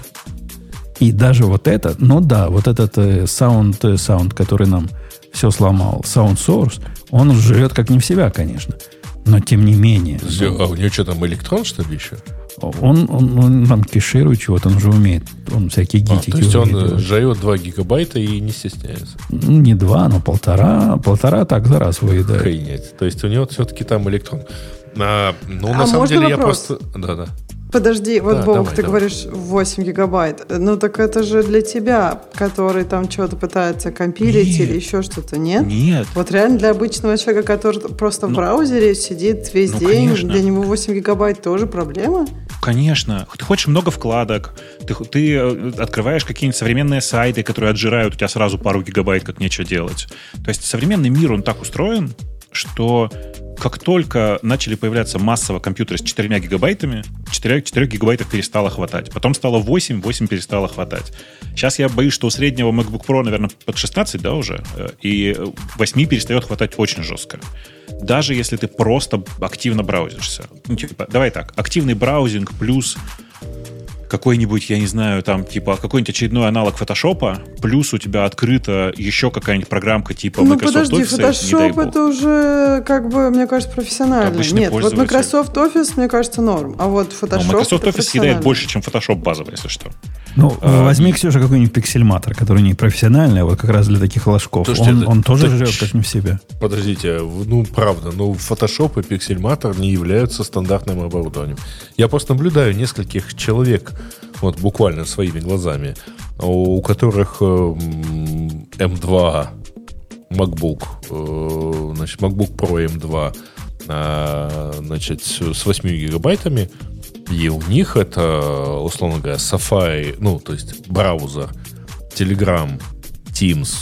A: И даже вот это, ну да, вот этот э, sound, э, sound, который нам все сломал, Sound Source, он жрет как не в себя, конечно. Но тем не менее.
B: Ну, а у него что там, электрон, что ли, еще?
A: Он, он, он там кеширует чего-то, он уже умеет. Он всякие гитики.
B: А, то есть он жрет два гигабайта и не стесняется?
A: Ну, не два, но полтора. Полтора так за раз выедает.
B: Охренеть. То есть у него все-таки там электрон. А, ну, а на самом деле вопрос? я просто... Да-да.
C: Подожди, вот,
B: да,
C: Бог,
B: давай,
C: ты
B: давай.
C: говоришь восемь гигабайт. Ну, так это же для тебя, который там что-то пытается компилить
D: нет.
C: или еще что-то, нет?
D: Нет.
C: Вот реально для обычного человека, который просто ну, в браузере сидит весь
D: ну,
C: день,
D: конечно.
C: Для него восемь гигабайт тоже проблема?
D: Конечно. Ты хочешь много вкладок, ты, ты открываешь какие-нибудь современные сайты, которые отжирают у тебя сразу пару гигабайт, как нечего делать. То есть современный мир, он так устроен, что как только начали появляться массово компьютеры с четырьмя гигабайтами, четыре, четыре гигабайтов перестало хватать. Потом стало восемь, восемь перестало хватать. Сейчас я боюсь, что у среднего MacBook Pro, наверное, под шестнадцать, да, уже, и восемь перестает хватать очень жестко. Даже если ты просто активно браузишься. Ну, типа, давай так, активный браузинг плюс какой-нибудь, я не знаю, там, типа, какой-нибудь очередной аналог фотошопа, плюс у тебя открыта еще какая-нибудь программка типа
C: ну,
D: Microsoft
C: подожди,
D: Office.
C: Photoshop это уже, как бы, мне кажется, профессионально. Нет, вот Microsoft Office, мне кажется, норм. А вот Photoshop
D: Но Microsoft Office съедает больше, чем Photoshop базовый, если что.
A: Ну, а, возьми, и... Ксюша, какой-нибудь пиксельматор, который не профессиональный, а вот как раз для таких ложков. Слушайте, он, это, он тоже это... жрет как не в себя.
B: Подождите, ну, правда, ну, Photoshop и пиксельматор не являются стандартным оборудованием. Я просто наблюдаю нескольких человек, вот буквально своими глазами, у которых эм два MacBook, значит, MacBook Pro эм два, значит, с восьмью гигабайтами, и у них это, условно говоря, Safari, ну, то есть браузер, Telegram, Teams,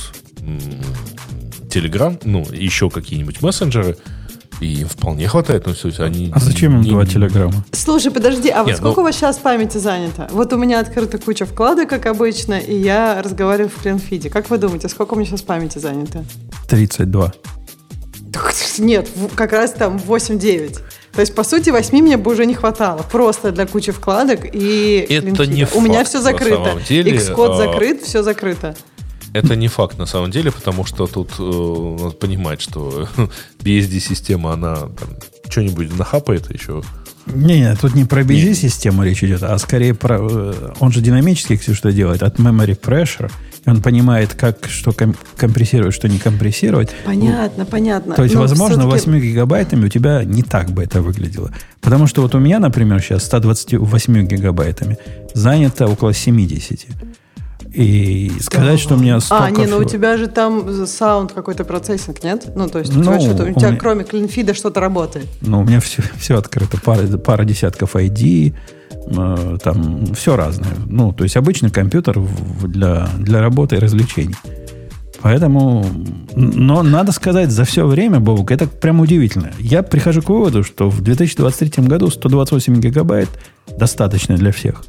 B: Telegram, ну, еще какие-нибудь мессенджеры, и им вполне хватает. Ну, все, они
A: а зачем им
B: не,
A: два
B: не...
A: телеграмма?
C: Слушай, подожди, а вот
B: Нет,
C: сколько
B: ну...
C: у вас сейчас памяти занято? Вот у меня открыта куча вкладок, как обычно, и я разговариваю в клинфиде. Как вы думаете, сколько у меня сейчас памяти занято?
A: тридцать два.
C: Нет, как раз там восемь-девять. То есть, по сути, восьми мне бы уже не хватало. Просто для кучи вкладок и
B: это
C: клинфида.
B: не факт,
C: у меня все закрыто.
B: Деле,
C: Xcode
B: а...
C: закрыт, все закрыто.
B: Это не факт на самом деле, потому что тут э, надо понимать, что би эс ди-система, она там что-нибудь нахапает еще.
A: Не, тут не про би эс ди-систему речь идет, а скорее про... Он же динамически, все что делает, от memory pressure, и он понимает, как что ком- компрессировать, что не компрессировать.
C: Понятно, понятно.
A: То есть,
C: но
A: возможно,
C: все-таки...
A: восемью гигабайтами у тебя не так бы это выглядело. Потому что вот у меня, например, сейчас ста двадцатью восьмью гигабайтами занято около семидесяти. И сказать, да. что у меня столько...
C: А, не, ну у тебя же там саунд какой-то процессинг, нет? Ну, то есть у
A: ну,
C: тебя, что-то, у тебя
A: меня...
C: кроме клинфида что-то работает?
A: Ну, у меня все, все открыто. Пара, пара десятков ай ди, э, там все разное. Ну, то есть обычный компьютер в, для, для работы и развлечений. Поэтому... Но надо сказать, за все время, Бобук, это прям удивительно. Я прихожу к выводу, что в две тысячи двадцать третьем году сто двадцать восемь гигабайт достаточно для всех.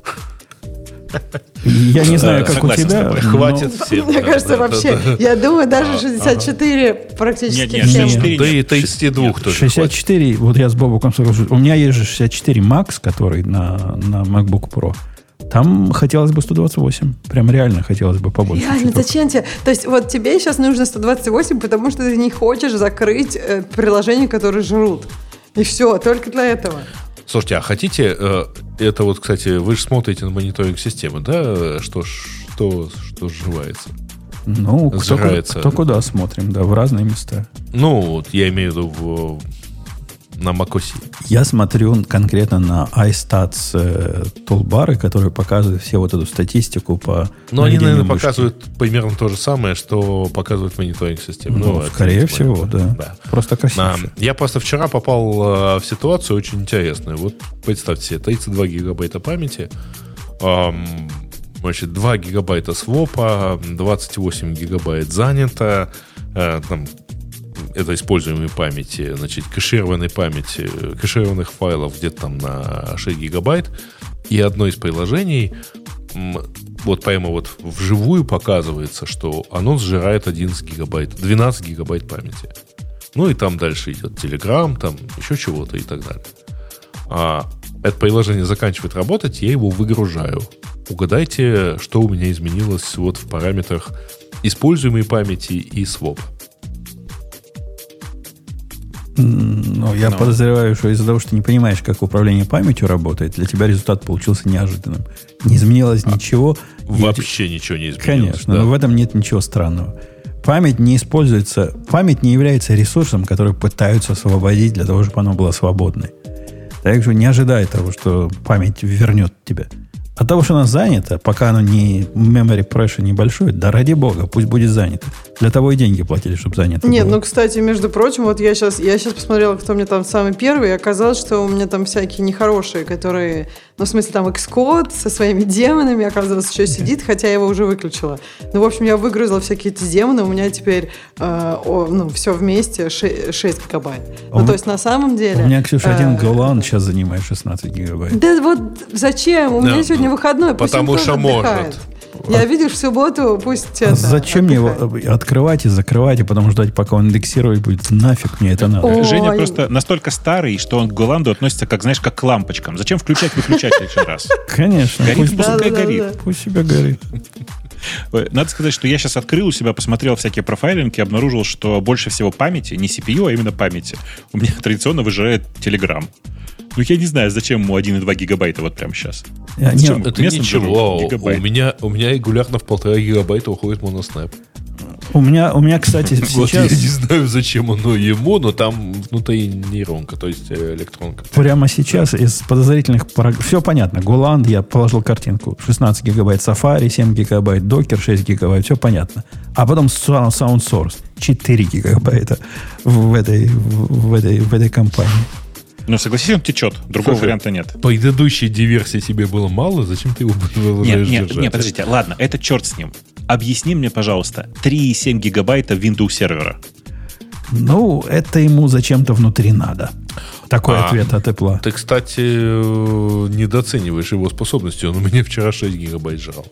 A: Я не знаю, как у тебя.
B: Хватит всем.
C: Мне кажется, вообще, я думаю, даже шестьдесят четыре практически всем.
B: Да и тридцать два тоже.
A: шестьдесят четыре, вот я с Бобуком соглашусь. У меня есть же шестьдесят четыре Max, который на, на MacBook Pro. Там хотелось бы сто двадцать восемь. Прям реально хотелось бы побольше.
C: Реально,
A: чуток.
C: зачем тебе? То есть вот тебе сейчас нужно сто двадцать восемь, потому что ты не хочешь закрыть э, приложения, которые жрут. И все, только для этого.
B: Слушайте, а хотите, э, это вот, кстати, вы же смотрите на мониторинг системы, да, что, что, что сживается?
A: Ну, кто, кто куда смотрим, да, в разные места.
B: Ну, вот я имею в виду в, на macOS.
A: Я смотрю конкретно на iStats э, тулбары, которые показывают все вот эту статистику по
B: Но они, наверное,
A: мышки.
B: показывают примерно то же самое, что показывает мониторинг системы.
A: Ну,
B: ну
A: скорее всего, да.
B: да.
A: Просто красиво.
B: А, я просто вчера попал э, в ситуацию очень интересную. Вот представьте себе, тридцать два гигабайта памяти, эм, значит, два гигабайта свопа, двадцать восемь гигабайт занято, э, там, это используемой памяти, значит, кэшированной памяти, кэшированных файлов где-то там на шесть гигабайт, и одно из приложений, вот прямо вот вживую показывается, что оно сжирает одиннадцать гигабайт, двенадцать гигабайт памяти. Ну и там дальше идет Telegram, там еще чего-то и так далее. А это приложение заканчивает работать, я его выгружаю. Угадайте, что у меня изменилось вот в параметрах используемой памяти и своп.
A: Ну, я
D: Но.
A: подозреваю, что из-за того, что ты не понимаешь, как управление памятью работает, для тебя результат получился неожиданным. Не изменилось а, ничего.
B: Вообще и... ничего не изменилось.
A: Конечно,
B: да.
A: но в этом нет ничего странного. Память не используется, память не является ресурсом, который пытаются освободить для того, чтобы она была свободной. Так что не ожидай того, что память вернет тебя. От того, что она занята, пока она не memory pressure небольшой, да ради бога, пусть будет занята. Для того и деньги платили, чтобы занято
C: Нет,
A: было.
C: ну, кстати, между прочим, вот я сейчас, я сейчас посмотрела, кто у меня там самый первый, и оказалось, что у меня там всякие нехорошие, которые, ну, в смысле, там Xcode со своими демонами, оказалось, еще сидит, хотя я его уже выключила. Ну, в общем, я выгрузила всякие эти демоны, у меня теперь, э, о, ну, все вместе шесть гигабайт.
A: А
C: ну,
A: у
C: то есть, на самом деле...
A: У меня, Ксюша,
C: э,
A: один Голланд сейчас занимает шестнадцать гигабайт.
C: Да вот зачем? У
B: Да,
C: меня сегодня
B: ну,
C: выходной, пусть
B: потому
C: он
B: что
C: тоже
B: может.
C: отдыхает. Я, видишь, в субботу пусть
A: А
C: это,
A: зачем мне
C: отдыхает.
A: его открывать и закрывать, и потом ждать, пока он индексировать будет? Нафиг мне это надо.
C: О,
D: Женя
C: Ой.
D: просто настолько старый, что он к Голланду относится, как, знаешь, как к лампочкам. Зачем включать-выключать лишний раз?
A: Конечно.
D: Горит,
A: Пусть,
D: пускай
C: Да, да, да,
D: горит.
C: да.
A: пусть себя горит.
D: Надо сказать, что я сейчас открыл у себя, посмотрел всякие профайлинги, обнаружил, что больше всего памяти, не си пи ю, а именно памяти, у меня традиционно выжирает Telegram. Ну, я не знаю, зачем ему один и два гигабайта вот прямо сейчас.
A: Я-
D: Зачем?
A: не,
B: Это
D: Мессенджеру
B: ничего. У
D: гигабайт.
B: меня, у меня регулярно в полтора гигабайта уходит моноснэп.
A: у, меня, у меня, кстати,
B: Вот я
A: сейчас...
B: не знаю, зачем оно ему, но там внутри нейронка, то есть э, электронка.
A: Прямо сейчас из подозрительных... Параг... Все понятно. Голланд, я положил картинку. шестнадцать гигабайт Safari, семь гигабайт Docker, шесть гигабайт. Все понятно. А потом Sound Source. четыре гигабайта в этой, в, в этой, в этой компании.
D: Ну, согласись, он течет. Другого
B: Слушай,
D: варианта нет.
B: Предыдущей диверсии тебе было мало, зачем ты его продолжаешь
D: Нет, нет,
B: держать?
D: нет, подождите. Ладно, это черт с ним. Объясни мне, пожалуйста, три и семь гигабайта Windows сервера.
A: Ну, это ему зачем-то внутри надо. Такой
B: А,
A: ответ от Apple.
B: Ты, кстати, э, недооцениваешь его способности. Он у меня вчера шесть гигабайт жрал.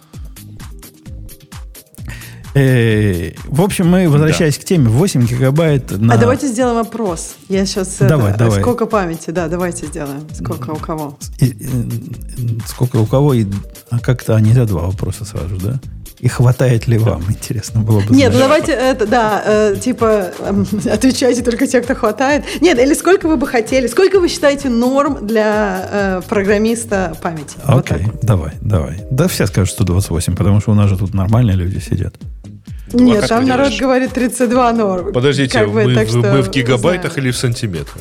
A: Э, В общем, мы, возвращаясь к теме, восемь гигабайт на...
C: А давайте сделаем опрос. Я сейчас...
A: Давай,
C: это,
A: давай.
C: Сколько памяти? Да, давайте сделаем. Сколько у кого?
A: И- и- сколько у кого? И, а как-то а, нельзя два вопроса сразу, да? И хватает ли вам? Интересно было бы
C: Нет, ну
A: знать.
C: давайте, это, да, э, типа, эм, отвечайте только те, кто хватает. Нет, или сколько вы бы хотели, сколько вы считаете норм для э, программиста памяти? Вот
A: Окей,
C: так вот.
A: давай, давай. Да все скажут сто двадцать восемь, потому что у нас же тут нормальные люди сидят.
C: Нет,
D: как
C: там
D: ты
C: народ
D: делаешь?
C: говорит тридцать два норм.
B: Подождите,
C: Как бы,
B: мы,
C: так
B: в-
C: что,
B: мы в гигабайтах
C: знаю.
B: или в сантиметрах?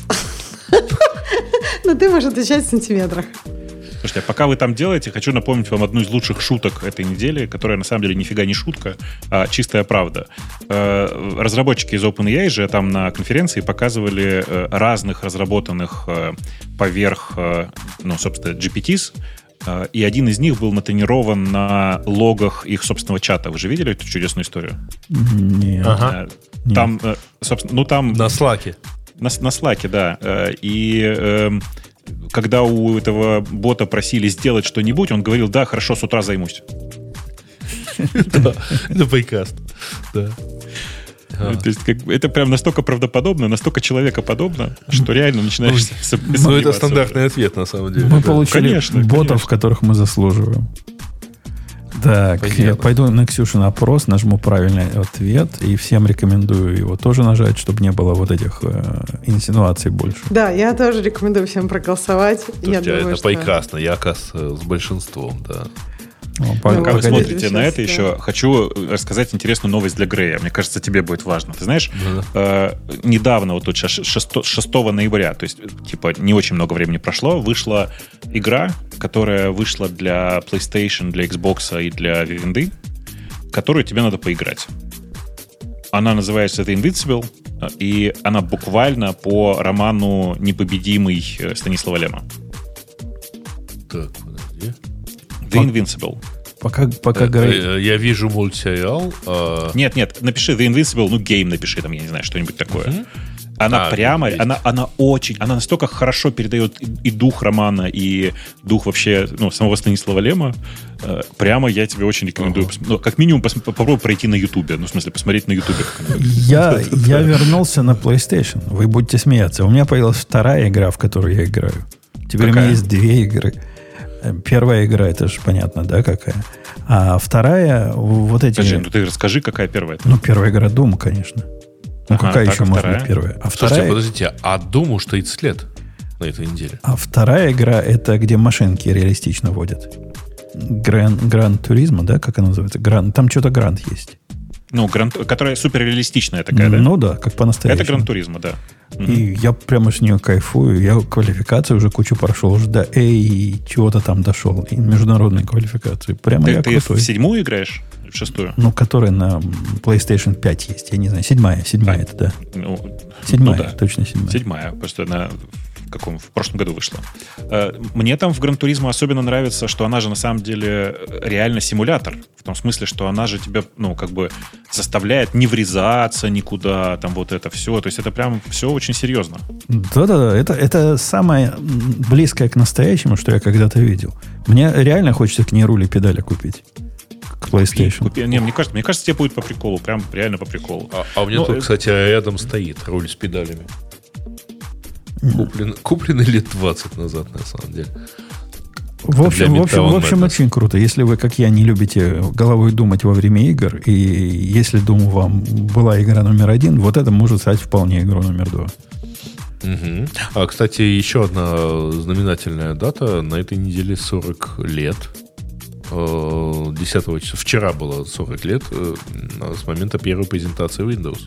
C: Ну, ты можешь отвечать в сантиметрах.
D: Слушайте, а пока вы там делаете, хочу напомнить вам одну из лучших шуток этой недели, которая на самом деле нифига не шутка, а чистая правда. Э, Разработчики из OpenAI же там на конференции показывали э, разных разработанных э, поверх, э, ну, собственно, джи пи ти-с, э, и один из них был натренирован на логах их собственного чата. Вы же видели эту чудесную историю?
A: Нет.
B: Ага.
D: Э, Там, э, собственно, ну там...
B: На слаке.
D: На, на Slack, да. Э, И э, когда у этого бота просили сделать что-нибудь, он говорил, да, хорошо, с утра займусь.
B: Да, это прекрасно. Да. Да.
D: То есть, как, это прям настолько правдоподобно, настолько человекоподобно, что реально начинаешь
B: Ну, это стандартный ответ, на самом деле.
A: Мы
B: да.
A: получили
D: Конечно,
A: ботов,
D: конечно.
A: которых мы заслуживаем. Так,
B: Понятно.
A: я пойду на Ксюшин опрос, нажму правильный ответ, и всем рекомендую его тоже нажать, чтобы не было вот этих э, инсинуаций больше.
C: Да, я тоже рекомендую всем проголосовать. я
B: Слушайте,
C: думаю,
B: это
C: что...
B: прекрасно. Я, оказывается, с большинством, да.
A: О, по-
C: Ну,
D: Пока вы
A: погоди.
D: смотрите
C: Сейчас,
D: на это
C: да.
D: еще, хочу рассказать интересную новость для Грея. Мне кажется, тебе будет важно. Ты знаешь,
B: Да.
D: э, недавно, вот тут сейчас шестого ноября, то есть, типа, не очень много времени прошло, вышла игра, которая вышла для PlayStation, для Xbox и для Винды, которую тебе надо поиграть. Она называется The Invincible, и она буквально по роману «Непобедимый» Станислава Лема.
B: Так, подожди.
D: The Invincible.
A: Пока, пока
B: Э,
A: Грей...
B: э, Я вижу мультсериал. а,
D: Нет, нет, напиши The Invincible, ну, гейм напиши, там, я не знаю, что-нибудь такое.
B: Мгм.
D: Она
B: А,
D: прямо,
B: есть.
D: она, она очень, она настолько хорошо передает и, и дух романа, и дух вообще, ну, самого Станислава Лема. Э, прямо я тебе очень рекомендую.
B: Ага.
D: пос- ну, как минимум пос- попробуй пройти на Ютубе. Ну, в смысле, посмотреть на Ютубе. как она выглядит.
A: Я, я вернулся на PlayStation. Вы будете смеяться. У меня появилась вторая игра, в которую я играю. Теперь у меня
D: Какая?
A: есть две игры. Э, Первая игра, это же понятно, да, какая. А вторая, вот эти...
D: Подожди, ну ты расскажи, какая первая.
A: Ну, первая игра Doom, конечно. Ну,
D: Ага,
A: какая
D: так,
A: еще
D: а
A: может
D: вторая?
A: быть первая? А
B: Слушайте,
A: вторая,
B: подождите, а Думу что тридцать лет на этой неделе?
A: а вторая игра, это где машинки реалистично водят. Гран, Гран Туризма, да, как она называется? Гран, там что-то Гранд есть.
D: Ну, гран, которая суперреалистичная такая, да?
A: Ну да, как по-настоящему.
D: Это Гран Туризма, да. Мгм.
A: И я прямо с нее кайфую. Я квалификацию уже кучу прошел. Уже до A и чего-то там дошел. И международной квалификации. Прямо
D: Ты,
A: я
D: ты
A: крутой.
D: в седьмую играешь? В шестую?
A: Ну, которая на PlayStation пять есть. Я не знаю, седьмая. Седьмая
D: А,
A: это, да.
D: Ну,
A: Седьмая,
D: ну да.
A: точно седьмая.
D: Седьмая, просто она в каком в прошлом году вышла. Э, Мне там в Гран Туризмо особенно нравится, что она же на самом деле реально симулятор. В том смысле, что она же тебя, ну, как бы заставляет не врезаться никуда, там вот это все. То есть это прям все очень серьезно.
A: Да-да-да, это, это самое м, близкое к настоящему, что я когда-то видел. Мне реально хочется к ней рули педали купить. К PlayStation.
D: Купи- не, мне кажется, мне кажется, тебе будет по приколу, прям реально по приколу.
B: А, а у меня
D: Ну,
B: тут,
D: э,
B: кстати, рядом стоит руль с педалями. Куплен, купленный лет двадцать назад, на самом деле.
A: В общем,
B: Для
A: в общем, в
B: Midtown
A: общем
B: Madness.
A: очень круто. Если вы, как я, не любите головой думать во время игр, и если, думаю, вам была игра номер один, вот это может стать вполне игрой номер два.
B: Мгм. А, кстати, еще одна знаменательная дата. На этой неделе сорок лет. Э, десятого числа. Вчера было сорок лет э, с момента первой презентации Windows.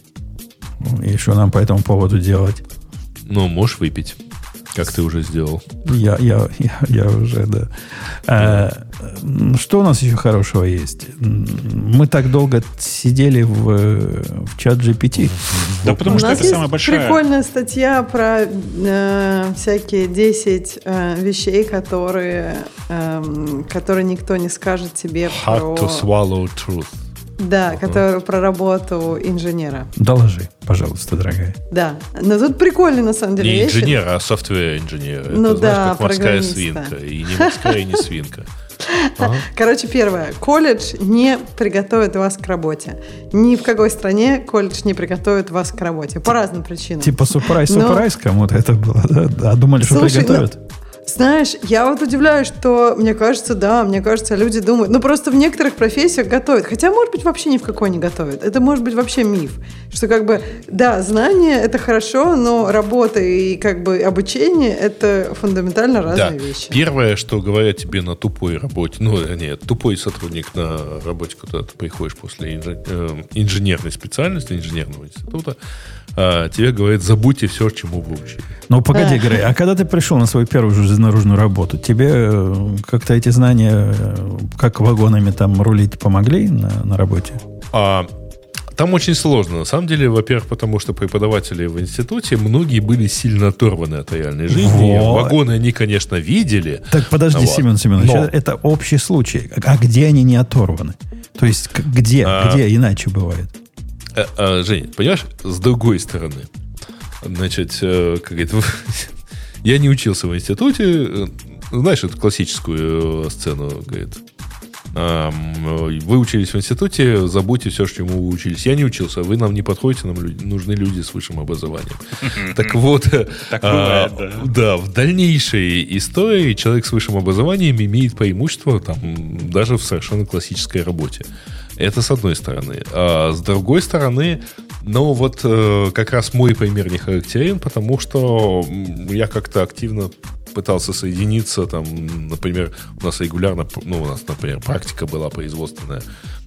A: И что нам по этому поводу делать?
B: Ну, можешь выпить, как ты уже сделал.
A: Я, я, я, я уже, да. А, м, что у нас еще хорошего есть? М, Мы так долго сидели в, в чат джи пи ти.
D: Да потому
C: У
D: что
C: нас
D: это
C: есть
D: самая большая...
C: прикольная статья про э, всякие десять э, вещей, которые, эм, которые никто не скажет тебе
B: Hard
C: про...
B: to swallow truth.
C: Да, которые про работу инженера.
A: Доложи, пожалуйста, дорогая.
C: Да, но тут прикольные на самом деле
B: Не
C: вещи.
B: инженер, а софтвер-инженер.
C: Ну
B: Это, знаешь,
C: да,
B: как морская
C: программиста.
B: свинка. И не морская, и не свинка. Ага.
C: Короче, первое. Колледж не приготовит вас к работе. Ни в какой стране колледж не приготовит вас к работе. По разным причинам.
A: Типа сюрприз,
C: Но-
A: сюрприз кому-то это было, да? Да, думали, что
C: Слушай,
A: приготовят.
C: Знаешь, я вот удивляюсь, что, мне кажется, да, мне кажется, люди думают, ну просто в некоторых профессиях готовят, хотя, может быть, вообще ни в какой не готовят. Это может быть вообще миф, что как бы, да, знания — это хорошо, но работа и как бы обучение — это фундаментально разные
B: Да.
C: вещи.
B: Первое, что говорят тебе на тупой работе, ну, нет, тупой сотрудник на работе, куда ты приходишь после инжи- э, инженерной специальности, инженерного института, а, тебе говорят, забудьте все, чему вы учили.
A: Ну, погоди,
C: Да.
A: Грей, а когда ты пришел на свою первую железнодорожную работу, тебе э, как-то эти знания, э, как вагонами там рулить, помогли на, на работе?
B: А, там очень сложно. На самом деле, во-первых, потому что преподаватели в институте, многие были сильно оторваны от реальной жизни.
A: Вот.
B: Вагоны они, конечно, видели.
A: Так подожди,
B: Вот.
A: Семен Семенович,
B: Но-
A: это, это общий случай. А где они не оторваны? То есть к- где,
B: А.
A: где иначе бывает?
B: Э, э, Жень, понимаешь, с другой стороны, значит, э, как говорит, я не учился в институте, э, знаешь эту классическую э, сцену, говорит, Вы учились в институте, забудьте все, чему вы учились. Я не учился, вы нам не подходите, нам нужны люди с высшим образованием. Так вот, да, в дальнейшей истории человек с высшим образованием имеет преимущество там, даже в совершенно классической работе. Это с одной стороны. А с другой стороны, ну вот как раз мой пример не характерен, потому что я как-то активно пытался соединиться, там, например, у нас регулярно, ну, у нас, например, практика была производственная.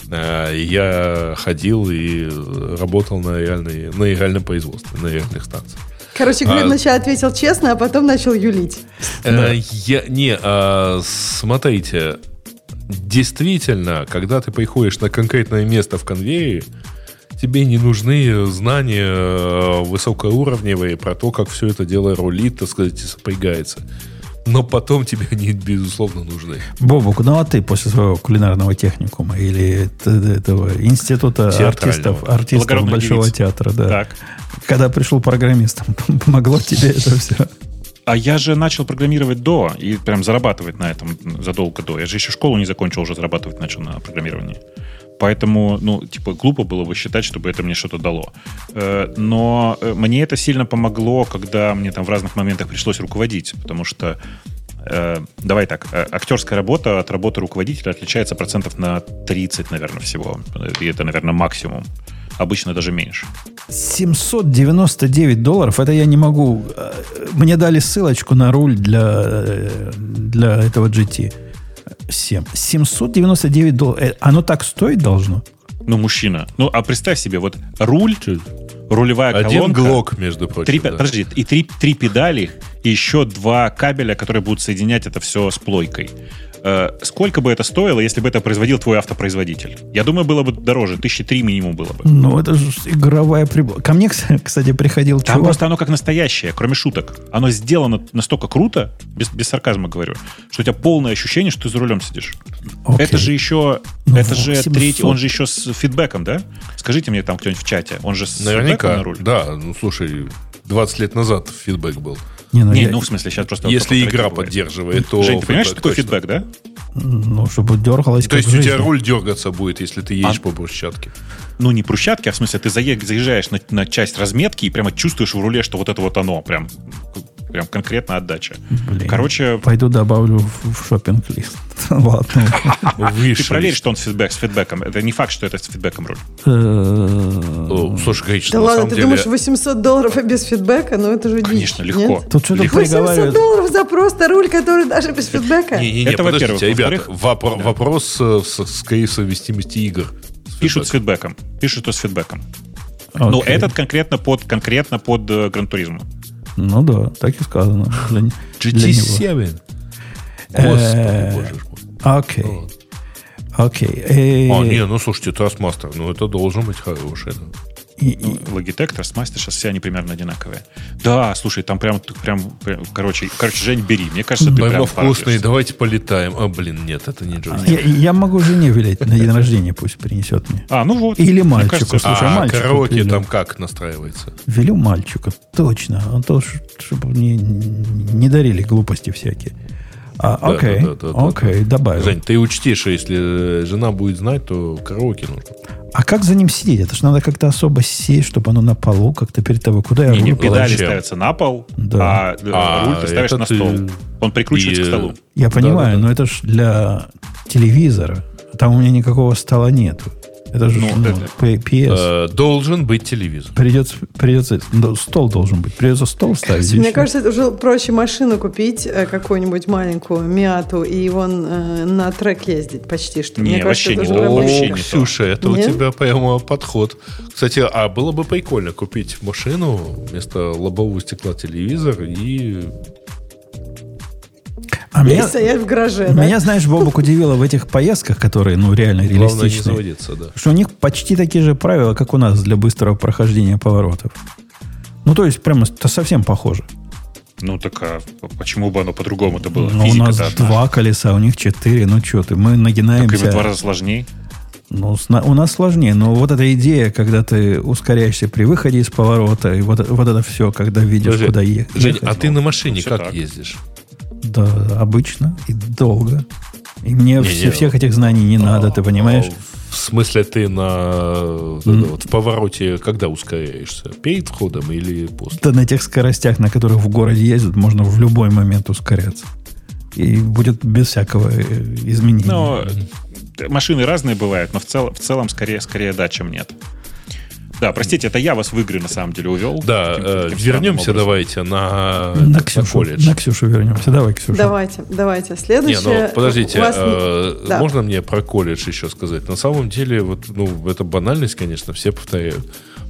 B: Я ходил и работал на, реальной, на реальном производстве, на реальных станциях.
C: Короче, Глеб а, вначале ответил честно, а потом начал юлить.
B: Да. Я, не, а, смотрите, действительно, когда ты приходишь на конкретное место в конвейере, тебе не нужны знания высокоуровневые про то, как все это дело рулит, так сказать, и сопрягается. Но потом тебе они, безусловно, нужны.
A: Бобук, ну а ты после своего кулинарного техникума или этого института артистов, артистов Большого девиц. Театра, да,
D: так.
A: Когда пришел программистом, помогло тебе это все?
D: А я же начал программировать до и прям зарабатывать на этом задолго до. Я же еще школу не закончил, уже зарабатывать начал на программировании. Поэтому, ну, типа, глупо было бы считать, чтобы это мне что-то дало. Но мне это сильно помогло, когда мне там в разных моментах пришлось руководить, потому что, давай так, актерская работа от работы руководителя отличается процентов на тридцать, наверное, всего. И это, наверное, максимум. Обычно даже меньше.
A: семьсот девяносто девять долларов, это я не могу... Мне дали ссылочку на руль для, для этого джи ти. семь. семьсот девяносто девять долларов. Оно так стоить должно?
D: Ну, мужчина. Ну, а представь себе, вот руль, рулевая колонка.
B: Один глок, между прочим.
D: Три,
B: да.
D: Подожди, и три, три педали, и еще два кабеля, которые будут соединять это все с плойкой. Э, сколько бы это стоило, если бы это производил твой автопроизводитель? Я думаю, было бы дороже. Тысячи три минимум было бы.
A: Ну, это же игровая прибор. Ко мне, кстати, приходил
D: Там
A: чувак.
D: просто оно как настоящее, кроме шуток. Оно сделано настолько круто, без, без сарказма говорю, что у тебя полное ощущение, что ты за рулем сидишь. Окей. Это же еще, ну, это же третий, он же еще с фидбэком, да? Скажите мне там кто-нибудь в чате, он же с
B: наверняка,
D: фидбэком на руль?
B: Да, ну слушай, двадцать лет назад фидбэк был.
A: Не, ну,
D: Не,
A: я...
D: ну в смысле, сейчас просто...
B: Если игра поддерживает, то...
D: Жень, ты понимаешь, что такое фидбэк, да?
A: Ну, чтобы дергалось.
B: То есть у тебя руль дергаться будет, если ты едешь а... по брусчатке?
D: Ну, не брусчатке, а в смысле ты заезжаешь на, на часть разметки и прямо чувствуешь в руле, что вот это вот оно, прям, прям конкретно отдача. Блин, короче...
A: Пойду добавлю в, в шоппинг-лист. Ладно.
D: Ты проверь, что он с, фидбэк, с фидбэком. Это не факт, что это с фидбэком руль.
B: Слушай, конечно,
C: да
B: на
C: ладно,
B: самом
C: ты
B: деле...
C: думаешь, восемьсот долларов без фидбэка? Ну, это же дичь.
D: Конечно, легко.
A: Тут что-то
C: восемьсот долларов за просто руль, который даже без фидбэка?
B: Не-не-не,
D: это,
B: подождите, ребята,
D: во-вторых, да.
B: Вопрос, скорее, совместимости игр.
D: Пишут с фидбэком. Пишут, что с фидбэком. Okay. Но этот конкретно под, конкретно под uh, Gran Turismo.
A: Ну да, так и сказано.
B: джи ти семь. Господи, боже мой.
A: Окей. Окей.
B: А, не, ну слушайте, Trustmaster, ну это должен быть хороший.
A: И, и...
D: Ну, Logitech, Trustmaster, сейчас все они примерно одинаковые. Да, слушай, там прям, прям, прям короче, короче, Жень, бери. Мне кажется, ты прям
B: вкусный, давайте полетаем. А, блин, нет, это не джойстик.
A: Я, я могу жене велеть на день рождения, пусть принесет мне.
D: А, ну вот.
A: Или мальчику.
D: Кажется,
A: слушай,
B: а
A: мальчику
B: караоке
A: велю.
B: там как настраивается?
A: Велю мальчика, точно. Он тоже, чтобы не, не дарили глупости всякие. А, да, окей, да, да, да, окей, да. добавил.
B: Жень, ты учти, что если жена будет знать, то караоке нужно.
A: А как за ним сидеть? Это же надо как-то особо сесть, чтобы оно на полу как-то перед тобой. Куда я
D: не,
A: руль
D: не, педали
B: Зачем?
D: ставятся на пол,
A: да.
D: а, а руль ты ставишь на стол. Ты... Он прикручивается
B: и...
D: к столу.
A: Я понимаю,
B: да, да, да.
A: но это же для телевизора. Там у меня никакого стола нету. Это же ну, ну, это... пи эс.
B: Э, должен быть телевизор.
A: Придется, придется, стол должен быть. Придется стол ставить.
C: Мне
A: еще.
C: кажется, это уже проще машину купить, какую-нибудь маленькую, Миату, и вон э, на трек ездить почти что.
D: Не,
C: Мне
D: вообще
C: кажется,
D: не
C: это
D: то.
C: вообще
B: О, Ксюша, это Нет? у тебя прямо подход. Кстати, а было бы прикольно купить машину вместо лобового стекла телевизор и...
A: А меня,
C: стоять в гараже,
A: меня,
C: да?
A: знаешь, Бобок удивило в этих поездках, которые, ну, реально реалистичные.
B: Главное не заводиться, да.
A: Что у них почти такие же правила, как у нас для быстрого прохождения поворотов. Ну, то есть, прямо это совсем похоже.
D: Ну, так а почему бы оно по-другому-то было?
A: Ну, у нас два колеса, у них четыре. Ну, что ты, мы нагинаемся.
D: Так им в два раза сложнее?
A: Ну, у нас сложнее. Но вот эта идея, когда ты ускоряешься при выходе из поворота, и вот, вот это все, когда видишь,
B: Жень,
A: куда ехать.
B: Жень, а ты на машине
D: ну,
B: как
D: так.
B: ездишь?
A: Да, обычно и долго. И мне не, все, не, всех этих знаний не а, надо, ты понимаешь?
B: В смысле, ты на mm. вот, в повороте когда ускоряешься? Перед входом или после?
A: Да на тех скоростях, на которых в городе ездят, можно в любой момент ускоряться. И будет без всякого изменения.
D: Но машины разные бывают, но в, цел, в целом скорее, скорее да, чем нет. Да, простите, это я вас в игры на самом деле увел.
B: Да, таким, таким вернемся давайте на,
A: на, Ксюшу, на колледж. На Ксюшу вернемся. Давай, Ксюша.
C: Давайте, давайте. Следующее.
B: Не, ну, подождите, вас... э, да. можно мне про колледж еще сказать? На самом деле, вот, ну, это банальность, конечно, все повторяют.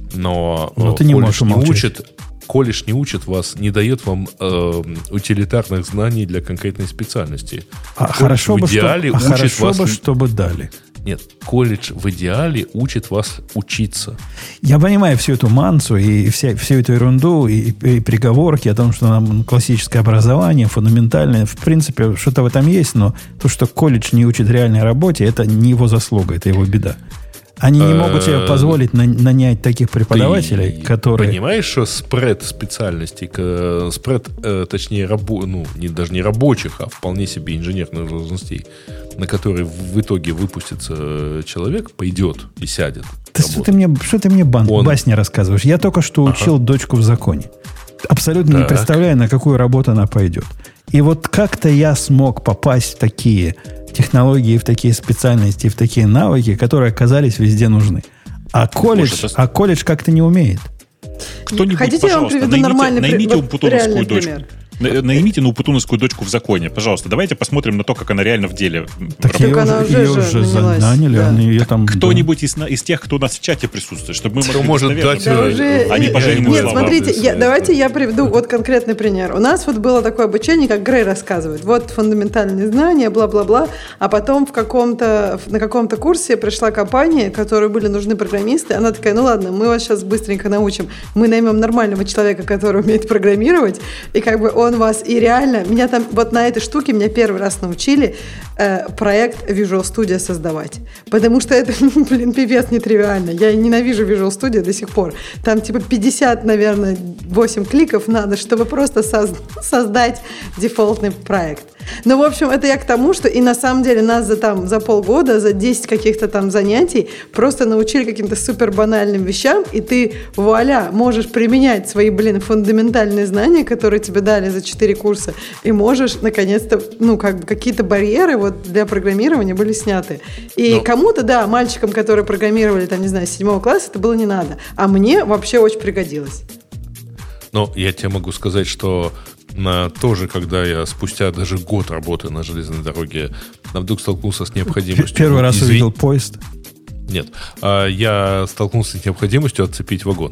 B: Но, но
A: ты не можешь
B: не учит, колледж не учит вас, не дает вам э, утилитарных знаний для конкретной специальности.
A: А хорошо, бы, что, а хорошо вас... бы, чтобы дали.
B: Нет, колледж в идеале учит вас учиться.
A: Я понимаю всю эту мансу и вся, всю эту ерунду, и, и приговорки о том, что нам классическое образование, фундаментальное. В принципе, что-то в этом есть, но то, что колледж не учит реальной работе, это не его заслуга, это его беда. Они не могут себе позволить нанять таких преподавателей,
B: Ты
A: которые...
B: Понимаешь, что спред специальностей, спред, точнее, рабо, ну, не, даже не рабочих, а вполне себе инженерных должностей, на которые в итоге выпустится человек, пойдет и сядет.
A: Ты, что ты мне, что ты мне бан, Он... басни рассказываешь? Я только что учил ага. дочку в законе. Абсолютно так. не представляю, на какую работу она пойдет. И вот как-то я смог попасть в такие... технологии, в такие специальности, в такие навыки, которые оказались везде нужны. А колледж, Боже, а колледж как-то не умеет.
D: Кто-нибудь, Хотите, пожалуйста, я вам наймите, нормальный наймите упутуновскую дочку. Пример. Наймите на упутуновскую дочку в законе. Пожалуйста, давайте посмотрим на то, как она реально в деле
A: так ее, она уже, ее уже наняли. Да. Ее там,
D: Кто-нибудь да. из, из тех, кто у нас в чате присутствует, чтобы мы
B: кто могли может дать,
C: да, уже... а не пожизненные Нет, слова. Смотрите, я, давайте я приведу вот конкретный пример. У нас вот было такое обучение, как Грей рассказывает. Вот фундаментальные знания, бла-бла-бла. А потом в каком-то, на каком-то курсе пришла компания, которой были нужны программисты. Она такая, ну ладно, мы вас сейчас быстренько научим. Мы наймем нормального человека, который умеет программировать. И как бы он вас... И реально, меня там вот на этой штуке меня первый раз научили э, проект Visual Studio создавать. Потому что это, блин, пипец нетривиально. Я ненавижу Visual Studio до сих пор. Там типа пятьдесят, наверное, восемь кликов надо, чтобы просто соз- создать дефолтный проект. Ну, в общем, это я к тому, что и на самом деле нас за, там, за полгода, за десять каких-то там занятий просто научили каким-то супер банальным вещам, и ты, вуаля, можешь применять свои, блин, фундаментальные знания, которые тебе дали за четыре курса, и можешь, наконец-то, ну, как бы какие-то барьеры вот для программирования были сняты. И Но... кому-то, да, мальчикам, которые программировали, там, не знаю, с седьмого класса, это было не надо. А мне вообще очень пригодилось.
B: Ну, я тебе могу сказать, что на, тоже, когда я спустя даже год работы на железной дороге вдруг столкнулся с необходимостью...
A: Первый раз извин... увидел поезд?
B: Нет. Я столкнулся с необходимостью отцепить вагон.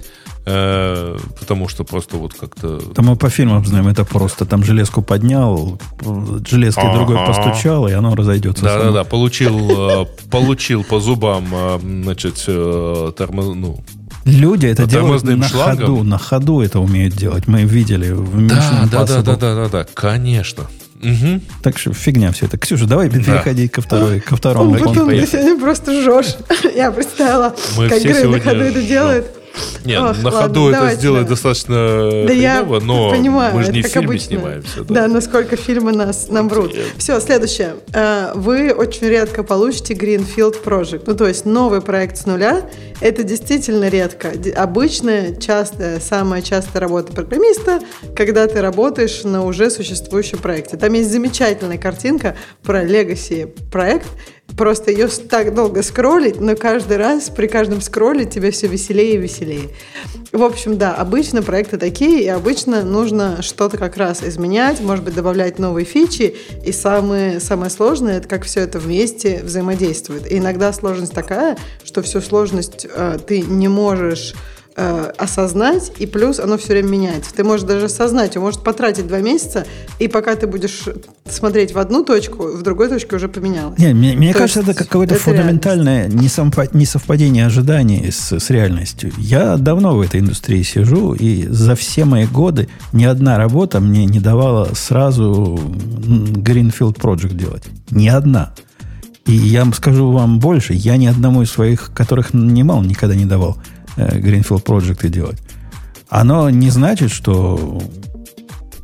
B: Потому что просто вот как-то...
A: Там мы по фильмам знаем, это просто там железку поднял, железкой ага. другой постучал, и оно разойдется.
B: Да-да-да, получил, получил по зубам, значит, тормоз... ну,
A: люди это делают на шлангом. ходу, на ходу это умеют делать. Мы видели в Mission
B: да, да, да, да, да, да, конечно. Угу.
A: Так что фигня все это. Ксюша, давай да. переходить ко, второй, ко второму.
C: Потом ты сегодня просто жжешь. Я представила,
B: Мы
C: как Грей на ходу это делает.
B: Нет, Ох, на ходу ладно, это сделать да. достаточно
C: да
B: хреново, но
C: понимаю,
B: мы же не в фильме
C: обычно.
B: снимаемся. Да,
C: да насколько фильмы нас, нам врут. Все, следующее. Вы очень редко получите Greenfield Project. Ну, то есть новый проект с нуля. Это действительно редко. Обычная, частая, самая частая работа программиста, когда ты работаешь на уже существующем проекте. Там есть замечательная картинка про Legacy проект. Просто ее так долго скроллить, но каждый раз, при каждом скролле тебе все веселее и веселее. В общем, да, обычно проекты такие, и обычно нужно что-то как раз изменять, может быть, добавлять новые фичи, и самое, самое сложное, это как все это вместе взаимодействует. И иногда сложность такая, что всю сложность э, ты не можешь э, осознать, и плюс оно все время меняется. Ты можешь даже осознать, он может потратить два месяца, и пока ты будешь смотреть в одну точку, в другой точке уже поменялось.
A: Не, мне мне кажется, это какое-то это фундаментальное несовпадение ожиданий с, с реальностью. Я давно в этой индустрии сижу, и за все мои годы ни одна работа мне не давала сразу Greenfield Project делать. Ни одна. И я скажу вам больше, я ни одному из своих, которых нанимал, никогда не давал Greenfield Project делать. Оно не значит, что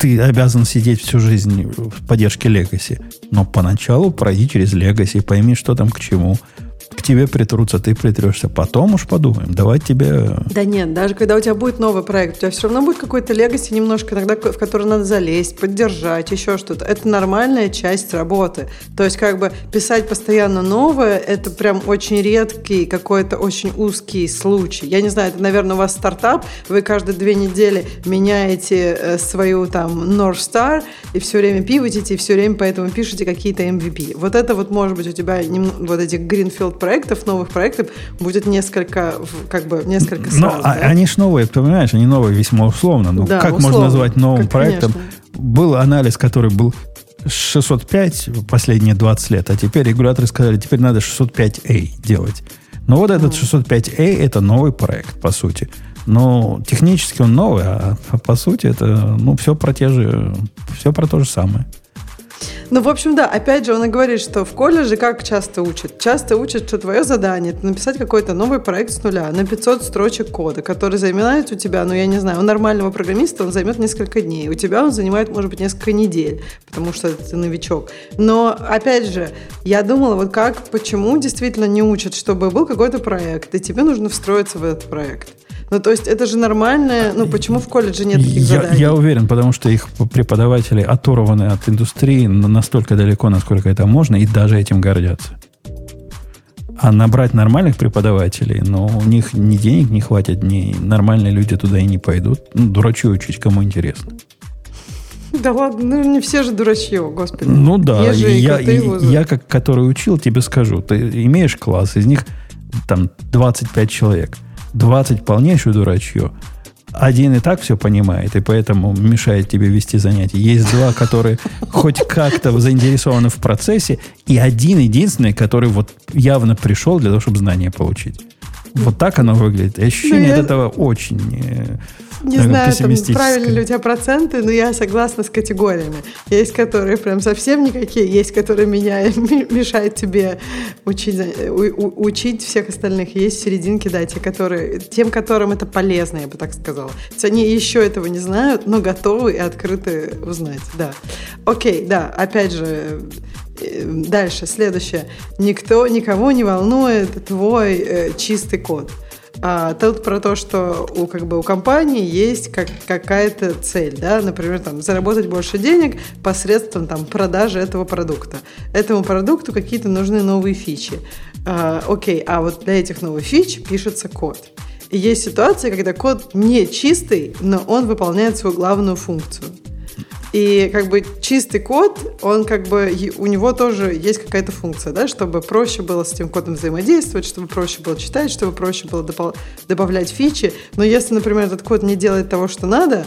A: ты обязан сидеть всю жизнь в поддержке Legacy. Но поначалу пройди через Legacy, пойми, что там к чему. К тебе притрутся, ты притрешься. Потом уж подумаем. Давай тебе...
C: Да нет, даже когда у тебя будет новый проект, у тебя все равно будет какой-то легаси немножко иногда, в который надо залезть, поддержать, еще что-то. Это нормальная часть работы. То есть как бы писать постоянно новое, это прям очень редкий, какой-то очень узкий случай. Я не знаю, это, наверное, у вас стартап, вы каждые две недели меняете свою там North Star и все время пивотите, и все время поэтому пишете какие-то эм ви пи. Вот это вот может быть у тебя вот этих Greenfield проектов, новых проектов будет несколько, как бы, несколько сразу.
A: Но да? Они ж новые, ты понимаешь, они новые весьма условно. Ну,
C: да,
A: как
C: условно,
A: можно назвать новым
C: как,
A: проектом?
C: Конечно.
A: Был анализ, который был шестьсот пять последние двадцать лет, а теперь регуляторы сказали, теперь надо шестьсот пять эй делать. Но вот этот шестьсот пять эй это новый проект, по сути. Но технически он новый, а по сути это ну, все про те же, все про то же самое.
C: Ну, в общем, да, опять же, он и говорит, что в колледже как часто учат? Часто учат, что твое задание – это написать какой-то новый проект с нуля на пятьсот строчек кода, который занимает у тебя, ну, я не знаю, у нормального программиста он займет несколько дней, у тебя он занимает, может быть, несколько недель, потому что ты новичок. Но, опять же, я думала, вот как, почему действительно не учат, чтобы был какой-то проект, и тебе нужно встроиться в этот проект. Ну, то есть, это же нормально. Ну, почему в колледже нет таких
A: я,
C: заданий?
A: Я уверен, потому что их преподаватели оторваны от индустрии настолько далеко, насколько это можно, и даже этим гордятся. А набрать нормальных преподавателей, но у них ни денег не хватит, ни нормальные люди туда и не пойдут. Ну, дурачью учить, кому интересно.
C: Да ладно, ну не все же дурачье, господи.
A: Ну да,
C: я,
A: я, я, как который учил, тебе скажу. Ты имеешь класс, из них там двадцать пять человек. двадцать полнейшее дурачье. Один и так все понимает, и поэтому мешает тебе вести занятия. Есть два, которые хоть как-то заинтересованы в процессе, и один единственный, который вот явно пришел для того, чтобы знания получить. Вот так оно выглядит. И ощущение
C: ну,
A: от
C: я...
A: этого очень
C: Не знаю, там, правильно ли у тебя проценты, но я согласна с категориями. Есть, которые прям совсем никакие, есть, которые меня мешают тебе учить, у, учить всех остальных. Есть серединки, да, те, которые, тем, которым это полезно, я бы так сказала. То есть они еще этого не знают, но готовы и открыты узнать, да. Окей, да, опять же... Дальше, следующее. Никто, никого не волнует твой э, чистый код. А, тут про то, что у, как бы, у компании есть как, какая-то цель, да? Например, там, заработать больше денег посредством там, продажи этого продукта. Этому продукту какие-то нужны новые фичи. А, окей, а вот для этих новых фич пишется код. И есть ситуация, когда код не чистый, но он выполняет свою главную функцию. И как бы чистый код, он как бы, у него тоже есть какая-то функция, да, чтобы проще было с этим кодом взаимодействовать, чтобы проще было читать, чтобы проще было допол- добавлять фичи. Но если, например, этот код не делает того, что надо,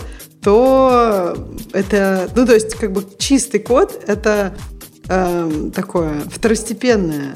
C: то это, ну, то есть как бы чистый код – это э, такое второстепенное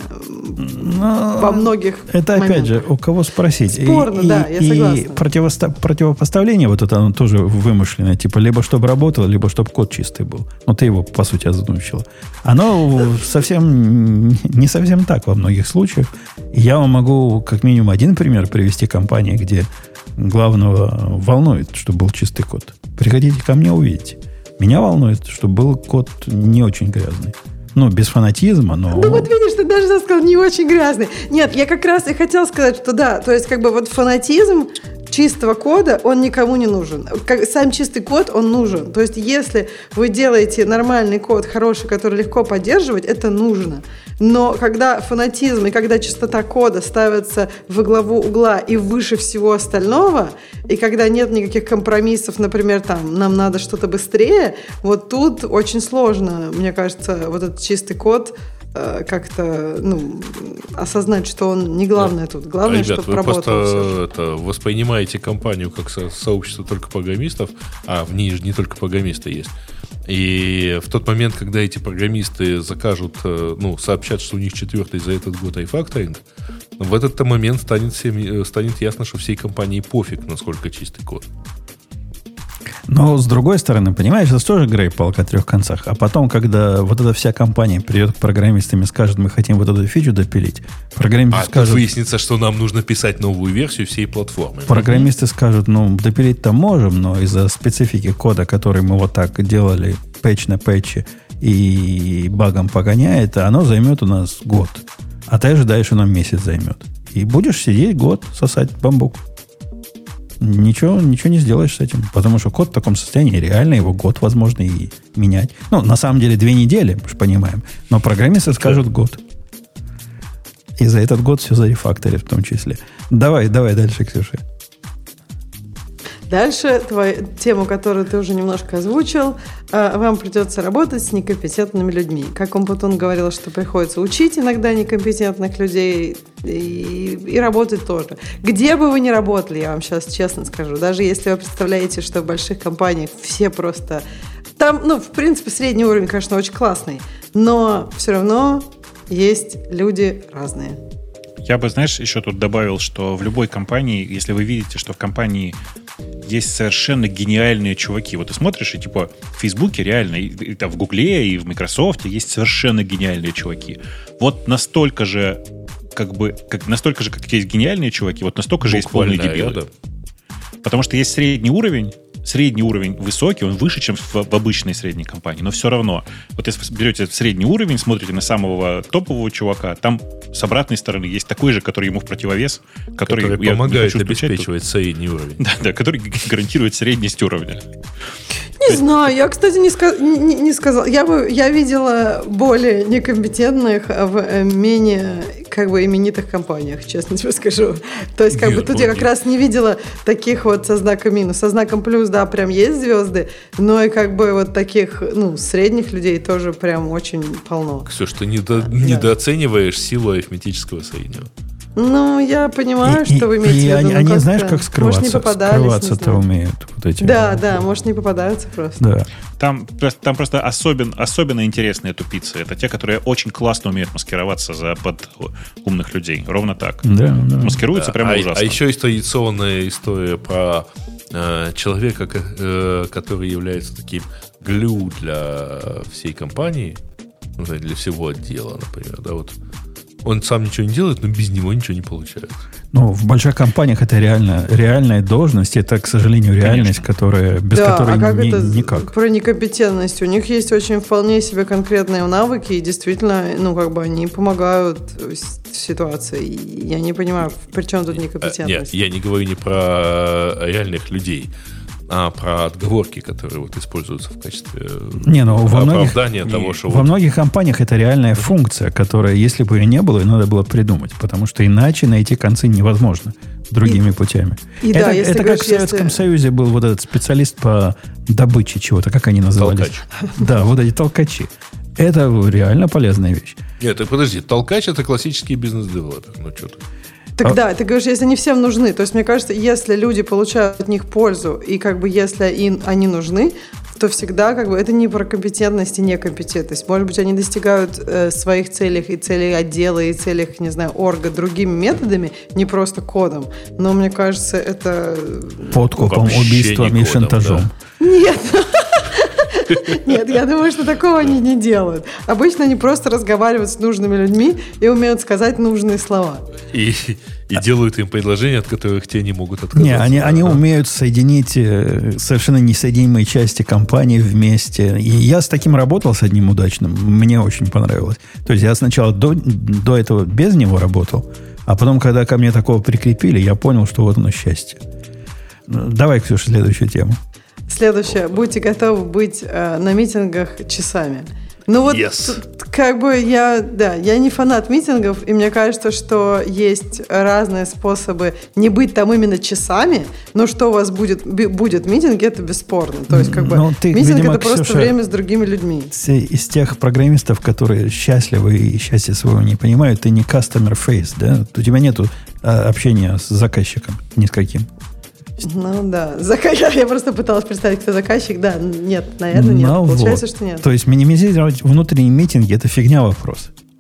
C: но во многих
A: это
C: моментах.
A: Опять же, у кого спросить.
C: Спорно, и, да,
A: и,
C: я согласна.
A: И противосто- противопоставление вот это оно тоже вымышленное. Типа, либо чтобы работало, либо чтобы код чистый был. Ну, ты его, по сути, озвучила. Оно совсем не совсем так во многих случаях. Я вам могу как минимум один пример привести компании, где главного волнует, чтобы был чистый код. Приходите ко мне, увидите. Меня волнует, чтобы был код не очень грязный. Ну, без фанатизма, но...
C: Ну, вот видишь, ты даже сказал, не очень грязный. Нет, я как раз и хотела сказать, что да, то есть как бы вот фанатизм чистого кода, он никому не нужен. Как, сам чистый код, он нужен. То есть если вы делаете нормальный код, хороший, который легко поддерживать, это нужно. Но когда фанатизм и когда чистота кода ставятся во главу угла и выше всего остального, и когда нет никаких компромиссов, например, там, нам надо что-то быстрее, вот тут очень сложно, мне кажется, вот этот чистый код э, как-то, ну, осознать, что он не главное да. тут. Главное,
B: Ребят,
C: чтобы работало.
B: Вы просто это, воспринимаете компанию как со- сообщество только программистов, а в ней же не только программисты есть. И в тот момент, когда эти программисты закажут, ну, сообщат, что у них четвертый за этот год айфакторинг, в этот момент станет, всем, станет ясно, что всей компании пофиг, насколько чистый код.
A: Но, с другой стороны, понимаешь, это тоже Грей, палка о трех концах. А потом, когда вот эта вся компания придет к программистам и скажет, мы хотим вот эту фичу допилить, программисты
B: а
A: скажут...
B: тут выяснится, что нам нужно писать новую версию всей платформы.
A: Программисты скажут, ну, допилить-то можем, но из-за специфики кода, который мы вот так делали, пэтч на пэтче, и багом погоняет, оно займет у нас год. А ты ожидаешь, что нам месяц займет. И будешь сидеть год, сосать бамбук. Ничего, ничего не сделаешь с этим. Потому что код в таком состоянии, реально его год возможно и менять. Ну, на самом деле, две недели, мы же понимаем. Но программисты скажут год. И за этот год все зарефакторят в том числе. Давай, давай дальше, Ксюша.
C: Дальше твою тему, которую ты уже немножко озвучил, вам придется работать с некомпетентными людьми. Как Умпутун говорил, что приходится учить иногда некомпетентных людей и, и работать тоже. Где бы вы ни работали, я вам сейчас честно скажу, даже если вы представляете, что в больших компаниях все просто... Там, ну, в принципе, средний уровень, конечно, очень классный, но все равно есть люди разные.
D: Я бы, знаешь, еще тут добавил, что в любой компании, если вы видите, что в компании есть совершенно гениальные чуваки. Вот ты смотришь, и типа в Фейсбуке реально, и, и, и в Гугле, и в Microsoft есть совершенно гениальные чуваки. Вот настолько же, как бы, как, настолько же, как есть гениальные чуваки, вот настолько же
B: Буквально,
D: есть полные дебилы.
B: да.
D: Потому что есть средний уровень, средний уровень высокий, он выше, чем в, в обычной средней компании. Но все равно, вот если вы берете средний уровень, смотрите на самого топового чувака, там с обратной стороны есть такой же, который ему в противовес, который,
B: который
D: я
B: помогает
D: не хочу
B: обеспечивать средний уровень.
D: Да, да, который гарантирует средность уровня.
C: Не знаю, я, кстати, не, ска- не, не сказала. Я, бы, я видела более некомпетентных в менее как бы именитых компаниях, честно тебе скажу. То есть, как
B: нет,
C: бы тут
B: ну,
C: я как
B: нет.
C: раз не видела таких вот со знаком минус. Со знаком плюс, да, прям есть звезды, но и как бы вот таких, ну, средних людей тоже прям очень полно.
B: Ксюш, ты недо- недооцениваешь силу арифметического среднего.
C: Ну, я понимаю,
A: И-
C: что вы
A: и-
C: имеете
A: и
C: в виду.
A: они,
C: но
A: они
C: как-то,
A: знаешь, как скрываться?
C: Может, не попадались, не
A: Скрываться-то
C: знаю.
A: умеют вот эти.
C: Да, да, может, не попадаются просто.
A: Да.
D: Там, просто- там просто особен, особенно интересные тупицы. Это те, которые очень классно умеют маскироваться за, под умных людей. Ровно так.
A: Да, да.
D: Маскируются
B: Да,
D: прямо
B: а,
D: ужасно.
B: а еще есть традиционная история про э, человека, ко- э, который является таким глю для всей компании, ну, для всего отдела, например. Да, вот. Он сам ничего не делает, но без него ничего не получается.
A: Ну, в больших компаниях это реально, реальная должность. Это, к сожалению, реальность, которая, без
C: да,
A: которой
C: а как
A: ни-
C: это
A: никак.
C: про некомпетентность? У них есть очень вполне себе конкретные навыки, и действительно, ну, как бы они помогают в ситуации. И я не понимаю, при чем тут
B: Э,
C: некомпетентность?
B: Нет, я не говорю не про реальных людей, а про отговорки, которые вот используются в качестве
A: Не, ну, во многих,
B: оправдания того, что
A: во
B: вот
A: многих компаниях это реальная функция, которая, если бы ее не было, ее надо было придумать, потому что иначе найти концы невозможно другими путями.
C: и
A: это
C: да, если
A: это
C: говоришь,
A: как в Советском
C: если-
A: Союзе был вот этот специалист по добыче чего-то, как они назывались?
B: толкач.
A: Да, вот эти толкачи. Это реально полезная вещь.
B: Нет, ты подожди, толкач — это классический бизнес-девелопер. Ну что ты?
C: Так
A: А-
C: да, ты говоришь, если они всем нужны. То есть, мне кажется, если люди получают от них пользу, и как бы если им они нужны, то всегда как бы это не про компетентность и некомпетентность. Может быть, они достигают э, своих целей и целей отдела, и целей, не знаю, орга другими методами, не просто кодом. Но мне кажется, это...
A: Подкупом,
B: Вообще
A: убийством
B: не
A: и
B: кодом,
A: шантажом.
C: Нет. Нет, я думаю, что такого они не делают. Обычно они просто разговаривают с нужными людьми и умеют сказать нужные слова.
B: И, и делают им предложения, от которых те не могут отказаться.
A: Не, они,
B: Да.
A: они умеют соединить э, совершенно несоединимые части компании вместе. И я с таким работал, с одним удачным. Мне очень понравилось. То есть я сначала до, до этого без него работал, а потом, когда ко мне такого прикрепили, я понял, что вот оно счастье. Ну, давай, Ксюша, следующую тему.
C: Следующее. Будьте готовы быть э, на митингах часами. Ну вот,
B: Yes.
C: тут как бы я, да, я не фанат митингов, и мне кажется, что есть разные способы не быть там именно часами, но что у вас будет, би- будет митинг, это бесспорно. То есть, как бы,
A: Ну, ты,
C: митинг
A: видимо,
C: это просто
A: Ксюша,
C: время с другими людьми.
A: С- Из тех программистов, которые счастливы и счастья своего не понимают, ты не customer face, да? У тебя нету а, общения с заказчиком ни с каким.
C: Ну да, Зака- я просто пыталась представить, кто заказчик, да, нет, наверное, нет.
A: Ну,
C: Получается,
A: вот.
C: что нет.
A: То есть минимизировать внутренние митинги – это фигня вопрос.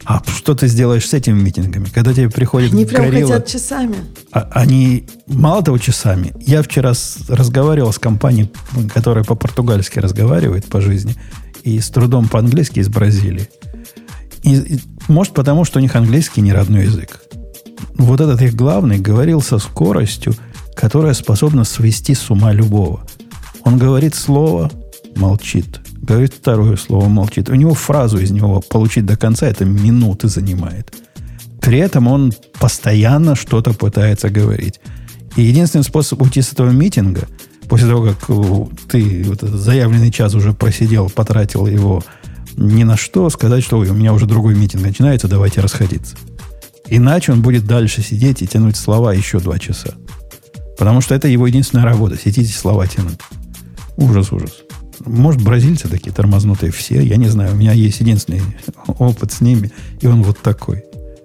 A: А что ты сделаешь с этими митингами? Когда тебе приходит
C: Они прям
A: горилла,
C: хотят часами.
A: а, они, мало того, часами. Я вчера с, разговаривал с компанией, которая по-португальски разговаривает по жизни, и с трудом по-английски из Бразилии. И, и, может, потому, что у них английский не родной язык. Вот этот их главный говорил со скоростью, которая способна свести с ума любого. Он говорит слово, молчит. Говорит второе слово, молчит. У него фразу из него получить до конца, это минуты занимает. При этом он постоянно что-то пытается говорить. И единственный способ уйти с этого митинга, после того, как ты вот этот заявленный час уже просидел, потратил его ни на что, сказать, что ой, у меня уже другой митинг начинается, давайте расходиться. Иначе он будет дальше сидеть и тянуть слова еще два часа. Потому что это его единственная работа, сидеть и слова тянуть. Ужас, ужас. Может, бразильцы такие тормознутые все, я не знаю. У меня есть единственный опыт с ними, и он вот такой.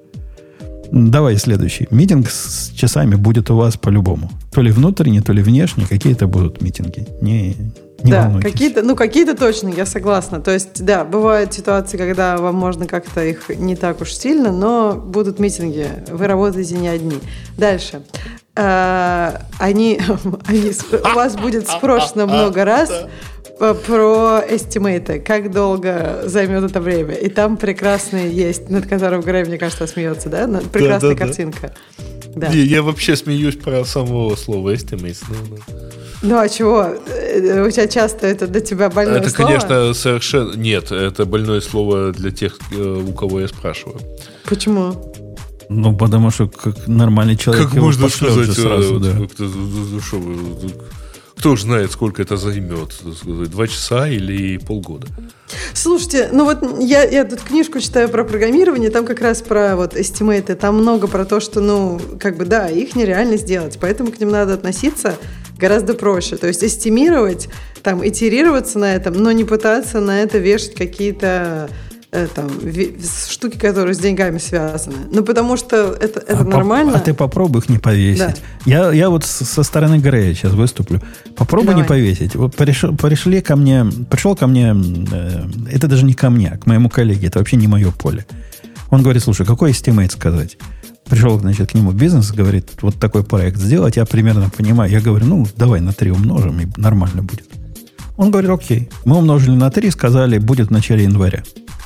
A: Давай следующий. Митинг с часами будет у вас по-любому. То ли внутренний, то ли внешний. Какие-то будут митинги. Не, не
C: да,
A: волнуйтесь.
C: какие-то, ну какие-то точно, я согласна. То есть, да, бывают ситуации, когда вам можно как-то их не так уж сильно, но будут митинги. Вы работаете не одни. Дальше. А, они, они, у вас будет спрошено много раз про эстимейты, как долго займет это время. И там прекрасный есть, над которым Грей, мне кажется, смеется, да? Прекрасная да, да, картинка.
B: Да. Я, я вообще смеюсь про самого слова estimate. Ну,
C: ну а чего? У тебя часто это для тебя больное
B: это,
C: слово?
B: Это, конечно, совершенно... Нет, это больное слово для тех, у кого я спрашиваю.
C: Почему?
A: Ну, потому что как нормальный человек
B: как его можно сказать,
A: сразу, да.
B: Что вы... Кто же знает, сколько это займет? Два часа или полгода?
C: Слушайте, ну вот я, я тут книжку читаю про программирование, там как раз про вот эстимейты, там много про то, что, ну, как бы, да, их нереально сделать, поэтому к ним надо относиться гораздо проще. То есть эстимировать, там, итерироваться на этом, но не пытаться на это вешать какие-то... Там, штуки, которые с деньгами связаны. Ну, потому что это, это
A: а
C: нормально.
A: По, а ты попробуй их не повесить. Да. Я, я вот со стороны Грея сейчас выступлю. Попробуй Давай. не повесить. Вот пришел, пришли ко мне, пришел ко мне, э, это даже не ко мне, а к моему коллеге, это вообще не мое поле. Он говорит, слушай, какой эстимейт сказать? Пришел, значит, к нему бизнес, говорит, вот такой проект сделать, я примерно понимаю. Я говорю, ну, давай на три умножим, и нормально будет. Он говорит, окей. Мы умножили на три, сказали, будет в начале января.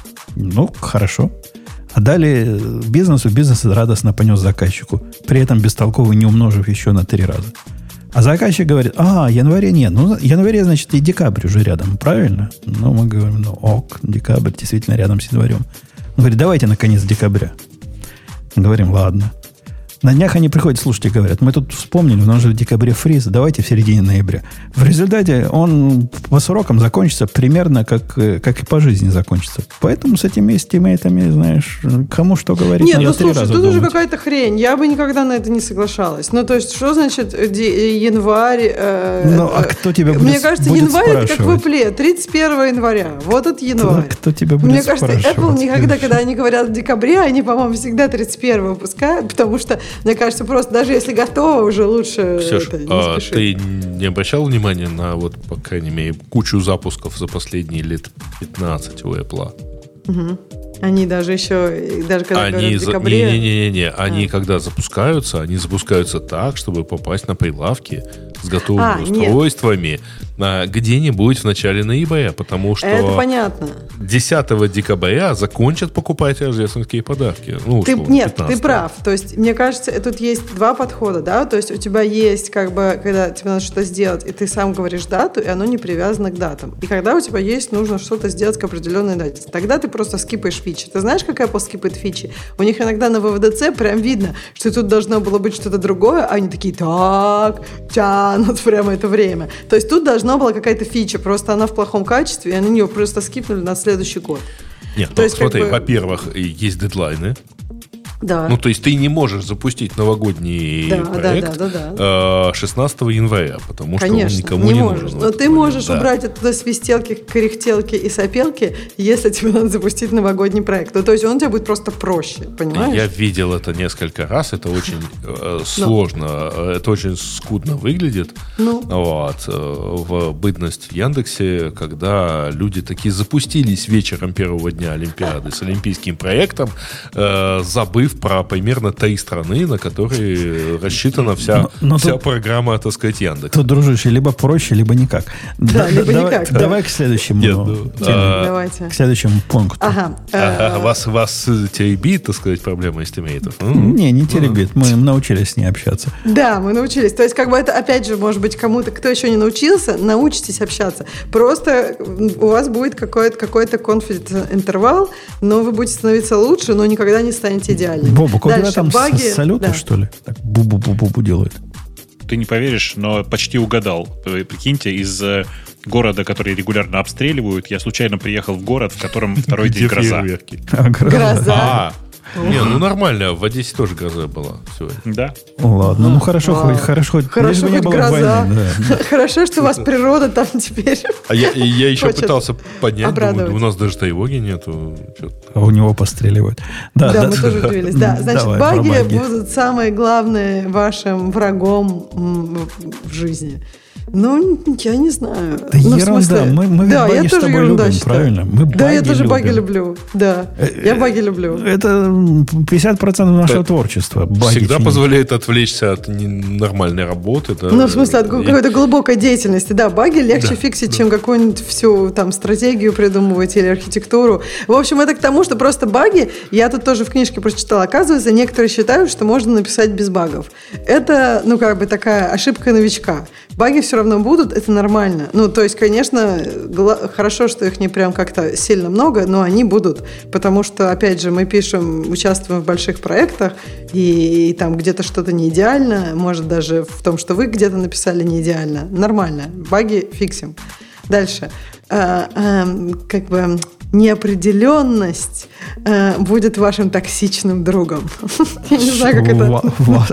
A: Ну, хорошо. А далее бизнесу бизнес радостно понес заказчику, при этом бестолково не умножив еще на три раза. А заказчик говорит, а, января нет. Ну, января, значит, и декабрь уже рядом, правильно? Ну, мы говорим, ну, ок, декабрь действительно рядом с январем. Он говорит, давайте на конец декабря. Говорим, ладно. На днях они приходят, слушайте, говорят, мы тут вспомнили, у нас же в декабре фриз, давайте в середине ноября. В результате он по срокам закончится примерно как, как и по жизни закончится. Поэтому с этими эстимейтами, знаешь, кому что говорить,
C: Нет, ну слушай, тут думать. Уже какая-то хрень. Я бы никогда на это не соглашалась. Ну, то есть, что значит январь? Э,
A: ну, а кто тебя будет
C: Мне кажется,
A: будет
C: январь это как в Apple, тридцать первого января. Вот это январь.
A: Кто, кто тебя будет
C: Мне кажется, Apple никогда, когда они говорят в декабре, они, по-моему, всегда тридцать первого выпускают, потому что мне кажется, просто даже если готово, уже лучше
B: Ксюш,
C: это, не
B: а
C: спешить.
B: Ты не обращал внимания на, вот, по крайней мере, кучу запусков за последние лет пятнадцать у Apple?
C: Угу. Они даже еще, даже когда
B: они
C: говорят в декабре...
B: Не-не-не, они а. когда запускаются, они запускаются так, чтобы попасть на прилавки с готовыми а, устройствами нет. где-нибудь в начале ноября, потому что
C: это понятно.
B: десятого декабря закончат покупать рождественские подарки. Ну,
C: ты,
B: условно,
C: нет,
B: пятнадцатого.
C: Ты прав. То есть, мне кажется, тут есть два подхода, да, то есть у тебя есть, как бы, когда тебе надо что-то сделать, и ты сам говоришь дату, и оно не привязано к датам. И когда у тебя есть, нужно что-то сделать к определенной дате, тогда ты просто скипаешь фичи. Ты знаешь, как Apple скипает фичи? У них иногда на дабл ю дабл ю ди си прям видно, что тут должно было быть что-то другое, а они такие, так, тянут прямо это время. То есть тут должна была какая-то фича, просто она в плохом качестве, и они ее просто скипнули на следующий год.
B: Нет,
C: То
B: ну,
C: есть,
B: смотри,
C: как бы...
B: во-первых, есть дедлайны.
C: Да.
B: Ну, то есть ты не можешь запустить новогодний
C: да,
B: проект
C: да, да, да, да.
B: шестнадцатого января, потому
C: Конечно,
B: что он никому не,
C: не
B: нужен.
C: можешь. Но ты можешь да. убрать оттуда свистелки, кряхтелки и сопелки, если тебе надо запустить новогодний проект. Ну, то есть он у тебя будет просто проще, понимаешь?
B: Я видел это несколько раз, это очень э, сложно, Но. это очень скудно выглядит. Ну. Вот, э, в бытность в Яндексе, когда люди такие запустились вечером первого дня Олимпиады с олимпийским проектом, э, забыв про примерно три страны, на которые рассчитана вся, но, но вся тут, программа, так сказать, Яндекса.
A: Тут, дружище, либо проще, либо никак.
C: Да, да либо
A: давай,
C: никак.
A: Давай
C: да.
A: к следующему.
B: Нет, ну, а,
C: Давайте.
A: К следующему пункту.
C: Ага.
B: А, вас, вас теребит, так сказать, проблема эстимейтов?
A: Не, не теребит. Мы научились с ней общаться.
C: Да, мы научились. То есть, как бы это, опять же, может быть, кому-то, кто еще не научился, научитесь общаться. Просто у вас будет какой-то, какой-то конфиденс-интервал, но вы будете становиться лучше, но никогда не станете идеальными.
A: Бобок, у тебя там баги, с салюта, да. что ли? Так, бу-бу-бу-бу делает.
D: Ты не поверишь, но почти угадал. Прикиньте, из города, который регулярно обстреливают, я случайно приехал в город, в котором второй день гроза.
C: Гроза.
B: Не, ну нормально, в Одессе тоже гроза была сегодня.
D: Да.
A: Ладно, ну хорошо, хоть хорошо.
C: Хорошо, хоть гроза. Хорошо, что у вас природа там теперь.
B: А я еще пытался поднять, думаю, у нас даже тревоги нету.
A: А у него постреливают.
C: Да, мы тоже удивились. Да, значит, баги будут самое главное вашим врагом в жизни. Ну, я не знаю.
A: Да
C: ну,
A: ерунда.
C: В смысле,
A: мы, мы
C: да,
A: баги
C: я
A: с тобой любим, считаю. Правильно? Мы
C: да, я тоже
A: любим.
C: баги люблю. Да, я баги люблю.
A: Это пятьдесят процентов нашего это творчества. Баги
B: всегда
A: чинить.
B: Позволяет отвлечься от нормальной работы. Да.
C: Ну, в смысле, от какой-то глубокой деятельности. Да, баги легче да, фиксить, да. чем какую-нибудь всю там стратегию придумывать или архитектуру. В общем, это к тому, что просто баги, я тут тоже в книжке прочитала, оказывается, некоторые считают, что можно написать без багов. Это, ну, как бы такая ошибка новичка. Баги все равно будут, это нормально. Ну, то есть, конечно, гла- хорошо, что их не прям как-то сильно много, но они будут. Потому что, опять же, мы пишем, участвуем в больших проектах, и, и там где-то что-то не идеально, может, даже в том, что вы где-то написали не идеально. Нормально. Баги фиксим. Дальше. А, а, как бы неопределенность а, будет вашим токсичным другом. Я не знаю, как это...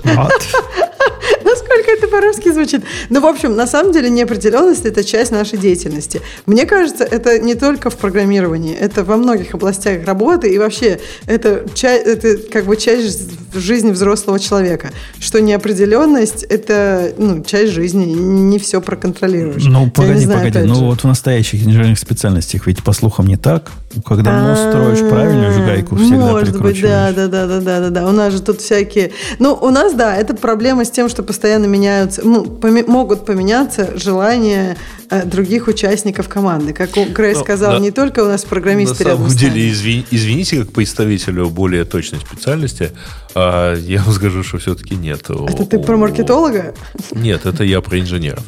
C: Насколько это по-русски звучит. Ну, в общем, на самом деле неопределенность – это часть нашей деятельности. Мне кажется, это не только в программировании, это во многих областях работы, и вообще это, это как бы часть жизни взрослого человека, что неопределенность – это ну, часть жизни, не все проконтролируешь.
A: Ну, погоди, знаю, погоди, ну же. Вот в настоящих инженерных специальностях ведь, по слухам, не так. Когда мост строишь правильную же гайку, всегда
C: может
A: прикручиваешь.
C: Быть, да, да, да, да, да, да, да. У нас же тут всякие... Ну, у нас, да, это проблема с тем, что постоянно меняются, ну, поми- могут поменяться желания э, других участников команды. Как Грей Но, сказал, да, не только у нас программисты рядом.
B: На самом деле, извини, извините, как представителю более точной специальности, э, я вам скажу, что все-таки нет.
C: Это ты про маркетолога?
B: Нет, это я про инженеров.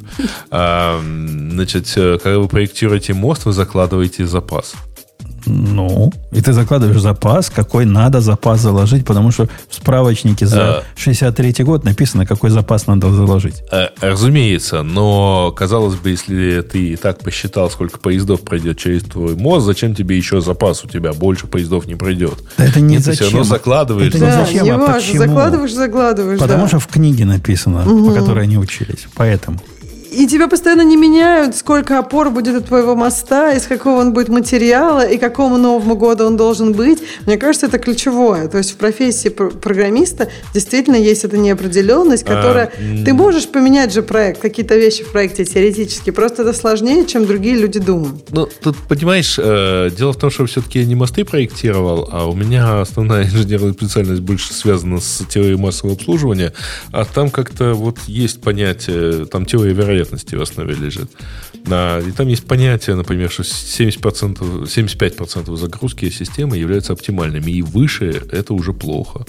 B: Значит, когда вы проектируете мост, вы закладываете запас.
A: Ну, и ты закладываешь запас, какой надо запас заложить, потому что в справочнике за шестьдесят третий год написано, какой запас надо заложить.
B: Разумеется, но, казалось бы, если ты и так посчитал, сколько поездов пройдет через твой мост, зачем тебе еще запас? У тебя больше поездов не пройдет.
A: Да это не
B: Нет,
A: зачем.
B: Ты все равно закладываешь.
A: Это не
C: да,
A: зачем,
C: не
A: а
C: важно.
A: почему?
C: Закладываешь, закладываешь,
A: Потому
C: да.
A: что в книге написано, угу. по которой они учились. Поэтому...
C: И тебя постоянно не меняют, сколько опор будет от твоего моста, из какого он будет материала, и какому Новому году он должен быть. Мне кажется, это ключевое. То есть в профессии программиста действительно есть эта неопределенность, которая... А, ты можешь поменять же проект, какие-то вещи в проекте теоретически, просто это сложнее, чем другие люди думают.
B: Ну, тут, понимаешь, э, дело в том, что все-таки я не мосты проектировал, а у меня основная инженерная специальность больше связана с теорией массового обслуживания, а там как-то вот есть понятие, там теория вероятности в основе лежит. Да, и там есть понятие, например, что семьдесят процентов, семьдесят пять процентов загрузки системы являются оптимальными, и выше это уже плохо.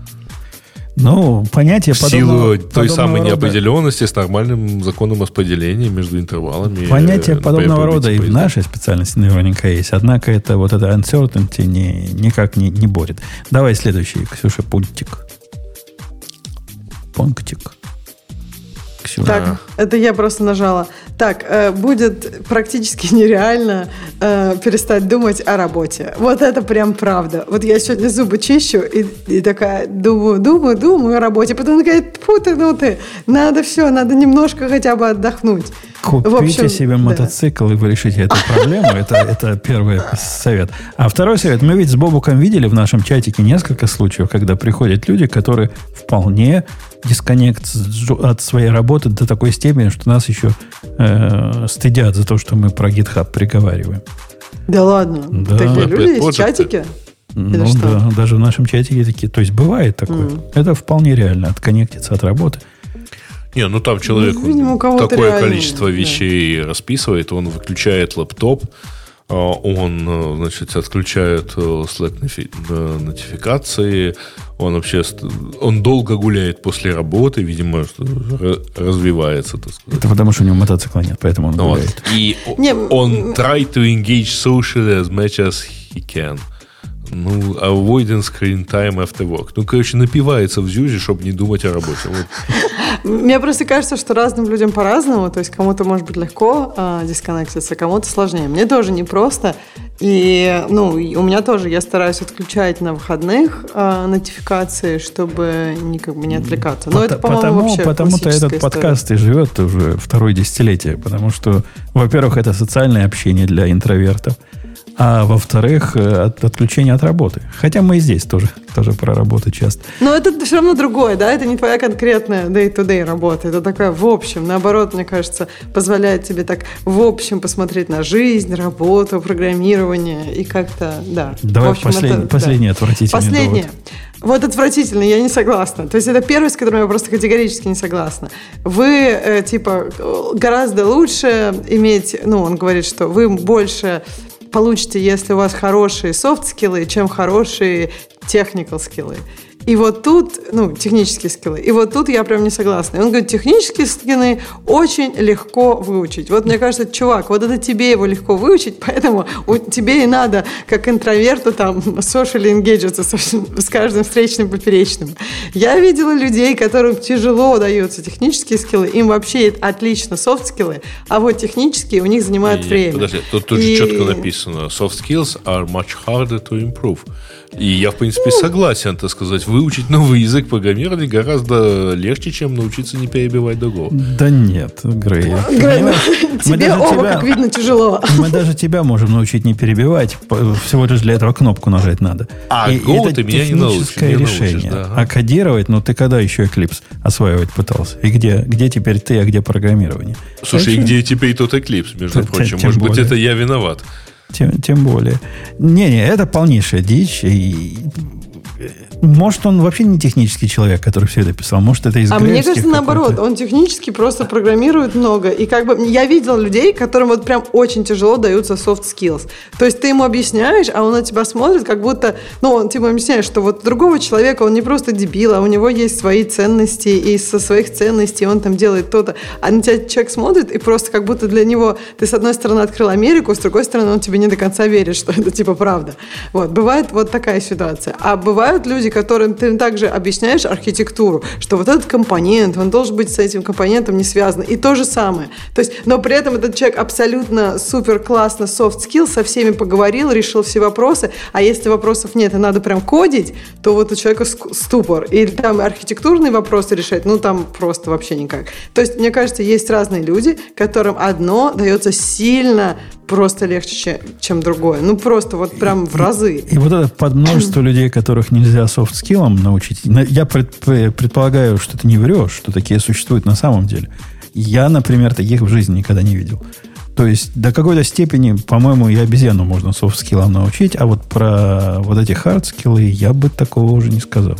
A: Ну, понятие
B: в силу
A: подобного,
B: той самой
A: рода,
B: неопределенности с нормальным законом распределения между интервалами.
A: Понятие подобного рода и в нашей специальности наверняка есть. Однако это вот это uncertainty не, никак не, не борет. Давай следующий, Ксюша, пунктик. Пунктик. Ксюша.
C: Так, а. это я просто нажала. Так, э, будет практически нереально э, перестать думать о работе. Вот это прям правда. Вот я сегодня зубы чищу и, и такая думаю, думаю, думаю о работе. Потом такая, тьфу ты, ну ты, надо все, надо немножко хотя бы отдохнуть.
A: Купите
C: общем,
A: себе
C: да.
A: мотоцикл, и вы решите эту проблему. Это, это первый совет. А второй совет. Мы ведь с Бобуком видели в нашем чатике несколько случаев, когда приходят люди, которые вполне дисконнект от своей работы до такой степени, что нас еще э, стыдят за то, что мы про GitHub приговариваем.
C: Да ладно?
A: Да.
C: Такие люди есть в
B: Вот
C: чатике?
A: Ну
C: что?
A: да, даже в нашем чатике такие. То есть бывает такое.
C: Mm.
A: Это вполне реально, отконнектиться от работы.
B: Не, ну там человек
C: Ну, видимо, у кого-то
B: такое
C: реально,
B: количество
C: да.
B: вещей расписывает, он выключает лэптоп, он, значит, отключает Slack нотификации, он вообще он долго гуляет после работы, видимо, развивается, так сказать.
A: Это потому, что у него мотоцикла нет, поэтому он
B: Вот.
A: гуляет.
B: И
C: Не,
B: он try to engage socially as much as he can. Ну, avoiding screen time after work. Ну, короче, напивается в зюзе, чтобы не думать о работе. Вот.
C: Мне просто кажется, что разным людям по-разному. То есть кому-то может быть легко э, дисконнектиться, кому-то сложнее. Мне тоже непросто. И, ну, и у меня тоже, я стараюсь отключать на выходных э, нотификации, чтобы не, как бы, не отвлекаться. Но
A: Пот-
C: это, по-моему,
A: потому,
C: вообще
A: Потому-то этот
C: классическая
A: подкаст и живет уже второе десятилетие. Потому что, во-первых, это социальное общение для интровертов. А во-вторых, от, отключение от работы. Хотя мы и здесь тоже, тоже про работу часто.
C: Но это все равно другое, да? Это не твоя конкретная day-to-day работа. Это такая в общем. Наоборот, мне кажется, позволяет тебе так в общем посмотреть на жизнь, работу, программирование и как-то, да.
A: Давай
C: в общем,
A: послед...
C: это,
A: последний
C: да.
A: отвратительный
C: Последнее.
A: довод.
C: Вот отвратительно, я не согласна. То есть это первый, с которым я просто категорически не согласна. Вы, э, типа, гораздо лучше иметь... Ну, он говорит, что вы больше... получите, если у вас хорошие софт-скиллы, чем хорошие техникал-скиллы. И вот тут, ну, технические скиллы, и вот тут я прям не согласна. И он говорит, технические скиллы очень легко выучить. Вот мне кажется, чувак, вот это тебе его легко выучить, поэтому тебе и надо, как интроверту, там, socially engagement с каждым встречным поперечным. Я видела людей, которым тяжело даются технические скиллы, им вообще отлично софт-скиллы, а вот технические у них занимают
B: Не,
C: время.
B: Подожди, тут, тут
C: и...
B: же четко написано, soft skills are much harder to improve. И я, в принципе, согласен, так сказать, выучить новый язык программирования гораздо легче, чем научиться не перебивать другого.
A: Да нет, Грей.
C: Грей, тебе оба, тебя, как видно, тяжело.
A: Мы даже тебя можем научить не перебивать, всего лишь для этого кнопку нажать надо.
B: А
A: и,
B: Go
A: это
B: ты меня не научишь.
A: техническое
B: Не
A: решение.
B: научишь, да.
A: А кодировать, ну ты когда еще Eclipse осваивать пытался? И где, где теперь ты, а где программирование?
B: Слушай, и
A: Конечно.
B: где теперь тот Eclipse, между
A: Тем-
B: прочим?
A: тем
B: Может быть,
A: более.
B: это я виноват.
A: Тем, тем более. Не-не, это полнейшая дичь. И... Может, он вообще не технический человек, который все это писал. Может, это из
C: А
A: грейвских
C: мне кажется, наоборот,
A: какой-то.
C: он технически просто программирует много. И как бы я видела людей, которым вот прям очень тяжело даются soft skills. То есть ты ему объясняешь, а он на тебя смотрит, как будто, ну, он тебе объясняет, что вот другого человека, он не просто дебил, а у него есть свои ценности, и со своих ценностей он там делает то-то. А на тебя человек смотрит, и просто как будто для него ты, с одной стороны, открыл Америку, с другой стороны, он тебе не до конца верит, что это типа правда. Вот, бывает вот такая ситуация. А бывают люди, которым ты также объясняешь архитектуру, что вот этот компонент, он должен быть с этим компонентом не связан. И то же самое. То есть, но при этом этот человек абсолютно супер классно soft skill, со всеми поговорил, решил все вопросы, а если вопросов нет и надо прям кодить, то вот у человека ступор. Или там архитектурные вопросы решать, ну там просто вообще никак. То есть, мне кажется, есть разные люди, которым одно дается сильно просто легче, чем другое. Ну, просто вот прям в разы.
A: И вот это подмножество людей, которых нельзя софт-скиллам научить. Я пред, предполагаю, что ты не врешь, что такие существуют на самом деле. Я, например, таких в жизни никогда не видел. То есть до какой-то степени, по-моему, и обезьяну можно софт-скиллам научить, а вот про вот эти хард-скиллы я бы такого уже не сказал.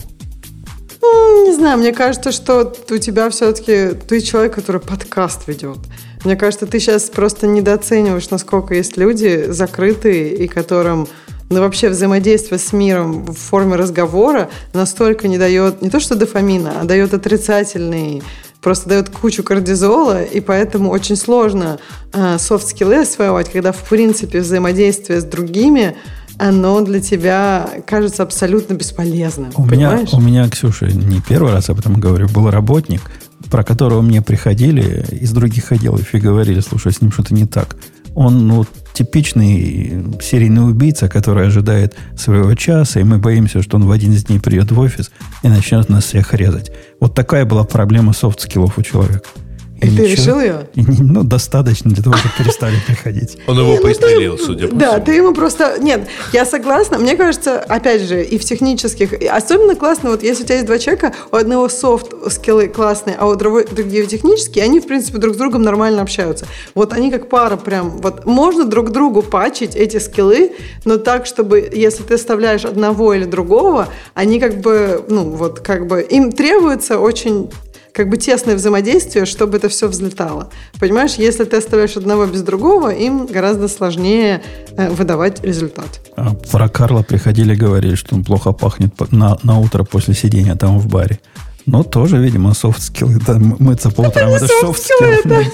C: Ну, не знаю, мне кажется, что у тебя все-таки ты человек, который подкаст ведет. Мне кажется, ты сейчас просто недооцениваешь, насколько есть люди закрытые, и которым ну, вообще взаимодействие с миром в форме разговора настолько не дает, не то что дофамина, а дает отрицательный, просто дает кучу кортизола, и поэтому очень сложно э, софт-скиллы осваивать, когда, в принципе, взаимодействие с другими оно для тебя кажется абсолютно бесполезным.
A: У меня, у меня, Ксюша, не первый раз об этом говорю, был работник, про которого мне приходили из других отделов и говорили, слушай, с ним что-то не так. Он, ну, типичный серийный убийца, который ожидает своего часа, и мы боимся, что он в один из дней придет в офис и начнет нас всех резать. Вот такая была проблема софт-скиллов у человека.
C: И, и ты решил ее?
A: И, ну, достаточно для того, чтобы перестали приходить.
B: Он его пристрелил, судя по всему.
C: Да, ты ему просто... Нет, я согласна. Мне кажется, опять же, и в технических... Особенно классно, вот если у тебя есть два человека, у одного софт-скиллы классные, а у другого другие технические, они, в принципе, друг с другом нормально общаются. Вот они как пара прям... Вот можно друг другу патчить эти скиллы, но так, чтобы, если ты оставляешь одного или другого, они как бы... Ну, вот как бы... Им требуется очень... как бы тесное взаимодействие, чтобы это все взлетало. Понимаешь, если ты оставляешь одного без другого, им гораздо сложнее э, выдавать результат.
A: А про Карла приходили, говорили, что он плохо пахнет на, на утро после сидения там в баре. Но тоже, видимо, софт-скиллы. Да, мыться по утрам, это софт-скиллы.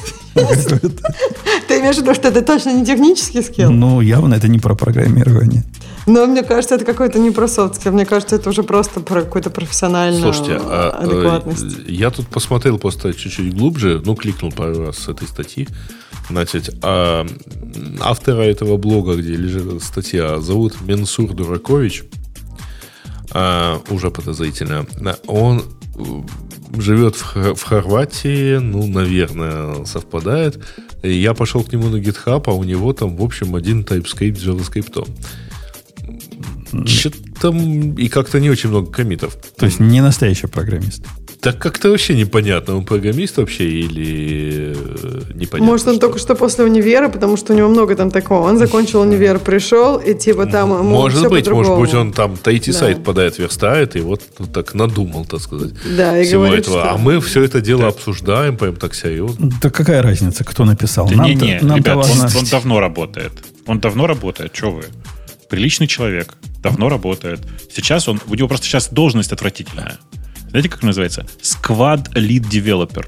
C: Ты имеешь в виду, что это точно не технический скилл?
A: Ну, явно это не про программирование.
C: Но мне кажется, это какой-то не про софт-скилл. Мне кажется, это уже просто про какую-то профессиональную
B: Слушайте, а,
C: адекватность.
B: Я тут посмотрел просто чуть-чуть глубже, ну, кликнул пару раз с этой статьи. Значит, а автора этого блога, где лежит статья, зовут Менсур Дуракович. А, уже подозрительно. Он живет в, в Хорватии, ну, наверное, совпадает. И я пошел к нему на GitHub, а у него там, в общем, один TypeScript с JavaScript. Что-то там и как-то не очень много коммитов.
A: То есть не настоящий программист.
B: Так как-то вообще непонятно, он программист вообще или непонятно.
C: Может, он
B: что?
C: только что после универа, потому что у него много там такого. Он закончил универ, пришел, и типа там ему
B: может
C: все
B: быть,
C: по-другому.
B: Может быть, он там ай ти-сайт
C: Да.
B: подает, верстает, и вот так надумал, так сказать,
C: Да, и
B: всего
C: говорит,
B: этого.
C: что...
B: А мы все это дело да. обсуждаем, прям так серьезно.
A: Да какая разница, кто написал?
D: Да
A: Нам-то,
D: не-не,
A: нам-то
D: ребят,
A: важно...
D: он, он давно работает. Он давно работает, что вы? Приличный человек, давно работает. Сейчас он, у него просто сейчас должность отвратительная. Знаете, как называется? Squad Lead Developer.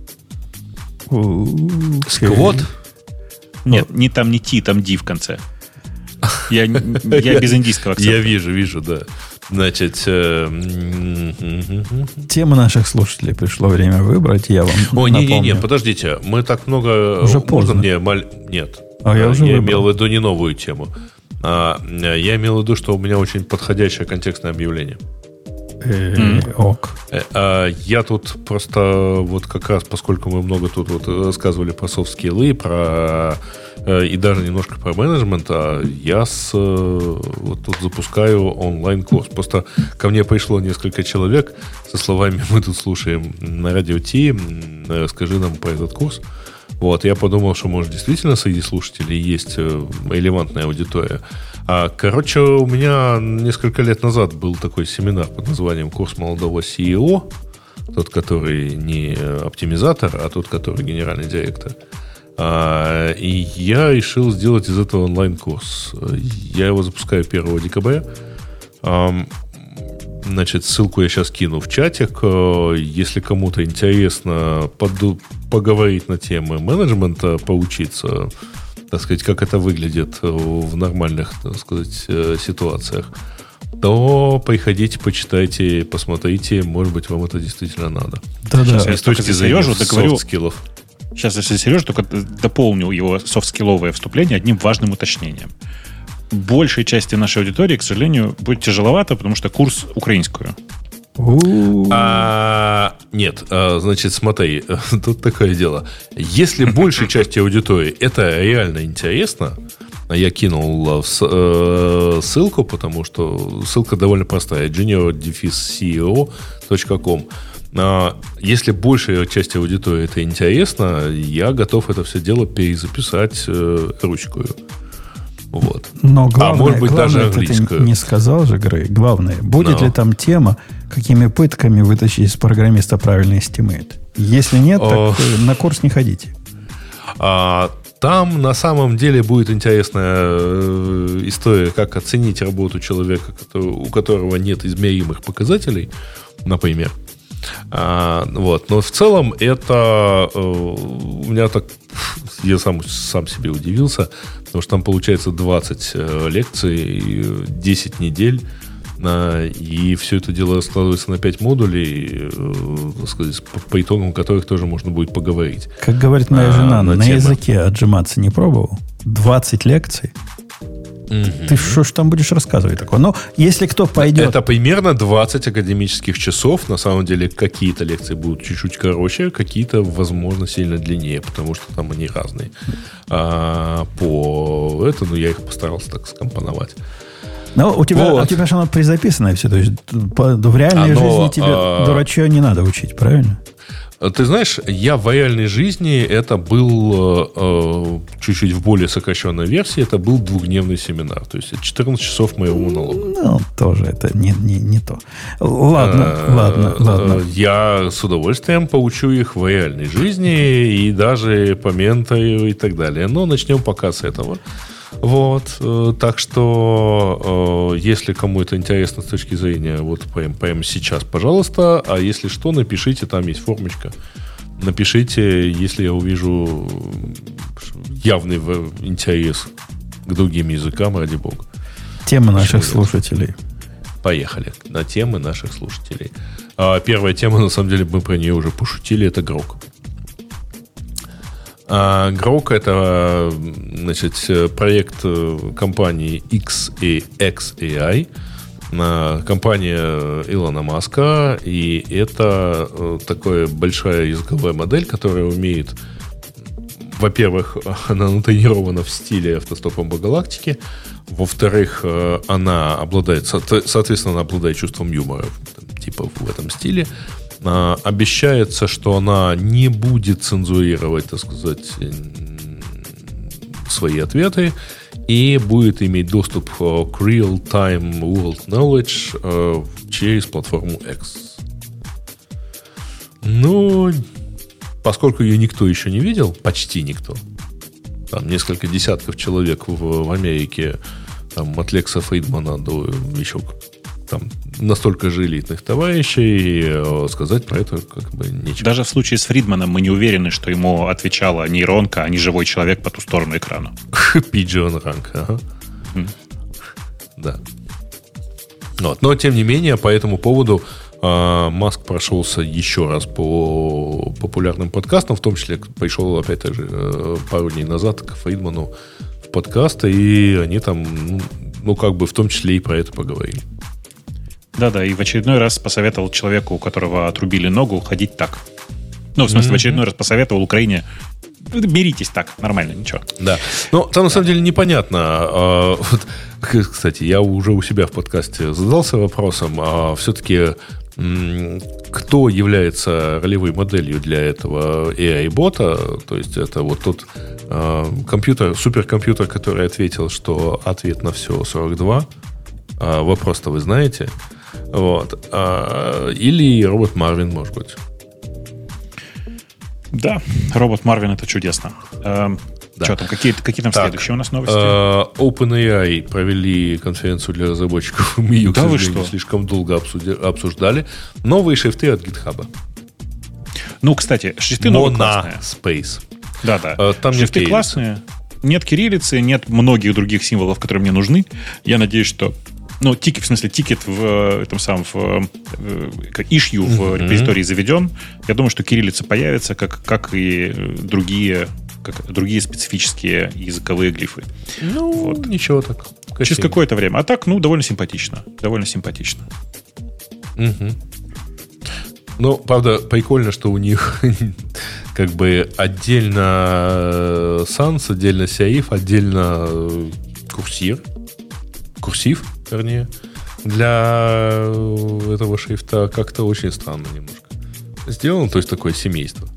B: Сквот?
D: Нет, не там не T, там D в конце. Я, я без индийского акцента.
B: Я вижу, вижу, да. Значит... Э...
A: Тему наших слушателей пришло время выбрать, я вам
B: О, не-не-не,
A: напомню.
B: подождите. Мы так много...
A: Уже
B: Можно
A: поздно.
B: мне... Маль... Нет.
A: А я уже
B: я
A: выбрал.
B: имел в виду не новую тему. А, я имел в виду, что у меня очень подходящее контекстное объявление.
A: Э, ок.
B: Э, а, Я тут просто вот как раз, поскольку мы много тут вот рассказывали про софт-скиллы, про э, и даже немножко про менеджмент, а я с, э, вот тут запускаю онлайн-курс. Просто ко мне пришло несколько человек со словами: мы тут слушаем на радио Ти, расскажи нам про этот курс. Вот, я подумал, что, может, действительно среди слушателей есть релевантная аудитория. А, короче, у меня несколько лет назад был такой семинар под названием «Курс молодого си и о». Тот, который не оптимизатор, а тот, который генеральный директор. А, и я решил сделать из этого онлайн-курс. Я его запускаю первого декабря. А, Значит, ссылку я сейчас кину в чатик. Если кому-то интересно поду- поговорить на темы менеджмента, поучиться, так сказать, как это выглядит в нормальных, так сказать, ситуациях, то приходите, почитайте, посмотрите. Может быть, вам это действительно надо.
A: Да-да.
D: Сейчас я
B: с точки зрения
D: Сережу договорю.
B: софт-скиллов.
D: Сейчас, если Сережа, только дополню его софт-скилловое вступление одним важным уточнением. Большей части нашей аудитории, к сожалению, будет тяжеловато, потому что курс украинскую.
B: А, нет, а, значит, смотри, тут такое дело. Если большей части аудитории это реально интересно, я кинул э, ссылку, потому что ссылка довольно простая: junior dash си и о точка ком. Если большей части аудитории это интересно, я готов это все дело перезаписать э, ручкою. Вот.
A: Но главное,
B: а может быть,
A: главное,
B: даже
A: это
B: английскую.
A: ты не сказал же, Грей. Главное, будет
B: No.
A: ли там тема, какими пытками вытащить из программиста правильный estimate? Если нет,
B: О.
A: так на курс не ходите.
B: А, там на самом деле будет интересная э, история, как оценить работу человека, который, у которого нет измеримых показателей, например. А, вот. Но в целом это э, у меня так, я сам, сам себе удивился, потому что там получается двадцать э, лекций, десять недель, И все это дело складывается на пять модулей, так сказать, по итогам которых тоже можно будет поговорить.
A: Как говорит моя жена,
B: а, на,
A: на
B: тему.
A: языке отжиматься не пробовал. двадцать лекций. Mm-hmm. Ты что ж там будешь рассказывать такое? Но если кто пойдет...
B: Это примерно двадцать академических часов. На самом деле какие-то лекции будут чуть-чуть короче, какие-то, возможно, сильно длиннее, потому что там они разные. А, по этому я их постарался так скомпоновать.
A: Ну, у тебя, вот. у тебя же оно призаписанное все. То есть по, в реальной оно, жизни тебе а... дурачье не надо учить, правильно?
B: Ты знаешь, я в реальной жизни, это был э, чуть-чуть в более сокращенной версии, это был двухдневный семинар. То есть четырнадцать часов моего монолога.
A: Ну, тоже это не, не, не то. Ладно, а, ладно, ладно.
B: Я с удовольствием поучу их в реальной жизни и даже поменторю и так далее. Но начнем пока с этого. Вот, э, так что, э, если кому это интересно с точки зрения, вот прямо, прямо сейчас, пожалуйста, а если что, напишите, там есть формочка, напишите, если я увижу явный интерес к другим языкам, ради бога.
A: Тема наших слушателей.
B: Поехали на темы наших слушателей. А первая тема, на самом деле, мы про нее уже пошутили, это Grok. А Grok — это, значит, проект компании икс эй ай, компания Илона Маска, и это такая большая языковая модель, которая умеет, во-первых, она натренирована в стиле автостопом по галактике, во-вторых, она обладает, соответственно, она обладает чувством юмора, типа в этом стиле. Обещается, что она не будет цензурировать, так сказать, свои ответы и будет иметь доступ к Real-Time World Knowledge через платформу X. Ну, поскольку ее никто еще не видел, почти никто, там несколько десятков человек в, в Америке, там, от Лекса Фридмана до еще там настолько же элитных товарищей, сказать про это как бы нечего.
D: Даже в случае с Фридманом мы не уверены, что ему отвечала нейронка, а не живой человек по ту сторону экрана.
B: Pigeon Rank, ага. Mm. Да. Вот. Но, тем не менее, по этому поводу э, Маск прошелся еще раз по популярным подкастам, в том числе пришел, опять же, э, пару дней назад к Фридману в подкасты, и они там, ну, ну, как бы в том числе и про это поговорили.
D: Да-да, и в очередной раз посоветовал человеку, у которого отрубили ногу, ходить так. Ну, в смысле, mm-hmm. в очередной раз посоветовал Украине: беритесь так, нормально, ничего. Да.
B: Ну, там на самом деле непонятно. А, вот, кстати, я уже у себя в подкасте задался вопросом, а все-таки м- кто является ролевой моделью для этого эй ай-бота? То есть это вот тот а, компьютер, суперкомпьютер, который ответил, что ответ на все сорок два. А, вопрос-то вы знаете. Вот. А, или робот Марвин, может быть.
D: Да, робот Марвин — это чудесно. А, да. Что там, какие, какие там так, следующие у нас новости?
B: А, OpenAI провели конференцию для разработчиков. Мы ее,
D: да,
B: к сожалению, слишком долго обсуди- обсуждали. Новые шрифты от GitHub.
D: Ну, кстати, шрифты новые классные.
B: Space.
D: Да-да.
B: А, там
D: шрифты классные. Нет кириллицы, нет многих других символов, которые мне нужны. Я надеюсь, что... Ну, тикет, в смысле, тикет в этом самом в, как issue в mm-hmm. репозитории заведен. Я думаю, что кириллица появится, как, как и другие, как другие специфические языковые глифы.
B: Ну, вот. Ничего так.
D: Красиво. Через какое-то время. А так, ну, довольно симпатично. Довольно симпатично.
B: Mm-hmm. Ну, правда, прикольно, что у них как бы отдельно sans, отдельно serif, отдельно курсив. Курсив, вернее, для этого шрифта как-то очень странно немножко сделано, то есть такое семейство.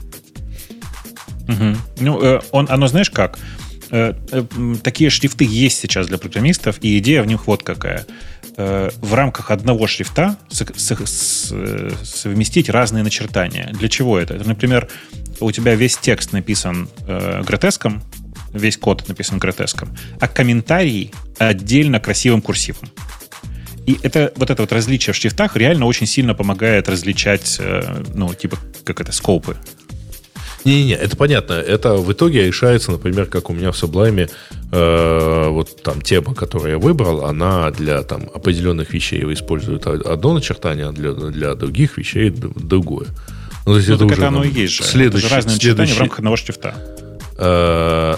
D: Угу. Ну, э, он, оно, знаешь как? Э, э, такие шрифты есть сейчас для программистов, и идея в них вот какая. Э, в рамках одного шрифта с, с, с, совместить разные начертания. Для чего это? Это, например, у тебя весь текст написан э, гротеском, весь код написан гротеском, а комментарий отдельно красивым курсивом. И это, вот это вот различие в шрифтах реально очень сильно помогает различать, ну, типа, как это, скопы.
B: Не-не-не, это понятно. Это в итоге решается, например, как у меня в Sublime, э, вот там тема, которую я выбрал, она для там определенных вещей использует одно начертание, а для, для других вещей другое. Ну, то есть
D: ну,
B: это
D: так
B: уже
D: это оно
B: там,
D: и есть же.
B: Следующий,
D: это же разные
B: следующий,
D: начертания в рамках одного шрифта.
B: Э,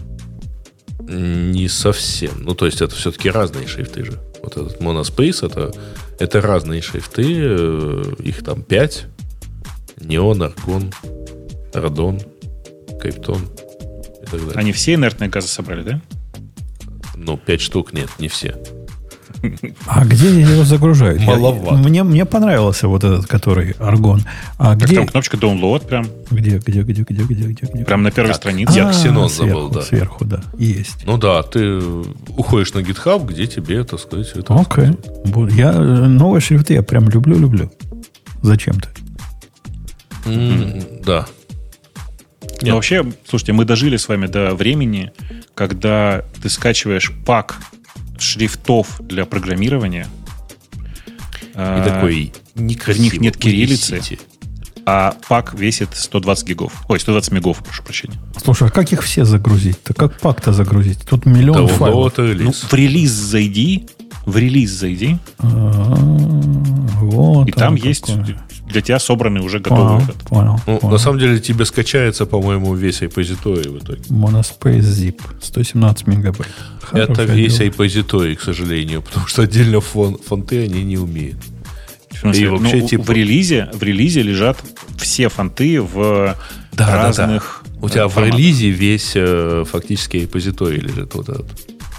B: не совсем. Ну, то есть это все-таки разные шрифты же. Вот этот Monospace, это, это разные шрифты, э, их там пять. Неон, Аргон, Радон, Криптон и так далее.
D: Они все инертные газы собрали, да?
B: Ну, пять штук нет, не все.
A: А где его загружают?
B: Маловато.
A: Я, мне, мне понравился вот этот, который Аргон. А
D: Так
A: где?
D: там кнопочка Download прям.
A: Где, где, где, где, где, где, где?
D: Прям на первой
B: Так,
D: странице.
B: я Ксенон
A: А,
B: забыл,
A: сверху,
B: да.
A: Сверху, да, есть.
B: Ну да, ты уходишь на GitHub, где тебе, так сказать, это
A: Окей.
B: рассказывают.
A: Я новые шрифты я прям люблю-люблю. Зачем-то.
B: М, Да.
D: Но
B: Нет.
D: вообще, слушайте, мы дожили с вами до времени, когда ты скачиваешь пак шрифтов для программирования.
B: И такой некрасивый.
D: В них нет кириллицы,
B: унесите.
D: а пак весит сто двадцать гигов. Ой, сто двадцать мегов, прошу прощения.
A: Слушай, а как их все загрузить-то? Как пак-то загрузить? Тут миллион
B: Download
A: файлов.
B: и
D: Ну,
B: релиз.
D: в релиз зайди, в релиз зайди,
A: А, вот
D: и там
A: оно
D: есть
A: какое.
D: для тебя собранный уже готовый
A: Понял,
D: этот.
A: понял,
B: Ну,
A: понял.
B: на самом деле тебе скачается, по-моему, весь репозиторий в итоге.
A: Monospace Zip. сто семнадцать мегабайт.
B: Это
A: Хорошее
B: весь
A: дело.
B: репозиторий, к сожалению, потому что отдельно фон, фонты они не умеют.
D: В смысле,
B: И вообще,
D: ну,
B: типа-
D: в, релизе, в релизе лежат все фонты в
B: Да, да,
D: разных
B: У тебя
D: э,
B: в
D: форматах.
B: релизе весь э, фактически репозиторий лежит вот этот.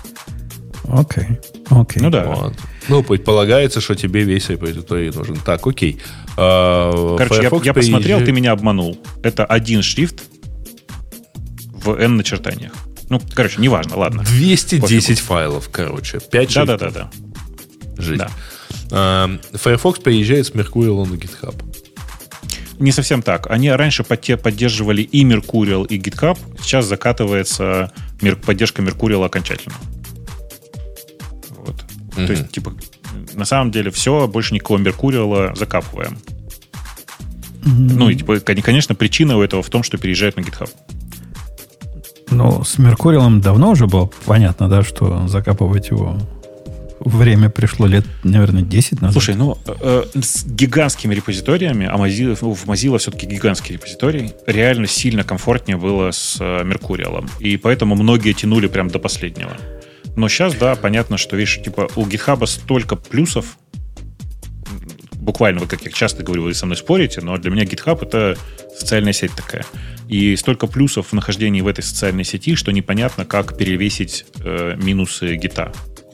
A: Окей, окей.
D: Ну да.
B: Вот. Ну, предполагается, что тебе весь репозиторий нужен. Так, окей. А,
D: Короче, я,
B: Firefox
D: я посмотрел,
B: приезжает-
D: ты меня обманул. Это один шрифт в N начертаниях. Ну, короче, неважно, ладно.
B: двести десять
D: Пофигу.
B: файлов, короче. пять шрифтов.
D: Да-да-да.
B: Жизнь.
D: Да.
B: А, Firefox приезжает с Mercurial на GitHub.
D: Не совсем так. Они раньше подте- поддерживали и Mercurial, и GitHub. Сейчас закатывается мер- поддержка Mercurial окончательно. Вот.
B: Мгм.
D: То есть, типа, на самом деле все, больше никакого Mercurial закапываем. Ну, и, типа, кон- конечно, причина у этого в том, что переезжают на GitHub.
A: Ну, с Меркуриалом давно уже было понятно, да, что закапывать его время пришло лет, наверное, десять назад.
D: Слушай, ну, э, с гигантскими репозиториями, а Mozilla, ну, в Mozilla все-таки гигантский репозиторий, реально сильно комфортнее было с э, Меркуриалом. И поэтому многие тянули прям до последнего. Но сейчас, да, понятно, что, видишь, типа, у GitHub столько плюсов, буквально, вот как я часто говорю, вы со мной спорите, но для меня GitHub — это социальная сеть такая. И столько плюсов в нахождении в этой социальной сети, что непонятно, как перевесить э, минусы Гита.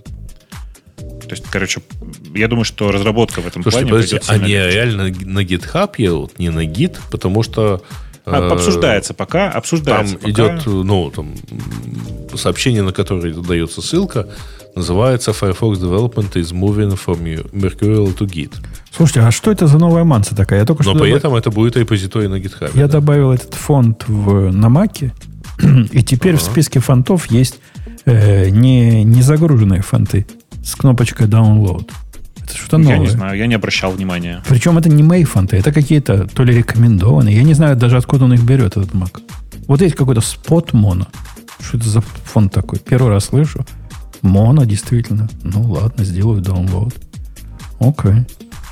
D: То есть, короче, я думаю, что разработка в этом
B: Слушайте,
D: плане
B: подождите,
D: пойдет сильно
B: они
D: легче.
B: реально на GitHub едут, не на Git, потому что...
D: А,
B: э,
D: обсуждается пока, обсуждается
B: Там
D: пока.
B: идет, ну, там, м, сообщение, на которое дается ссылка, называется Firefox Development is moving from Mercurial to Git.
A: Слушайте, а что это за новая манса такая? Я только
B: Но
A: что
B: при
A: добав-
B: этом это будет репозиторий на GitHub.
A: я
B: да.
A: добавил этот фонд в, на Маке, и теперь в списке фонтов есть э, не, не загруженные фонты с кнопочкой Download. Это что-то новое.
D: Я не знаю, я не обращал внимания.
A: Причем это не мои фонты, это какие-то то ли рекомендованные. Я не знаю даже, откуда он их берет, этот Mac. Вот есть какой-то Spot Mono. Что это за фонд такой? Первый раз слышу. Моно, действительно. Ну ладно, сделаю download. Окей.